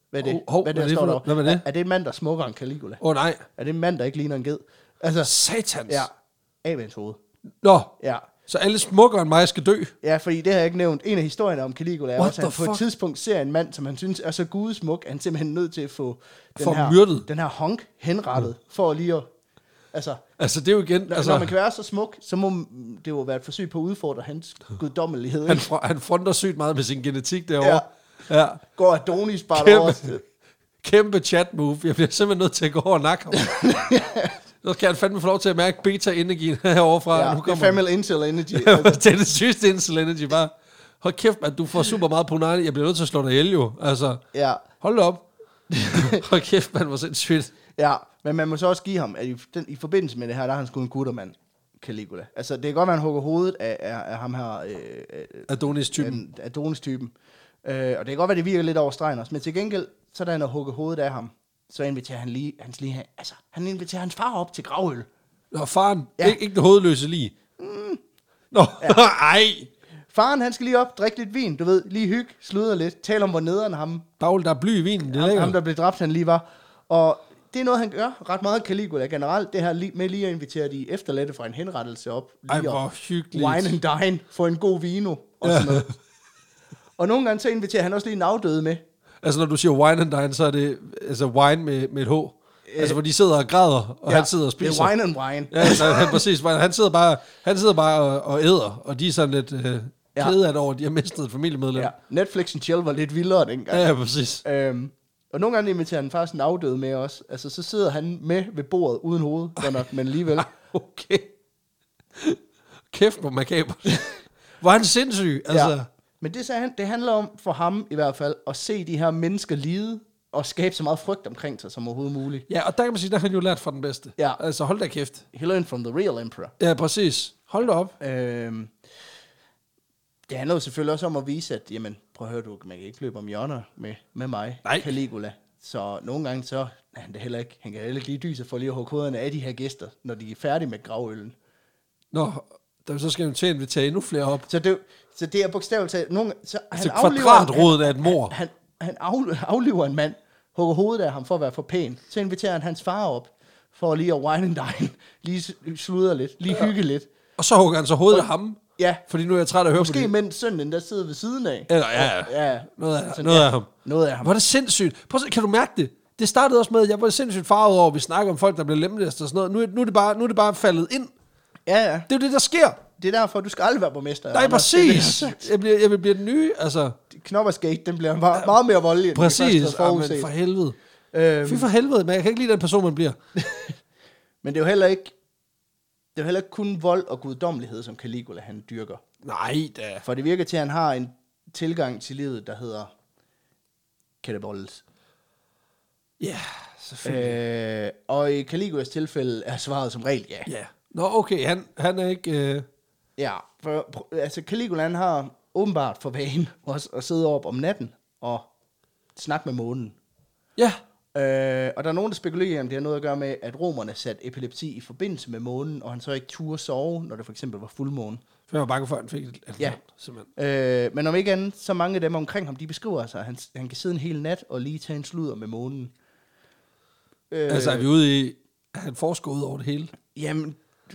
Hvad er det, der står der? Hvad er det? Er det en mand, der smukker en Caligula? Nej. Er det en mand, der ikke ligner en ged? Altså, satans. Ja, Avens hoved. Nå, ja. Så alle smukkere end mig skal dø? Ja, fordi det har jeg ikke nævnt. En af historierne om Caligula er også, at han på et tidspunkt ser en mand, som han synes er så gudesmuk, at han simpelthen nødt til at få den her honk henrettet, for lige at... Altså det er jo igen... Når man kan være så smuk, så må det jo være et forsøg på at udfordre hans guddommelighed. Han fronter sygt meget med sin genetik derovre. Ja. Går Adonis bare derovre. Kæmpe chat move. Jeg bliver simpelthen nødt til at gå over og nakke ham. Så kan han fandme få lov til at mærke beta-energien herovre fra. Ja, det er family incel energy. Det er det sygeste incel energy, bare. Hold kæft, man, du får super meget punani. Jeg bliver nødt til at slå dig ihjel, jo. Altså, hold da op. Hold kæft, man, hvor sindssygt. Ja, men man må så også give ham, at i forbindelse med det her, der er han sgu en guttermand, Caligula. Altså, det kan godt være, han hugger hovedet af ham her... Adonis-typen. Adonis-typen. Og det kan godt være, det virker lidt over stregen også. Men til gengæld, så da han hugger hovedet af ham, så inviterer han inviterer hans far op til gravøl. Nå, faren. Ja. Ikke det hovedløse lige. Nå, ej. Faren, han skal lige op, drikke lidt vin, du ved, lige hygge, sludre lidt, tale om, hvor nederen ham... Bagl, der er bly i vinen, det er lækkert. Ham, der blev dræbt, han lige var. Og det er noget, han gør ret meget Caligula generelt, det her med lige at invitere de efterladte fra en henrettelse op. Ej, hvor hyggeligt. Wine and dine, få en god vino, og sådan noget. Og nogle gange så inviterer han også lige en afdøde med. Altså, når du siger wine and dine, så er det altså wine med et H. Altså, hvor de sidder og græder, og han sidder og spiser. Det er wine and wine. Ja, altså, præcis. Han sidder bare og æder, og de er sådan lidt kede af det over, de har mistet et familiemedlem. Ja, Netflix and chill var lidt vildere dengang. Ja, præcis. Og nogle gange inviterer han faktisk en afdød med også. Altså, så sidder han med ved bordet uden hoved, men alligevel. Okay. Kæft, hvor makaber. Hvor er han sindssyg, altså. Ja. Men det handler om, for ham i hvert fald, at se de her mennesker lide, og skabe så meget frygt omkring sig som overhovedet muligt. Ja, og der kan man sige, der har han jo lært fra den bedste. Ja. Altså, hold da kæft. He learned from the real emperor. Ja, præcis. Hold da op. Det handler jo selvfølgelig også om at vise, at, jamen, prøv at høre, man kan ikke løbe om hjørner med mig, Caligula. Så nogle gange så, han kan heller ikke lige dyse for lige at hugge hovederne af de her gæster, når de er færdige med gravøllen. Nå, så skal vi til at invitere endnu flere op. Så det er bogstaveligt talt. Så kvadratrodet af et mor. Han afliver en mand, hugger hovedet af ham for at være for pæn. Så inviterer han hans far op, for lige at wine and dine, lige sludre lidt, lige hygge lidt. Og så hugger han så hovedet af ham. Ja. Fordi nu er jeg træt af at høre på det. Måske mens sønnen der sidder ved siden af. Eller noget af ham. Noget af ham. Hvor er det sindssygt. Prøv at se, kan du mærke det? Det startede også med, at jeg var sindssygt farvet over, at vi snakker om folk, der bliver lemlæst og sådan noget. Nu er det bare faldet ind. Ja. Det er jo det, der sker. Det er derfor, du skal aldrig være borgmester. Nej, præcis. Jeg vil blive den nye, altså. Knopperskate, den bliver meget mere voldelig. Præcis, men for helvede. Fy for helvede, men jeg kan ikke lide den person, man bliver. Men det er jo heller ikke kun vold og guddommelighed, som Caligula han dyrker. Nej, da. For det virker til, at han har en tilgang til livet, der hedder Katabolles. Ja, selvfølgelig. Og i Caligulas tilfælde er svaret som regel ja. Ja. Nå, okay, han er ikke... Ja, for altså Caligula han har åbenbart for vane også at sidde op om natten og snakke med månen. Ja. Og der er nogen, der spekulerer, om det har noget at gøre med, at romerne satte epilepsi i forbindelse med månen, og han så ikke turde sove, når det for eksempel var fuldmåne. For jeg var bange for, at han fik et ja. Simpelthen. Men om ikke andet, så mange af dem omkring ham, de beskriver sig, at han kan sidde en hel nat og lige tage en sludder med månen. Altså er vi ude i, at han forsker ud over det hele? Jamen,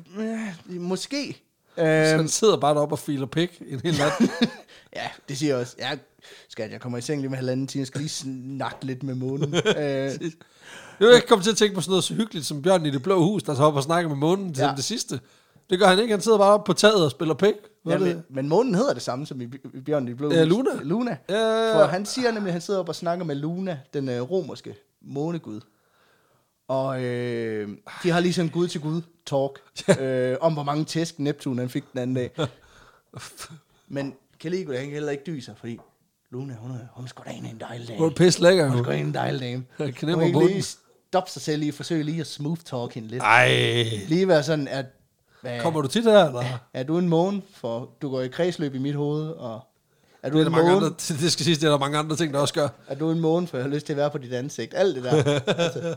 måske. Så han sidder bare deroppe og filer pik en hel nat? Ja, det siger jeg også. Ja, skat, jeg kommer i seng lige med 1,5 time, jeg skal lige snakke lidt med månen. Jeg vil ikke komme til at tænke på sådan noget så hyggeligt som Bjørn i Det Blå Hus, der så op og snakker med månen til det sidste. Det gør han ikke, han sidder bare oppe på taget og spiller pik. Ja, men månen hedder det samme som i Bjørn i Det Blå Hus. Luna. Ja. For han siger nemlig, at han sidder op og snakker med Luna, den romerske månegud. Og de har lige sådan gud til gud talk om hvor mange tæsk Neptun han fik den anden dag. Men Caligula han kan heller ikke dyse, fordi Luna hun er sgu da en dejlig dame. Hun er pisse lækker. Hun er sgu da en dejlig dame. Hun kan ikke lige stoppe sig selv i at forsøge lige at smooth talk hende lidt. Ej. Lige være sådan at kommer du tit her, eller? Er du en måne, for du går i kredsløb i mit hoved, og er du en måne? Det skal siges, det er der mange andre ting, der også gør. Er du en måne, for jeg har lyst til at være på dit ansigt. Alt det der. Altså.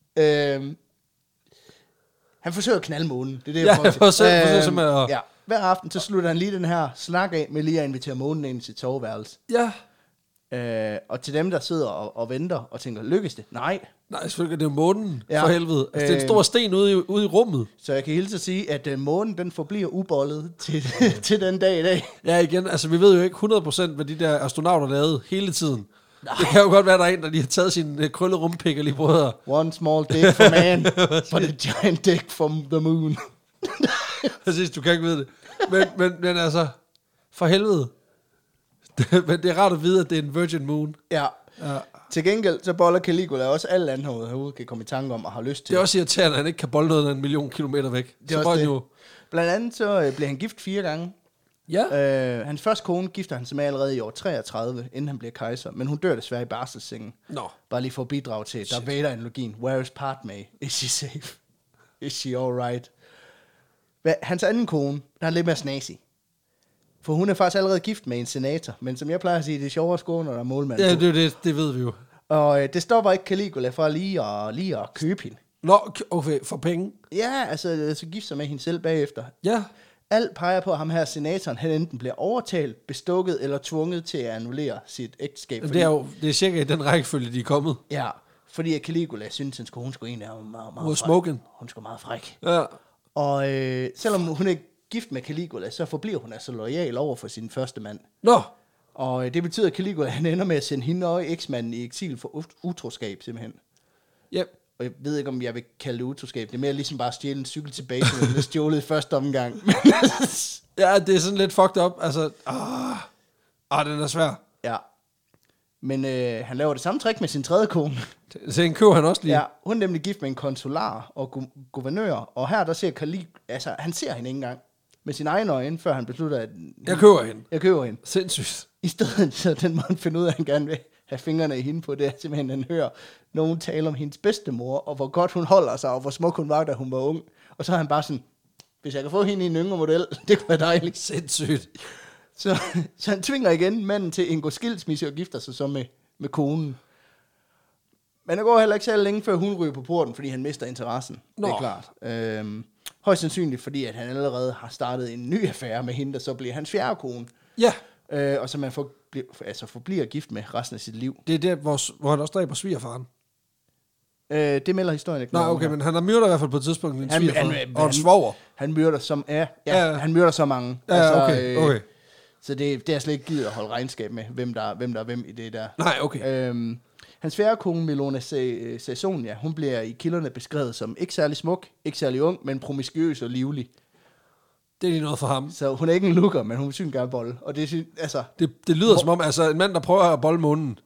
Han forsøger at knalde månen. Det er det, jeg forsøger simpelthen at... Ja. Hver aften, så slutter han lige den her snak af med lige at invitere månen ind i sit soveværelse. Ja. Og til dem, der sidder og venter og tænker, lykkes det? Nej, selvfølgelig, det er månen, for helvede. Altså, det er en stor sten ude i rummet. Så jeg kan hilse at sige, at månen, den forbliver ubollet til den dag i dag. Ja, igen, altså vi ved jo ikke 100% hvad de der astronauter lavede hele tiden. Nej. Det kan jo godt være, der er en, der lige har taget sin krølle rumpik og lige prøvet. One small dick for man, but a giant dick from the moon. Præcis, du kan ikke vide det. Men altså, for helvede. Men det er rart at vide, at det er en Virgin Moon. Ja. Til gengæld, så boller Caligula også alt andet herude kan komme i tanke om og har lyst til. Det er også irriterende, at han ikke kan bolle noget, der er 1 million kilometer væk. Det er også det. Jo. Blandt andet så blev han gift 4 gange. Ja. Hans første kone gifter han sig med allerede i år 33, inden han bliver kejser. Men hun dør desværre i barselssengen. Bare lige for at bidrage til Darth Vader-analogien. Where is Padme? Is she safe? Is she alright? Hans anden kone, der er lidt mere snasig. For hun er faktisk allerede gift med en senator. Men som jeg plejer at sige, det er sjovere at skåne, når der er målmand. Ja, det ved vi jo. Og det stopper ikke Caligula for lige at købe hende. Nå, okay, for penge? Ja, altså så gifte sig med hende selv bagefter. Ja. Alt peger på, at ham her senatoren, han enten bliver overtalt, bestukket eller tvunget til at annullere sit ægteskab. Det er cirka i den rækkefølge, de er kommet. Ja, fordi at Caligula synes, at hun skulle egentlig være meget fræk. Hun skulle meget fræk. Ja. Og selvom hun er gift med Caligula, så forbliver hun altså loyal over for sin første mand. Nå. Og det betyder, at Caligula han ender med at sende hende og eksmanden i eksil for utroskab, simpelthen. Ja. Og jeg ved ikke, om jeg vil kalde det utroskab. Det er mere ligesom bare at stjæle en cykel tilbage, som den er stjålet i første omgang. Ja, det er sådan lidt fucked up. Altså, den er svær. Ja. Men han laver det samme trick med sin tredje kone. Så en køber han også lige. Ja, hun er nemlig gift med en konsular og guvernør. Og her der ser Caligula, altså han ser hende ikke engang med sine egne øjne, før han beslutter, at Jeg køber hende. Sindssygt. I stedet så den må han finde ud af, at han gerne vil have fingrene i hende på, det er simpelthen, han hører nogen tale om hendes bedstemor, og hvor godt hun holder sig, og hvor smuk hun var, da hun var ung. Og så er han bare sådan, hvis jeg kan få hende i en yngre model, det kunne være dejligt. Sindssygt. Så han tvinger igen manden til at indgå skilsmisse og gifter sig så med konen. Men det går heller ikke så længe, før hun ryger på porten, fordi han mister interessen. Det er klart. Højst sandsynligt, fordi at han allerede har startet en ny affære med hende, der så bliver hans fjerde kone. Ja. Og som han forbliver gift med resten af sit liv. Det er der, hvor han også dræber svigerfaren. Det melder historien ikke. Nej, okay, men han har myrdet i hvert fald på et tidspunkt en svigerfar og en svoger. Han myrder som han myrder så mange. Ja, altså, okay. Så det er slet ikke givet at holde regnskab med, hvem der er hvem i det der. Nej, okay. Hans fjerde kone, Melona Caesonia, hun bliver i kilderne beskrevet som ikke særlig smuk, ikke særlig ung, men promiskuøs og livlig. Det er lige noget for ham. Så hun er ikke en looker, men hun vil sygt gerne bolle. Og det lyder som om, altså en mand, der prøver at bolle munden,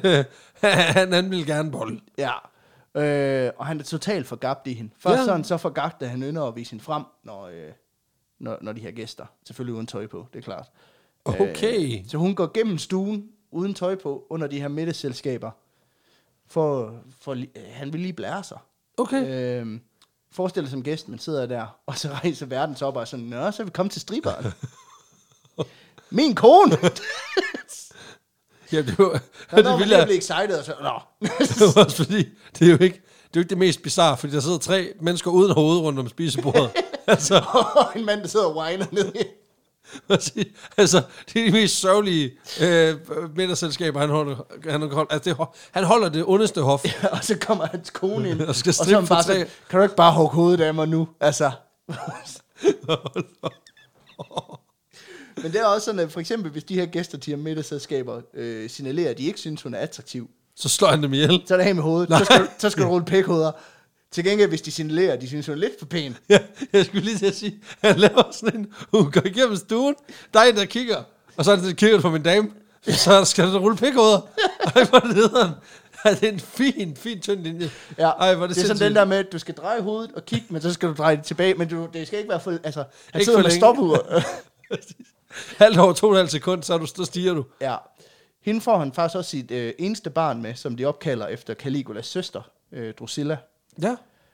han vil gerne bolle. Ja, og han er totalt forgabt i hende. Først sådan, så forgagt, at han ynder at vise hende frem, når de her gæster. Selvfølgelig uden tøj på, det er klart. Okay. Så hun går gennem stuen uden tøj på, under de her middagsselskaber. For han vil lige blære sig. Okay. Forestil dig som gæst, man sidder der, og så rejser verden så op og sådan, nå, så er vi kommet til striberen. Min kone! Ja, det var... Når man bliver excited, og så, nå. Det var også fordi, det er jo ikke det mest bizarre, fordi der sidder 3 mennesker uden hoved rundt om spisebordet. Altså. Og en mand, der sidder og whiner ned i. Altså, det er de mest sørgelige middagsselskaber, han holder. Altså, han holder det ondeste hof. Ja, og så kommer hans kone ind, og så bare sådan, kan du ikke bare hugge hovedet af mig nu? Altså. Men det er også sådan, at for eksempel, hvis de her gæster til middagsselskaber signalerer, at de ikke synes, hun er attraktiv, så slår han dem ihjel. Så er det af med hovedet. Så skal du rulle pækhoveder. Til gengæld, hvis de signalerer, de synes, hun er lidt for pæn. Ja, jeg skulle lige til at sige, han laver sådan en, hun går igennem stuen, der er en, der kigger, og så er det, der kigger på min dame, så skal der rulle pækhoveder. Ej, hvor er det nederen. Ja, det er en fin tynd linje. Ja, ej, det er sådan den der med, at du skal dreje hovedet og kigge, men så skal du dreje det tilbage, men det skal ikke være for, altså, han sidder med stopur. Halvt over 2,5 sekunder, så stiger du. Ja. Hende får han faktisk også sit eneste barn med, som de opkalder efter Caligulas søster, Drusilla. Ja.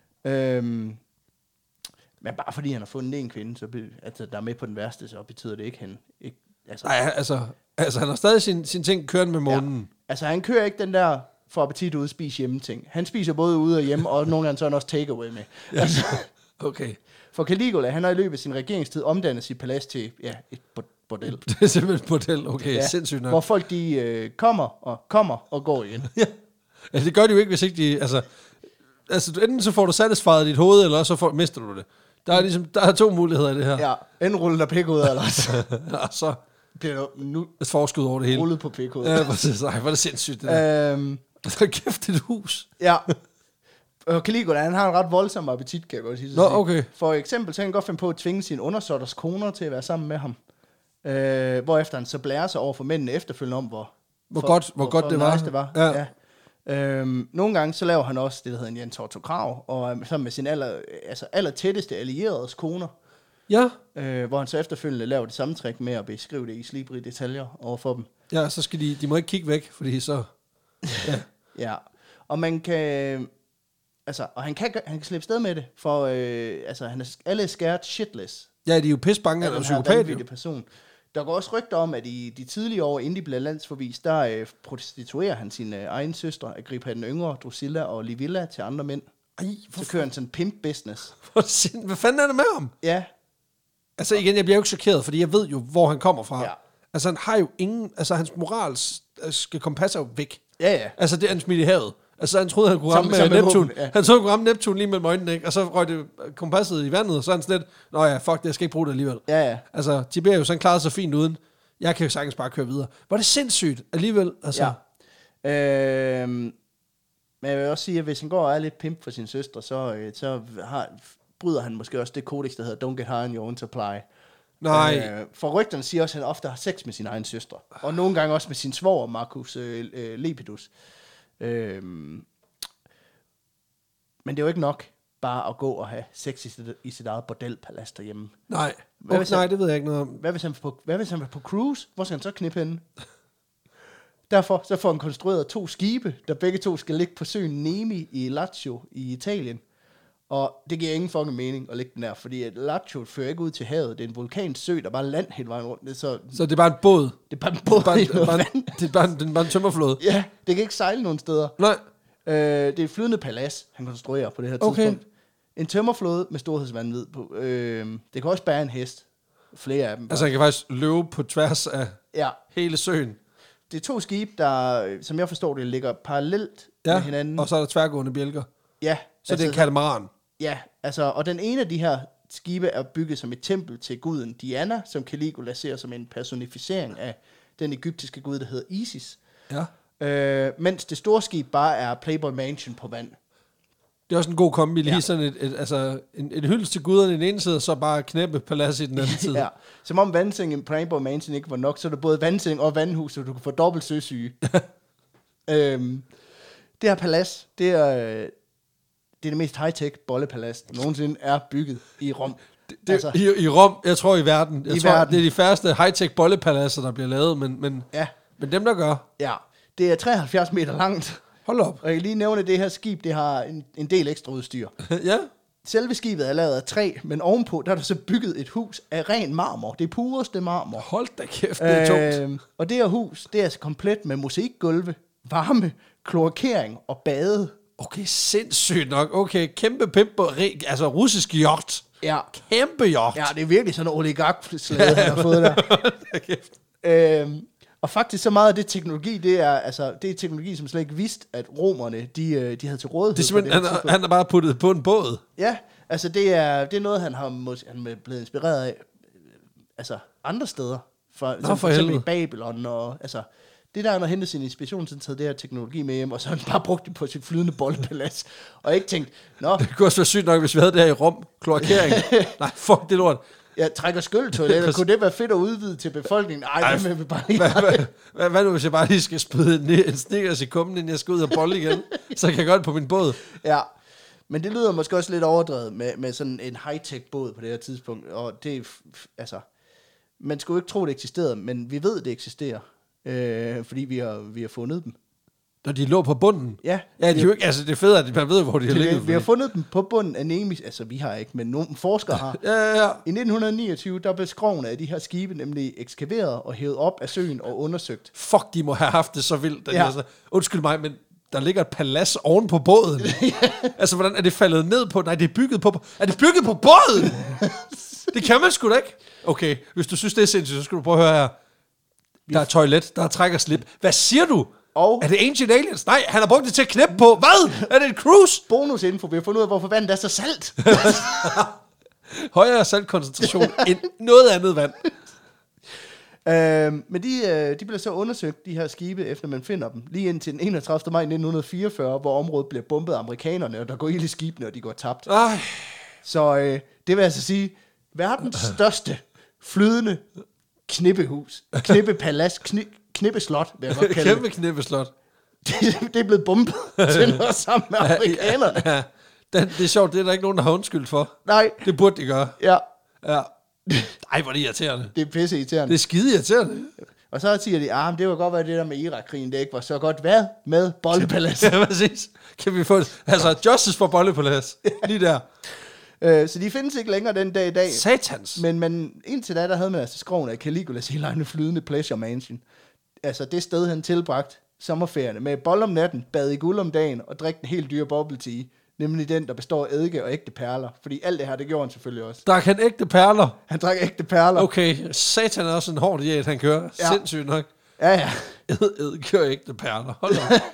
Men bare fordi han har fundet en kvinde, så der er med på den værste, så betyder det ikke, han ikke... Nej, altså han har stadig sin ting kørende med månen. Ja. Altså han kører ikke den der for appetit ude spise hjemme ting. Han spiser både ude og hjemme, og nogle gange så er han også takeaway med. Ja. Altså, okay. For Caligula, han har i løbet af sin regeringstid omdannet sit palads til et bordel. Det er simpelthen et bordel, okay, sindssygt nok. Hvor folk de kommer og går igen. Ja. Altså, det gør de jo ikke, hvis ikke de... Altså enten så får du satisfied dit hoved, eller så mister du det. Der er 2 muligheder i det her. Ja, enten ruller der pik ud, eller så bliver der nu et forskud over det hele. Rullet på pik ud. Ja, præcis. Ej, hvor er det sindssygt, det der. Så kæft et hus. Ja. Caligula, han har en ret voldsom appetit, kan jeg godt sige. Nå, okay. For eksempel, så kan han godt finde på at tvinge sine undersåtters koner til at være sammen med ham. Hvorefter han så blærer sig over for mændene efterfølgende om, hvor godt det var. Ja. Nogle gange så laver han også det, der hedder en Jens Otto Krag, og sammen med sin aller tætteste allieredes koner. Ja. Hvor han så efterfølgende laver det samme trick med at beskrive det i slibrige detaljer over for dem. Ja, så skal de må ikke kigge væk, fordi så... Ja. Ja, og man kan... og han kan slippe sted med det, for han er alle scared shitless. Ja, de er jo pisse bange, eller psykopat. Person. Der går også rygter om, at i de tidlige år, inden de blev landsforvist, der prostituerer han sine egen søstre, Agrippa den yngre, Drusilla og Livilla til andre mænd. Så kører han sådan en pimp business. Hvad fanden er det med ham? Ja. Altså igen, jeg bliver jo ikke chokeret, fordi jeg ved jo, hvor han kommer fra. Ja. Altså han har jo ingen... Altså hans moralske kompas er jo væk. Ja. Altså det er han smidt i havet. Altså han troede, han kunne ramme Neptun. Ja. Han troede, han kunne ramme Neptun lige mellem øjnene, ikke? Og så røg det kompasset i vandet, og så er han sådan lidt, nå ja, fuck det, jeg skal ikke bruge det alligevel. Ja. Altså, Tiberius, han klarede sig fint uden. Jeg kan jo sagtens bare køre videre. Var det sindssygt alligevel? Altså. Ja. Men jeg vil også sige, at hvis han går og er lidt pimp for sin søstre, så bryder han måske også det kodex, der hedder Don't get high on your own supply. Nej. For rygterne siger også, at han ofte har sex med sine egne søstre. Og nogle gange også med sin svoger, Marcus Lepidus. Men det er jo ikke nok bare at gå og have sex i sit eget bordelpalads derhjemme. Nej. Nej, det ved jeg ikke noget om. Hvad hvis han var på cruise? Hvor skal han så knippe henne? Derfor så får han konstrueret 2 skibe, der begge 2 skal ligge på søen Nemi i Lazio i Italien. Og det giver ingen fucking mening at ligge den der, fordi at Lazio fører ikke ud til havet. Det er en vulkansø, der bare er land hele vejen rundt. Så det er bare en båd? Det er bare en båd det er bare en tømmerflåde? Ja, det kan ikke sejle nogen steder. Nej. Det er et flydende palads, han konstruerer på det her tidspunkt. En tømmerflåde med storhedsvanvid på. Det kan også bære en hest. Flere af dem. Altså han kan faktisk løbe på tværs af hele søen? Det er 2 skibe, der, som jeg forstår det, ligger parallelt med hinanden. Og så er der tværgående bjælker? Ja. Så det er en katamaran? Ja, og den ene af de her skibe er bygget som et tempel til guden Diana, som Caligula ser som en personificering af den egyptiske gud, der hedder Isis. Ja. Mens det store skib bare er Playboy Mansion på vand. Det er også en god kombi, lige sådan en hyldest til guderne i den ene side, og så bare knæppe palads i den anden side. Ja, som om vandsengen i Playboy Mansion ikke var nok, så er der både vandseng og vandhus, så du kan få dobbelt søsyge. Det her palads, det er det mest high-tech bollepalads, der nogensinde er bygget i Rom. I Rom, jeg tror i verden. Jeg tror, det er de færreste high-tech bollepaladser, der bliver lavet, men dem, der gør. Ja, det er 73 meter langt. Hold op. Og jeg kan lige nævne, at det her skib, det har en del ekstra udstyr. Ja. Selve skibet er lavet af træ, men ovenpå, der er der så bygget et hus af ren marmor. Det er pureste marmor. Hold da kæft, det er tungt. Og det her hus, det er altså komplet med mosaikgulve, varme, kloakering og bade. Okay, sindssygt nok. Okay, kæmpe pimp, altså russisk yacht. Ja. Kæmpe yacht. Ja, det er virkelig sådan en oligark-slæde, han har fået der. Og faktisk så meget af det teknologi, det er teknologi, som slet ikke vidste, at romerne, de havde til rådighed. Det er simpelthen, han har bare puttet på en båd. Ja, altså det er noget, han er blevet inspireret af, altså andre steder. For eksempel i Babylon, og altså... Det der, han har hentet sin inspiration, så han taget det her teknologi med hjem, og så har han bare brugt det på sit flydende bollepalads, og ikke tænkt, nå... Det kunne også være sygt nok, hvis vi havde det her i Rom. Kloakering. Nej, fuck det lort. Jeg trækker skyldtoiletter. Kunne det være fedt at udvide til befolkningen? Nej, det vil vi bare ikke. Hvad nu, hvis jeg bare lige skal spyde en Snickers i kummen, inden jeg skal ud og bolle igen? Så kan jeg gøre det på min båd. Ja, men det lyder måske også lidt overdrevet med sådan en high-tech båd på det her tidspunkt, og det altså... Man skulle ikke tro, det eksisterede, men vi ved, det eksisterer. Fordi vi har fundet dem. Når de lå på bunden? Ja. Ja, det er jo ikke, altså det er fedt, at man ved, hvor de har ligget. Vi har fundet dem på bunden af Nemis, altså vi har ikke, men nogle forskere har. Ja. I 1929, der blev skrovene af de her skibe nemlig ekskaveret og hævet op af søen og undersøgt. Fuck, de må have haft det så vildt. Ja. Altså, undskyld mig, men der ligger et palads oven på båden. Altså, hvordan er det faldet ned på? Nej, det er bygget på... Er det bygget på båden? Det kan man sgu da ikke. Okay, hvis du synes, det er sindssygt, så skal du prøve at høre her. Der er toilet, der er træk og slip. Hvad siger du? Og er det Ancient Aliens? Nej, han har brugt det til at knippe på. Hvad? Er det et cruise? Bonusinfo, vi har fundet ud af, hvorfor vandet er så salt. Højere saltkoncentration end noget andet vand. Men de bliver så undersøgt, de her skibe, efter man finder dem. Lige indtil den 31. maj 1944, hvor området bliver bombet af amerikanerne, og der går ild i skibene, og de går tabt. Så det vil altså sige, verdens største flydende knippehus, knippepalads, knippeslot, vil jeg godt kalde det. Kæmpe knippeslot. Det er blevet bombet til noget sammen med amerikanerne. Ja. Det er sjovt, det er der ikke nogen, der har undskyld for. Nej. Det burde de gøre. Ja. Ej, hvor er det irriterende. Det er pisse irriterende. Det er skide irriterende. Og så siger de, det var godt være det der med Irak-krigen, det ikke var så godt. Hvad med Bollepalads? Ja, præcis. Kan vi få det? Altså, justice for Bollepalads. Lige der. Så de findes ikke længere den dag i dag. Satans. Men indtil da, der havde man altså skroven af Caligulas hele egne flydende pleasure mansion. Altså det sted, han tilbragt sommerferierne med bold om natten, bad i guld om dagen og drikke en helt dyr bubble tea. Nemlig den, der består af eddike og ægte perler. Fordi alt det her, det gjorde han selvfølgelig også. Drak han ægte perler? Han drak ægte perler. Okay, satan er også en hård diæt, han kører. Ja. Sindssygt nok. Ja. Eddike og ægte perler. Hold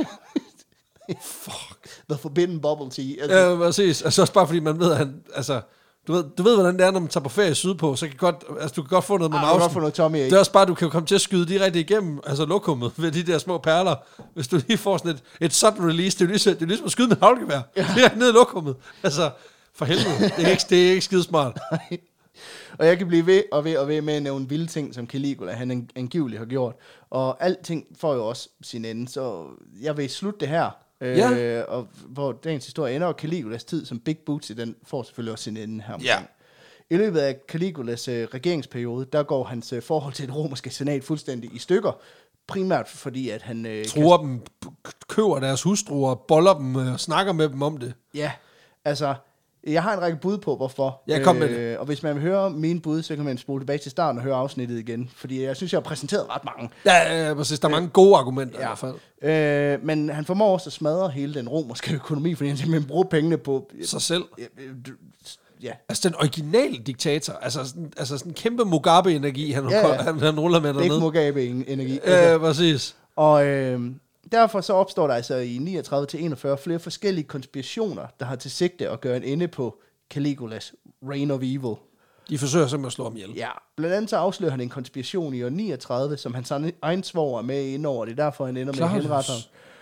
op. Fuck. The forbidden bubble tea. Altså. Ja, præcis. Altså også bare fordi man ved, at han... Altså, du ved, hvordan det er, når man tager på ferie sydpå, så du kan godt få noget med mausen. Du kan godt få noget Tommy. Det er også bare, du kan jo komme til at skyde direkte igennem, altså lokummet, ved de der små perler. Hvis du lige får sådan et sudden release, det er ligesom at skyde med havlgevær. Ja. Direkte ned i lokummet. Altså, for helvede. Det er ikke skidesmart. Og jeg kan blive ved med at nævne vilde ting, som Caligula, han angiveligt har gjort. Og alting får jo også sin ende, så jeg vil slutte det her. Og hvor dagens historie ender, og Caligulas tid som Big Bootsy, den får selvfølgelig også sin ende her. Ja. I løbet af Caligulas regeringsperiode, der går hans forhold til det romerske senat fuldstændig i stykker. Primært fordi, at han... tror dem, køber deres hustruer, boller dem og snakker med dem om det. Ja, altså... Jeg har en række bud på, hvorfor. Ja, kom med det. Og hvis man vil høre mine bud, så kan man spole tilbage til starten og høre afsnittet igen. Fordi jeg synes, jeg har præsenteret ret mange. Ja, præcis. Der er mange gode argumenter i hvert fald. Men han formår også at smadre hele den romerske økonomi, fordi han simpelthen bruger pengene på... sig selv. Ja. Altså den originale diktator. Altså sådan en kæmpe Mugabe-energi, han ruller med dernede. Ikke Mugabe-energi. Ja, præcis. Og... Derfor så opstår der altså i 39-41 flere forskellige konspirationer, der har til sigte at gøre en ende på Caligulas reign of evil. De forsøger simpelthen at slå ham ihjel. Ja, blandt andet så afslører han en konspiration i år 39, som hans egen svoger er med indover. Det er derfor, han ender med at henrette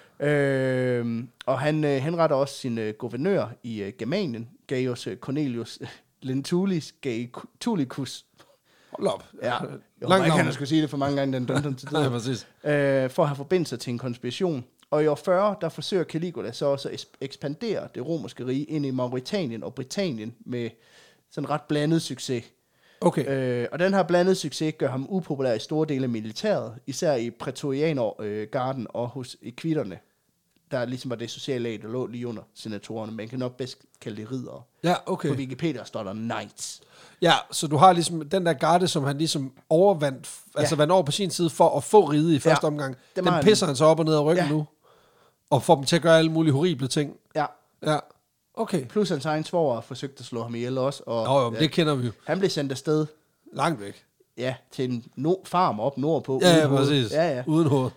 ham. Og han henretter også sin guvernør i Germanien, Gaius Cornelius Lentulus. Hold op. Ja, jeg kan skulle sige det for mange gange, den dømte til det. Nej, præcis. For at have forbindelse til en konspiration. Og i år 40, der forsøger Caligula så også at ekspandere det romerske rige ind i Mauritanien og Britannien med sådan ret blandet succes. Okay. Og den her blandede succes gør ham upopulær i store dele af militæret, især i Praetorianergarden og hos equitterne, der ligesom var det sociale lag, der lå lige under senatorerne. Man kan nok bedst kalde det riddere. Ja, okay. På Wikipedia står der knights. Ja, så du har ligesom den der garde, som han ligesom overvandt, altså vandt over på sin side for at få riget i første omgang. Den pisser han så op og ned af ryggen nu, og får dem til at gøre alle mulige horrible ting. Ja. Okay. Plus hans egen svoger forsøgte at slå ham ihjel også. Og, det kender vi jo. Han blev sendt afsted. Langt væk. Ja, til en farm op nordpå. Ja, præcis. Ja. Uden hoved.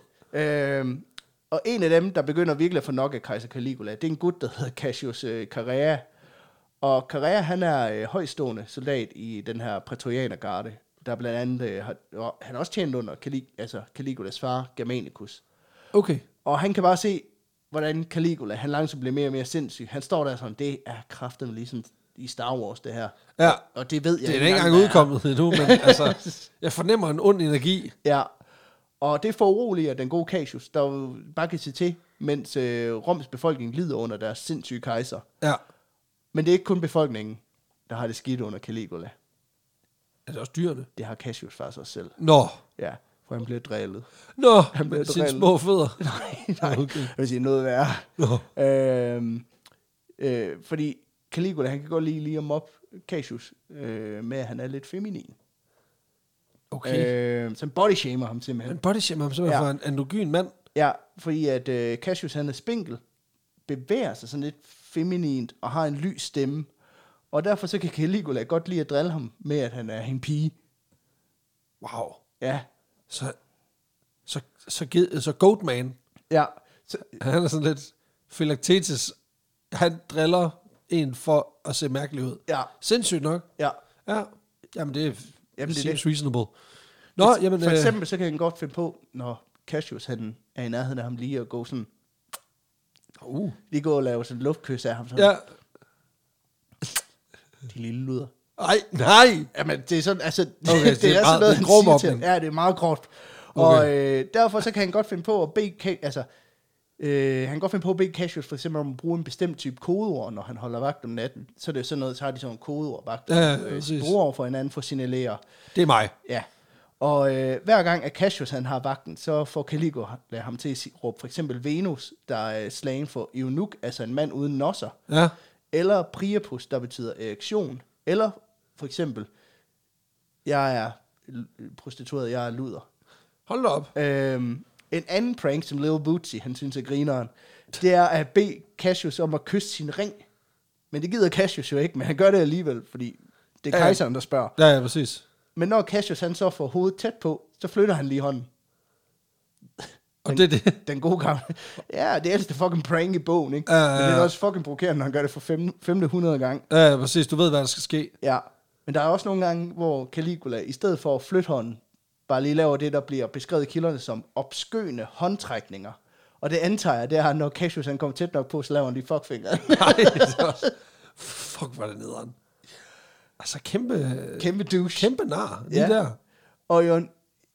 Og en af dem, der begynder virkelig at få nok af kejser Caligula, det er en gut, der hedder Cassius Carrera. Og Carrera, han er højstående soldat i den her Praetorianergarde, der blandt andet, han har også tjent under Caligulas far, Germanicus. Okay. Og han kan bare se, hvordan Caligula, han langsomt bliver mere og mere sindssyg. Han står der sådan, det er kraftedeme ligesom i Star Wars, det her. Ja. Og det ved jeg ikke. Det er ikke engang udkommet endnu, men altså, jeg fornemmer en ond energi. Ja. Og det foruroliger den gode Cassius, der jo bare kan se til, mens Roms befolkning lider under deres sindssyge kejser. Ja. Men det er ikke kun befolkningen, der har det skidt under Caligula. Er det også dyrene? Det har Cassius faktisk også selv. Nå. Ja, for han blev drillet. Nå, med sine små fødder. nej. Okay. Jeg vil sige noget værre. Fordi Caligula, han kan godt lige at mobbe Cassius med, at han er lidt feminin. Okay. Så body shamer ham simpelthen. Han body shamer ham simpelthen for en androgyn mand. Ja, fordi at Cassius, han er spinkel, bevæger sig sådan lidt feminint, og har en lys stemme. Og derfor så kan Caligula godt lide at drille ham med, at han er en pige. Wow. Ja. Så Goatman. Ja. Han er sådan lidt Philoctetes. Han driller en for at se mærkelig ud. Ja. Sindssygt nok. Ja. Ja. Jamen det seems det. reasonable. Nå, jamen, for eksempel så kan han godt finde på, når Cassius han er i nærheden af ham lige og gå sådan... Lige gå og lave sådan en luftkys af ham. Sådan. Ja. De lille luder. Nej. Jamen, det er sådan, altså... Okay, det er sådan noget, han siger til. Ja, det er meget groft. Okay. Og derfor så kan han godt finde på at bede... han kan godt finde på at bede Cassius for eksempel om at bruge en bestemt type kodeord, når han holder vagt om natten. Så det er sådan noget, så har de sådan nogle kodeord vagt. Bruger over for hinanden for at signalere. Det er mig. Ja. Og hver gang at Cassius han har vagten, så får Caligula ham til at råbe for eksempel Venus, der er slang for eunuch, altså en mand uden nosser. Ja. Eller Priapus, der betyder erektion. Eller for eksempel, jeg er prostitueret, jeg er luder. Hold da op. En anden prank, som Lil Bootsy, han synes er grineren, det er at bede Cassius om at kysse sin ring. Men det gider Cassius jo ikke, men han gør det alligevel, fordi det er kejseren, der spørger. Ja, præcis. Men når Cassius han så får hovedet tæt på, så flytter han lige hånden. Og det er det? Den gode gamle. Ja, det er altså fucking prank i bogen, ikke? Men det er også fucking provokerende, når han gør det for 500 gang. Ja, præcis. Du ved, hvad der skal ske. Ja, men der er også nogle gange, hvor Caligula, i stedet for at flytte hånden, bare lige laver det, der bliver beskrevet i kilderne som obskøne håndtrækninger. Og det antager jeg, det er, når Cassius han kommer tæt nok på, så laver han lige fuckfinger. Nej, det er også... Fuck, var det nederen. Altså, kæmpe douche. Kæmpe nar, lige der. Og i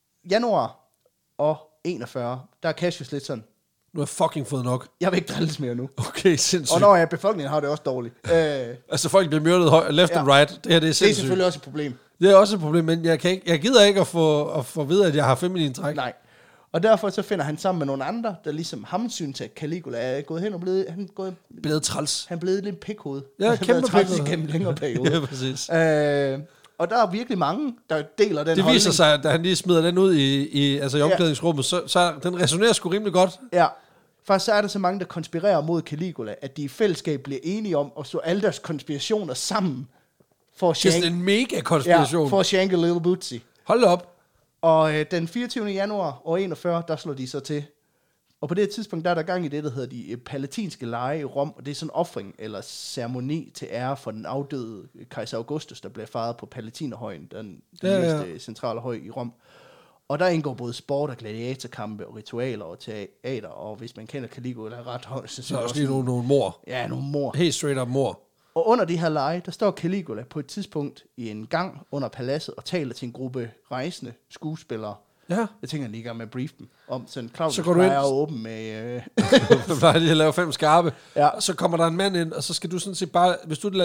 januar og 41, der er Cassius lidt sådan, nu har jeg fucking fået nok. Jeg vil ikke drilles mere nu. Okay, sindssygt. Og når befolkningen har det også dårligt. Altså, folk bliver myrdet left and right. Det her, det er sindssygt. Det er selvfølgelig også et problem. Det er også et problem, men jeg gider ikke at få at vide, at jeg har feminin træk. Nej. Og derfor så finder han sammen med nogle andre, der ligesom ham synes, at Caligula er gået hen og blevet træls. Han er blevet lidt pikhoved. Ja, kæmpe pikhoved. Gennem længere periode. Ja, præcis. Og der er virkelig mange, der deler den det holdning. Viser sig, at da han lige smider den ud i omklædningsrummet, så den resonerer sgu rimelig godt. Ja. Faktisk så er der så mange, der konspirerer mod Caligula, at de i fællesskab bliver enige om at slå alle deres konspirationer sammen. For at det er sådan en mega konspiration. Ja, for at shanke Lil Bootsy. Hold op. Og den 24. januar år 41, der slår de så til. Og på det tidspunkt, der er der gang i det, der hedder de palatinske lege i Rom. Og det er sådan en offring eller ceremoni til ære for den afdøde kejser Augustus, der blev fejret på Palatinerhøjen, den mest centrale høj i Rom. Og der indgår både sport og gladiatorkampe og ritualer og teater. Og hvis man kender Caligula ret højt, så er også lige nogle mor. Ja, nogle mor. Helt straight up mor. Og under de her lege, der står Caligula på et tidspunkt i en gang under paladset og taler til en gruppe rejsende skuespillere. Ja. Jeg tænker lige i gang med at brief dem om sådan Claudius så går du ind og åben med... Du plejer lige at lave 5 skarpe. Ja. Og så kommer der en mand ind, og så skal du sådan set bare...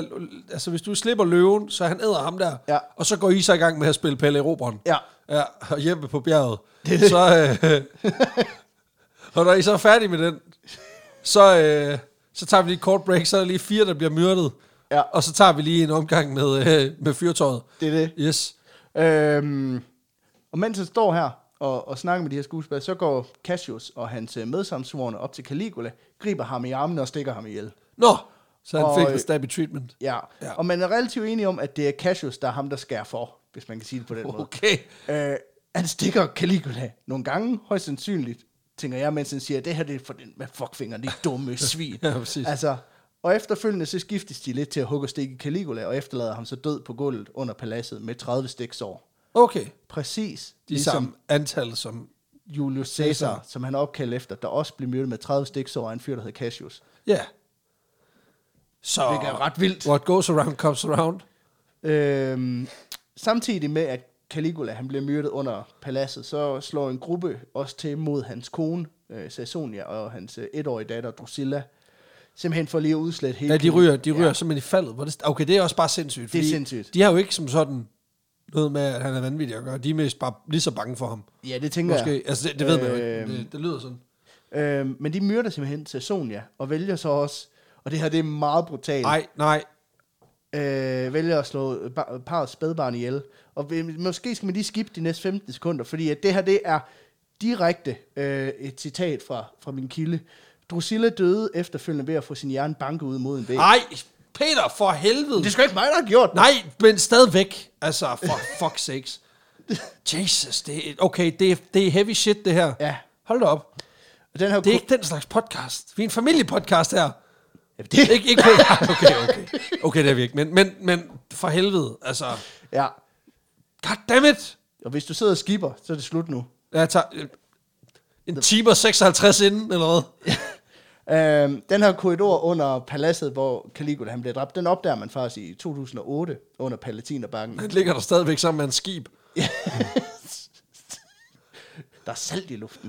Hvis du slipper løven, så han æder ham der. Ja. Og så går I så i gang med at spille Pelle Erobreren. Ja. Ja, og hjemme på bjerget. Så... og når I så er færdige med den, så tager vi lige et kort break, så er der lige 4, der bliver myrdet. Ja. Og så tager vi lige en omgang med fyrtøjet. Det er det. Yes. Og mens han står her og snakker med de her skuespillere, så går Cassius og hans medsamsvorne op til Caligula, griber ham i armene og stikker ham ihjel. Nå, så han fik en stabby treatment. Ja, og man er relativt enig om, at det er Cassius, der er ham, der skærer for, hvis man kan sige det på den måde. Okay. Han stikker Caligula nogle gange, højst sandsynligt, tænker jeg, mens han siger, det her det er for den med fuckfingeren, det er dumme svin. Ja, præcis. Altså, og efterfølgende så skiftes de lidt til at hugge og stikke Caligula, og efterlader ham så død på gulvet under paladset med 30 stiksår. Okay. Præcis. De ligesom samme antal som Julius Caesar, som han opkaldte efter, der også blev myrdet med 30 stiksår af en fyr, der hed Cassius. Ja. Så det er ret vildt. What goes around comes around. Samtidig med, at Caligula han blev myrdet under paladset, så slår en gruppe også til mod hans kone, Caesonia, og hans 1-årige datter, Drusilla, simpelthen for lige at udslætte hele... Ja, de ryger simpelthen i faldet. Okay, det er også bare sindssygt. Det er sindssygt. De har jo ikke som sådan noget med, at han er vanvittig at gøre. De er mest bare lige så bange for ham. Ja, det tænker jeg. Altså, det ved man jo ikke. Det lyder sådan. Men de myrder simpelthen Caesonia, og vælger så også... Og det her, det er meget brutalt. Nej. Vælger at slå parrets spædbarn ihjel. Og måske skal man lige skippe de næste 15 sekunder, fordi at det her, det er direkte et citat fra min kilde. Drusilla døde efterfølgende ved at få sin hjerne banket ud mod en væg. Nej, Peter, for helvede. Det er sgu ikke mig, der har gjort det. Nej, men stadigvæk. Altså, for fuck's sakes. Jesus, det er heavy shit, det her. Ja. Hold da op. Den her det er ikke den slags podcast. Vi er en familiepodcast her. Ja, det... ikke okay, det er vi ikke. Men for helvede, altså. Ja. Goddammit. Og hvis du sidder og skipper, så er det slut nu. Jeg tager en time og 56 inden, eller hvad? Den her korridor under paladset, hvor Caligula han bliver dræbt, den opdager man faktisk i 2008 under Palatinerbakken. Den ligger der stadigvæk sammen med en skib. Der er salt i luften.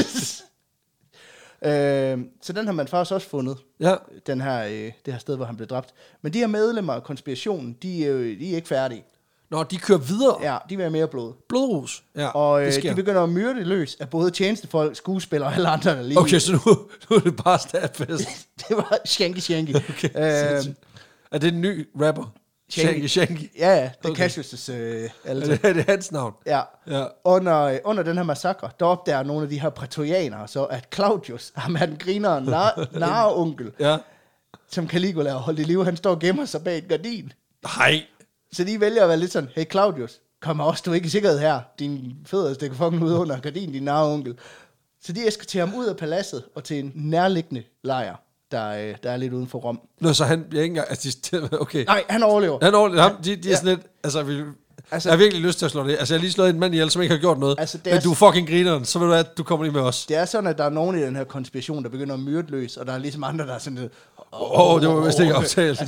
Så den har man faktisk også fundet. Ja. Det her sted, hvor han blev dræbt. Men de her medlemmer af konspirationen, de er ikke færdige. Nå, de kører videre. Ja, de vil have mere blod. Blodrus. Ja, og de begynder at myrde løs af både tjenestefolk, skuespillere og alle andre, der lige... Okay, så nu er det bare stabfest. Det var Shanky. Okay, er det en ny rapper? Shanky. Ja, det er Cassius' det er hans navn. Ja. Under den her massakre, der opdager nogle af de her prætorianere så, at Claudius, ham er den grineren narre-onkel, som Caligula har holdt i live, han står og gemmer sig bag et gardin. Nej. Så de vælger at være lidt sådan, hey Claudius, kom også, du er ikke i sikkerhed her. Din fødder stikker fucking ud under gardinen, din narre-onkel. Så de eskorterer ham ud af paladset og til en nærliggende lejr, der er lidt uden for Rom. Nå, så han bliver ikke engang assisteret. Okay. Nej, han overlever. De er sådan lidt... Altså, jeg har virkelig lyst til at slå det. Altså, jeg har lige slået en mand ihjel, som ikke har gjort noget. Altså, men du er fucking grineren, så ved du at du kommer lige med os. Det er sådan, at der er nogen i den her konspiration, der begynder at myrde løs, og der er ligesom andre, der er sådan lidt... det var vist ikke optagelsen.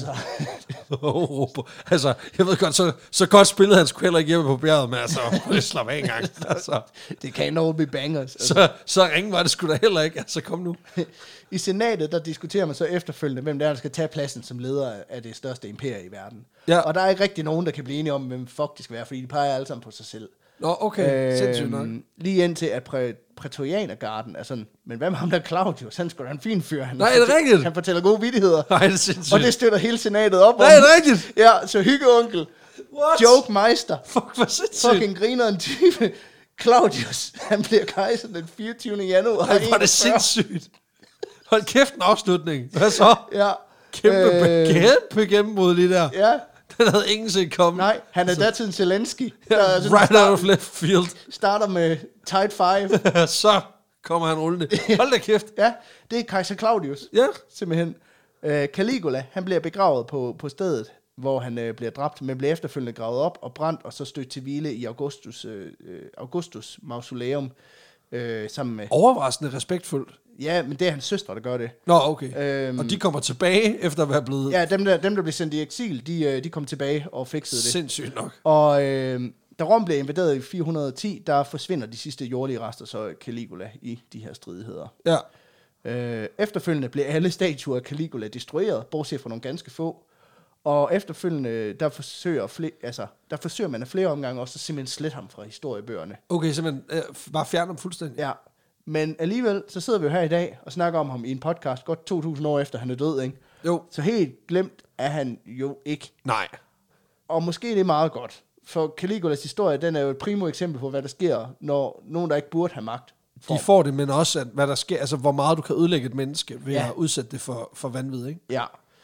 Altså, jeg ved godt, så godt spillede han sgu heller ikke hjemme på bjerget, men altså, det slap af en gang. Altså. Det kan all be bangers. Altså. Så ringe var det sgu da heller ikke, altså kom nu. I senatet, der diskuterer man så efterfølgende, hvem der skal tage pladsen som leder af det største imperie i verden. Ja. Og der er ikke rigtig nogen, der kan blive enige om, hvem fuck det skal være, fordi de peger alle sammen på sig selv. Nå, okay. Sindssygt nok. Lige indtil at prætorianergarden er sådan, men hvad med ham der Claudius? Han skulle da en fin fyr. Nej, er det rigtigt? Han fortæller gode vittigheder. Nej, det er sindssygt. Og det støtter hele senatet op. Nej, er det rigtigt? Ja, så hyggeonkel. What? Joke meister. Fuck, hvor sindssygt. Fucking griner en type. Claudius, han bliver kejser den 24. januar. Nej, hvor er det sindssygt. Hold kæft en afslutning. Hvad så? Ja. Kæmpe gennembrud lige der. Ja. Den havde ingen set komme. Nej, han er datid en Zelensky. Right out of left field. Starter med tight 5. Så kommer han rullende. Hold da kæft. Ja, det er kejser Claudius. Ja. Simpelthen. Caligula, han bliver begravet på stedet, hvor han bliver dræbt, men bliver efterfølgende gravet op og brændt, og så stødt til hvile i Augustus mausoleum. Sammen med... Overraskende respektfuldt. Ja, men det er hans søstre, der gør det. Nå, okay. Og de kommer tilbage, efter at være blevet... Ja, dem der blev sendt i eksil, de kom tilbage og fikset det. Sindssygt nok. Og da Rom blev invaderet i 410, der forsvinder de sidste jordlige rester, så Caligula i de her stridigheder. Ja. Efterfølgende blev alle statuer af Caligula destrueret, bortset fra nogle ganske få. Og efterfølgende, der forsøger man af flere omgange også at simpelthen slette ham fra historiebøgerne. Okay, simpelthen bare fjerne ham fuldstændig? Ja. Men alligevel, så sidder vi jo her i dag og snakker om ham i en podcast, godt 2000 år efter han er død, ikke? Jo. Så helt glemt er han jo ikke. Nej. Og måske det er meget godt, for Caligulas historie, den er jo et primo eksempel på, hvad der sker, når nogen, der ikke burde have magt. De får det, men også, at hvad der sker, altså hvor meget du kan ødelægge et menneske ved at udsætte det for vanvid, ikke? Ja.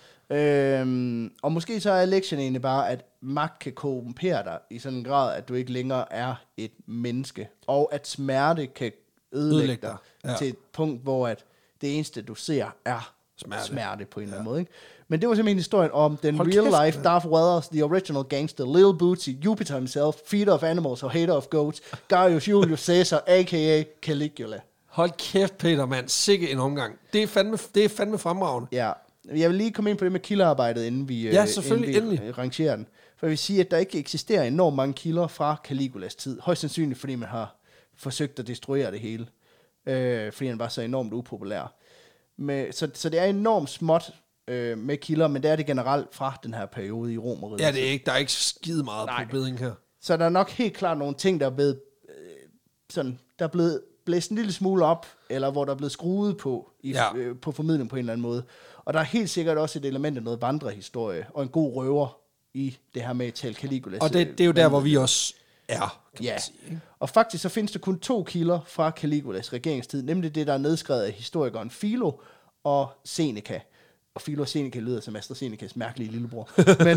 Og måske så er lektionen egentlig bare, at magt kan korrumpere dig i sådan en grad, at du ikke længere er et menneske, og at smerte kan ødelægge dig til et punkt, hvor at det eneste, du ser, er smerte på en eller anden måde. Ikke? Men det var simpelthen historien om den real-life Darth Vader, the original gangster, Lil Bootsy, Jupiter himself, feeder of animals og hater of goats, Gaius Julius Caesar, a.k.a. Caligula. Hold kæft, Peter, mand. Sikke en omgang. Det er fandme fremragende. Ja. Jeg vil lige komme ind på det med kildearbejdet, inden vi rangerer den. For jeg vil sige, at der ikke eksisterer enormt mange kilder fra Caligulas tid. Højst sandsynligt, fordi man har forsøgt at destruere det hele. Fordi han var så enormt upopulær. Så det er enormt småt med kilder, men det er det generelt fra den her periode i Romeriet. Ja, det er ikke, der er ikke skide meget på beding her. Så der er nok helt klart nogle ting, der er blevet der er blevet blæst en lille smule op, eller hvor der er blevet skruet på på formidling på en eller anden måde. Og der er helt sikkert også et element af noget vandrehistorie, og en god røver i det her med at tale Caligula. Og det er jo der, hvor vi også kan man sige. Og faktisk så findes der kun 2 kilder fra Caligulas regeringstid, nemlig det, der er nedskrevet af historikeren Philo og Seneca. Og Philo og Seneca lyder som AstraZenecas mærkelige lillebror.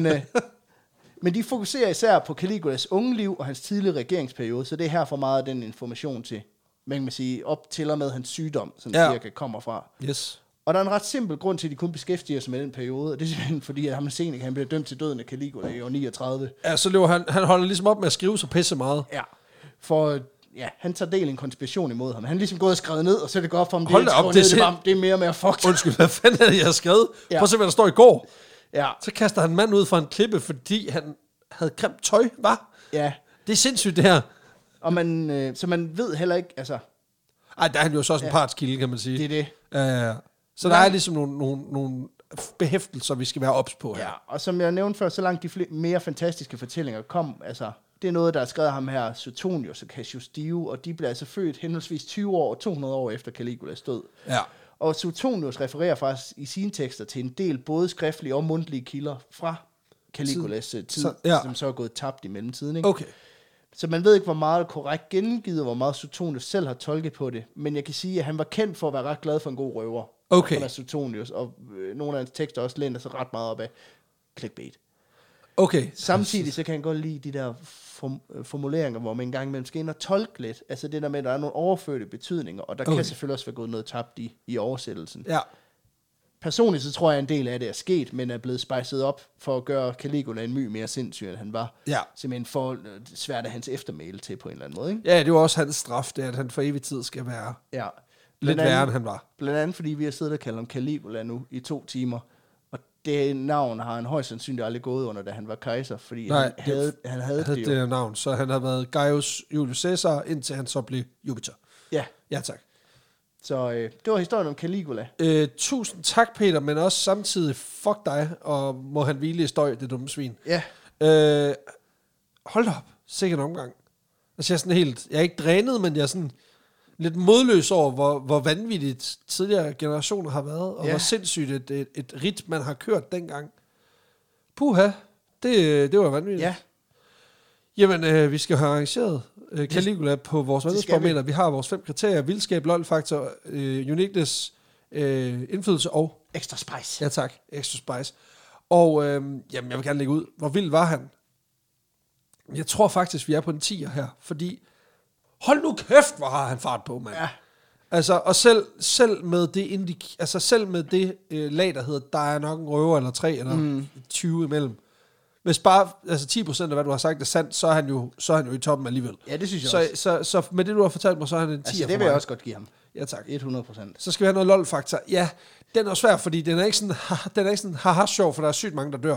Men de fokuserer især på Caligulas unge liv og hans tidlige regeringsperiode, så det er her for meget af den information til, man kan sige, op til og med hans sygdom, som cirka kommer fra. Yes. Og der er en ret simpel grund til, at de kun beskæftiger sig med den periode, og det er simpelthen fordi, at ham Seneca, han bliver dømt til døden af Caligula i år 39. Ja, så løber han holder ligesom op med at skrive så pisse meget. Ja, for han tager del i en konspiration imod ham. Han er ligesom gået og skrevet ned, og så er det godt for ham, det er mere og mere fucked. Undskyld, hvad fanden er det, jeg har skrevet? Prøv at se, hvad der står i går. Ja. Så kaster han en mand ud fra en klippe, fordi han havde grimt tøj, hva'? Ja. Det er sindssygt, det her. Og så man ved heller ikke, altså... Ej, der er han jo så også en partskilde, kan man sige. Det er det. Så der er ligesom nogle behæftelser, vi skal være ops på her. Ja, og som jeg nævnte før, så langt de mere fantastiske fortællinger kom, altså... Det er noget, der er skrevet af ham her, Suetonius og Cassius Dio, og de bliver altså født henholdsvis 20 år og 200 år efter Caligulas død. Ja. Og Suetonius refererer faktisk i sine tekster til en del både skriftlige og mundtlige kilder fra Caligulas tid, som så er gået tabt i mellemtiden. Ikke? Okay. Så man ved ikke, hvor meget korrekt gengivet, hvor meget Suetonius selv har tolket på det, men jeg kan sige, at han var kendt for at være ret glad for en god røver. Okay. Suetonius, og nogle af hans tekster også læner sig ret meget op af clickbait. Okay. Samtidig så kan han godt lide de der formuleringer, hvor man engang imellem skal ind og tolke lidt. Altså det der med, at der er nogle overførte betydninger, og der kan selvfølgelig også være gået noget tabt i oversættelsen. Ja. Personligt så tror jeg, at en del af det er sket, men er blevet spejset op for at gøre Caligula en my mere sindssyg, end han var. Ja. Simpelthen for svært af hans eftermæle til på en eller anden måde. Ikke? Ja, det var også hans straf, det at han for evig tid skal være lidt værre, end han var. Blandt andet, fordi vi har siddet og kaldt ham Caligula nu i 2 timer. Det navn har han højst sandsynligt aldrig gået under, da han var kejser, fordi han havde det jo. Det navn, så han havde været Gaius Julius Caesar, indtil han så blev Jupiter. Ja. Ja, tak. Så det var historien om Caligula. Tusind tak, Peter, men også samtidig fuck dig, og må han hvile i støj, det dumme svin. Ja. Hold da op, sikkert en omgang. Altså jeg er ikke drænet, men jeg er sådan lidt modløs over, hvor vanvittigt tidligere generationer har været, og hvor sindssygt et rit, man har kørt dengang. Puha, det var vanvittigt. Ja. Jamen, vi skal have arrangeret Caligula på vores vanvidsbarometer. Vi har vores 5 kriterier: vildskab, lol-faktor, uniqueness, indflydelse og... Extra spice. Ja tak, extra spice. Og jamen, jeg vil gerne lægge ud, hvor vild var han? Jeg tror faktisk, vi er på en 10'er her, fordi... Hold nu kæft, hvor har han fart på, mand. Ja. Altså, og selv med det selv med det lag, der hedder, der er nok en røver eller 3 eller 20 imellem. Hvis bare 10% af hvad du har sagt er sandt, så er han jo i toppen alligevel. Ja, det synes jeg også. Så med det du har fortalt mig, så er han en 10'er. Altså, det vil jeg også godt give ham. Ja, tak. 100%. Så skal vi have noget lol-faktor. Ja, den er svær, fordi den er ikke sådan haha-sjov, for der er sygt mange, der dør.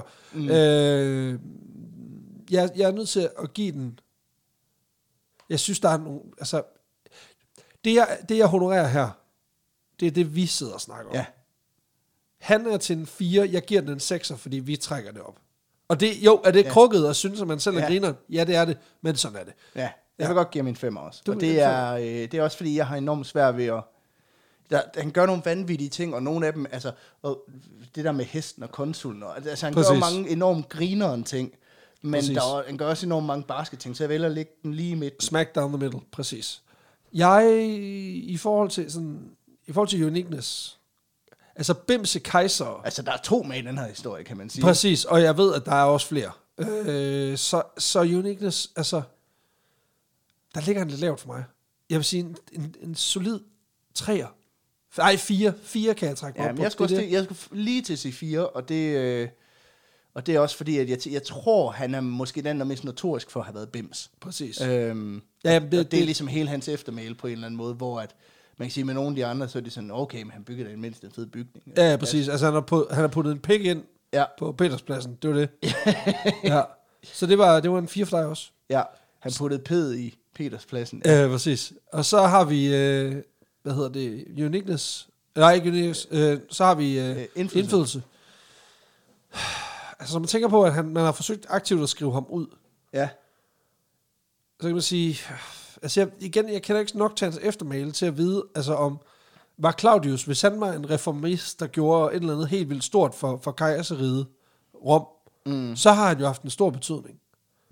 Jeg er nødt til at give den... Jeg synes, der er nogle... Altså, det jeg honorerer her, det er det, vi sidder og snakker om. Ja. Han er til en 4, jeg giver den en 6'er, fordi vi trækker det op. Og det, er det krukket og synes, at man selv er griner? Ja, det er det, men sådan er det. Ja, jeg vil godt give ham en 5 også. Og det er også, fordi jeg har enormt svært ved at... Han gør nogle vanvittige ting, og nogle af dem, altså, og det der med hesten og konsulen, og, altså han gør mange enormt grinerende ting, men han gør også enormt mange barske ting, så jeg vælger at lægge den lige i midten. Smack down the middle, præcis. I forhold til uniqueness, altså Bimse Kejser... Altså, der er 2 med i den her historie, kan man sige. Præcis, og jeg ved, at der er også flere. Så uniqueness, altså... Der ligger han lidt lavt for mig. Jeg vil sige, en solid 3'er. Nej, 4. 4 kan jeg trække op på. Jeg skulle lige til at sige 4, og det er også fordi, at jeg tror, han er måske den, der er mest notorisk for at have været bims. Præcis. Det er ligesom hele hans eftermæle på en eller anden måde, hvor at man kan sige, med nogle af de andre, så er det sådan, okay, men han bygger da mindst en fed bygning. Ja, præcis. Altså, han har puttet en pik ind på Peterspladsen. Det var det. Ja. Så det var en 4 for dig også. Ja, han puttede ped i Peterspladsen. Ja, præcis. Og så har vi, uniqueness. Nej, ikke uniqueness. Så har vi indflydelse. Altså, når man tænker på, at man har forsøgt aktivt at skrive ham ud. Ja. Så kan man sige... Altså, jeg kender ikke nok til hans eftermæle til at vide, altså om... Var Claudius, hvis han var en reformist, der gjorde et eller andet helt vildt stort for kejseriget Rom, så har han jo haft en stor betydning.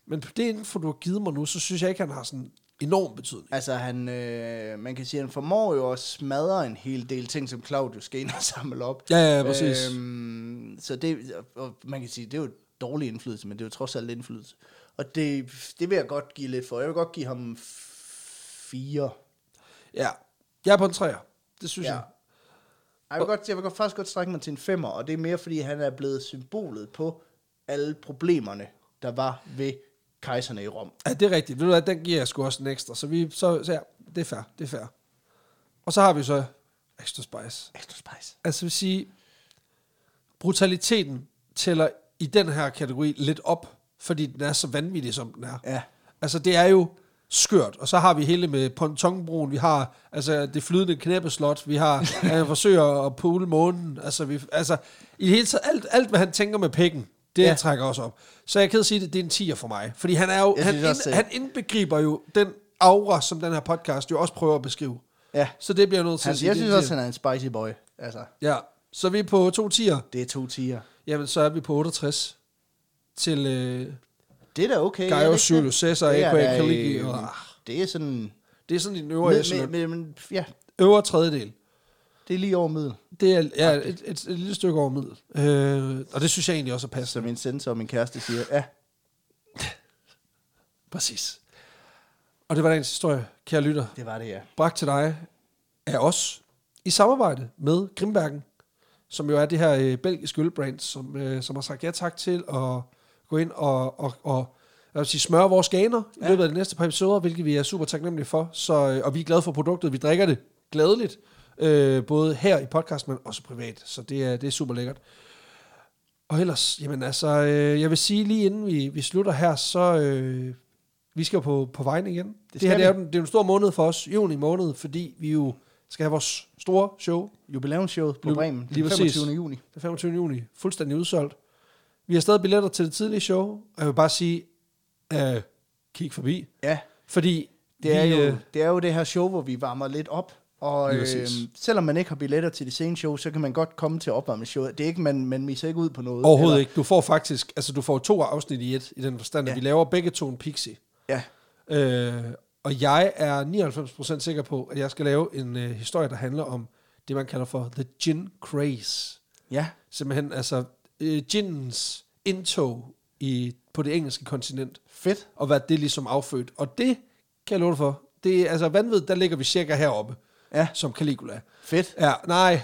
Men på det info, du har givet mig nu, så synes jeg ikke, han har sådan enorm betydning. Altså, man kan sige, han formår jo at smadre en hel del ting, som Claudio skal ind og samle op. Ja, præcis. Så det, og man kan sige, det er jo dårlig indflydelse, men det er jo trods alt indflydelse. Og det vil jeg godt give lidt for. Jeg vil godt give ham 4. Ja, jeg er på en 3'er. Det synes jeg. Jeg vil faktisk godt strække mig til en 5'er, og det er mere, fordi han er blevet symbolet på alle problemerne, der var ved kejserne i Rom. Ja, det er rigtigt. Ved du hvad, den giver jeg sgu også en ekstra. Så ja, det er fair. Og så har vi så Extra Spice. Altså vil sige, brutaliteten tæller i den her kategori lidt op, fordi den er så vanvittig, som den er. Ja. Altså det er jo skørt. Og så har vi hele med pontonbroen, vi har altså det flydende knæppeslot, vi har forsøger at pule månen. Altså i det hele taget, alt hvad han tænker med pikken, det trækker også op. Så jeg kan sige, at det er en 10'er for mig. Fordi han er jo, han indbegriber jo den aura, som den her podcast jo også prøver at beskrive. Ja. Så det bliver nødt til at sige. Jeg synes også, han er en spicy boy. Altså. Ja, så er vi på 2 10'er. Det er 2 10'er. Jamen, så er vi på 68 til det er da okay. Gaius Julius Caesar, A.K.A. Caligula. Det er sådan... Det er sådan en øvre echelon. Ja. Øvre tredjedel. Det er lige over middel. Det er et lille stykke over middel. Og det synes jeg egentlig også er passende. Som min sensor og min kæreste siger, ja. Præcis. Og det var dagens historie, kære lytter. Det var det, ja. Bragt til dig af os i samarbejde med Grimbergen, som jo er det her belgiske ølbrand, som har sagt ja tak til at gå ind og jeg vil sige, smøre vores ganer i løbet af de næste par episoder, hvilket vi er super taknemmelige for. Og vi er glade for produktet. Vi drikker det gladeligt, både her i podcasten, men også privat. Så det er super lækkert. Og ellers, jamen altså, jeg vil sige lige inden vi slutter her, så vi skal jo på vejen igen. Det her det er jo en stor måned for os, juni måned, fordi vi jo skal have vores store show. Jubilæumsshowet på Bremen, den 25. juni. Den 25. juni, fuldstændig udsolgt. Vi har stadig billetter til det tidlige show, og jeg vil bare sige, kig forbi. Ja. Fordi det er jo det her show, hvor vi varmer lidt op. Og selvom man ikke har billetter til de sene show, så kan man godt komme til opvarmningsshowet. Det er ikke, man misser ikke ud på noget. Overhovedet ikke. Du får faktisk, altså du får 2 afsnit i et, i den forstand, at vi laver begge 2 en pixie. Ja. Og jeg er 99% sikker på, at jeg skal lave en historie, der handler om det, man kalder for the gin craze. Ja. Simpelthen, altså ginens indtog på det engelske kontinent. Fedt. Og hvad det ligesom affødt. Og det kan jeg love dig for. Det er altså vanvittigt, der ligger vi cirka heroppe. Ja. Som Caligula. Fedt. Ja, nej,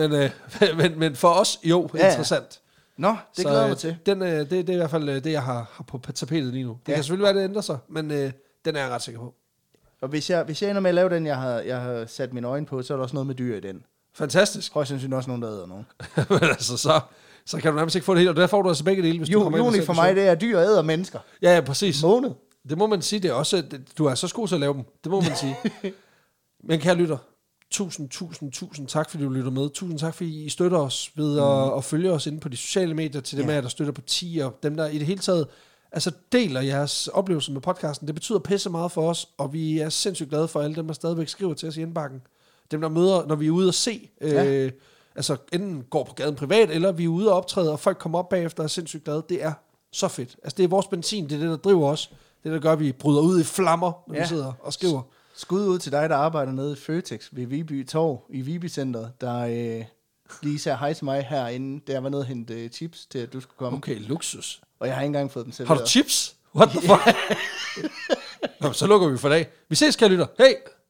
men for os, jo, interessant. Nå, det glæder mig til. Det er i hvert fald det, jeg har på tapetet lige nu. Det kan selvfølgelig være, det ændrer sig, men den er jeg ret sikker på. Og hvis jeg ender med at lave den, jeg har sat mine øjne på, så er der også noget med dyr i den. Fantastisk. Højst sandsynligt også nogen, der æder nogen. Men altså, så kan du nærmest ikke få det hele, og der får du altså begge dele, hvis du kommer ind. Juni for mig, det er dyr og æder mennesker. Ja, præcis. Måned. Det må man sige, det er også, du er så god til at lave dem. Det må man sige. Men kære lytter, tusind tak, fordi du lytter med. Tusind tak, fordi I støtter os ved at følge os inde på de sociale medier, til dem af jer, der støtter på 10, og dem, der i det hele taget altså deler jeres oplevelser med podcasten. Det betyder pisse meget for os, og vi er sindssygt glade for alle dem, der stadigvæk skriver til os i indbakken. Dem, der møder, når vi er ude at se, altså enten går på gaden privat, eller vi er ude og optræde, og folk kommer op bagefter og er sindssygt glade. Det er så fedt. Altså det er vores benzin, det er det, der driver os. Det der gør, at vi bryder ud i flammer, når vi sidder og skriver. Skud ud til dig, der arbejder nede i Føtex ved Viby Torv i Viby-centret, der lige sagde hej til mig herinde, da jeg var nede og hente chips til, at du skulle komme. Okay, luksus. Og jeg har ikke engang fået dem selv. Har du chips? What the fuck? Nå, så lukker vi for dag. Vi ses, kære lytter. Hej!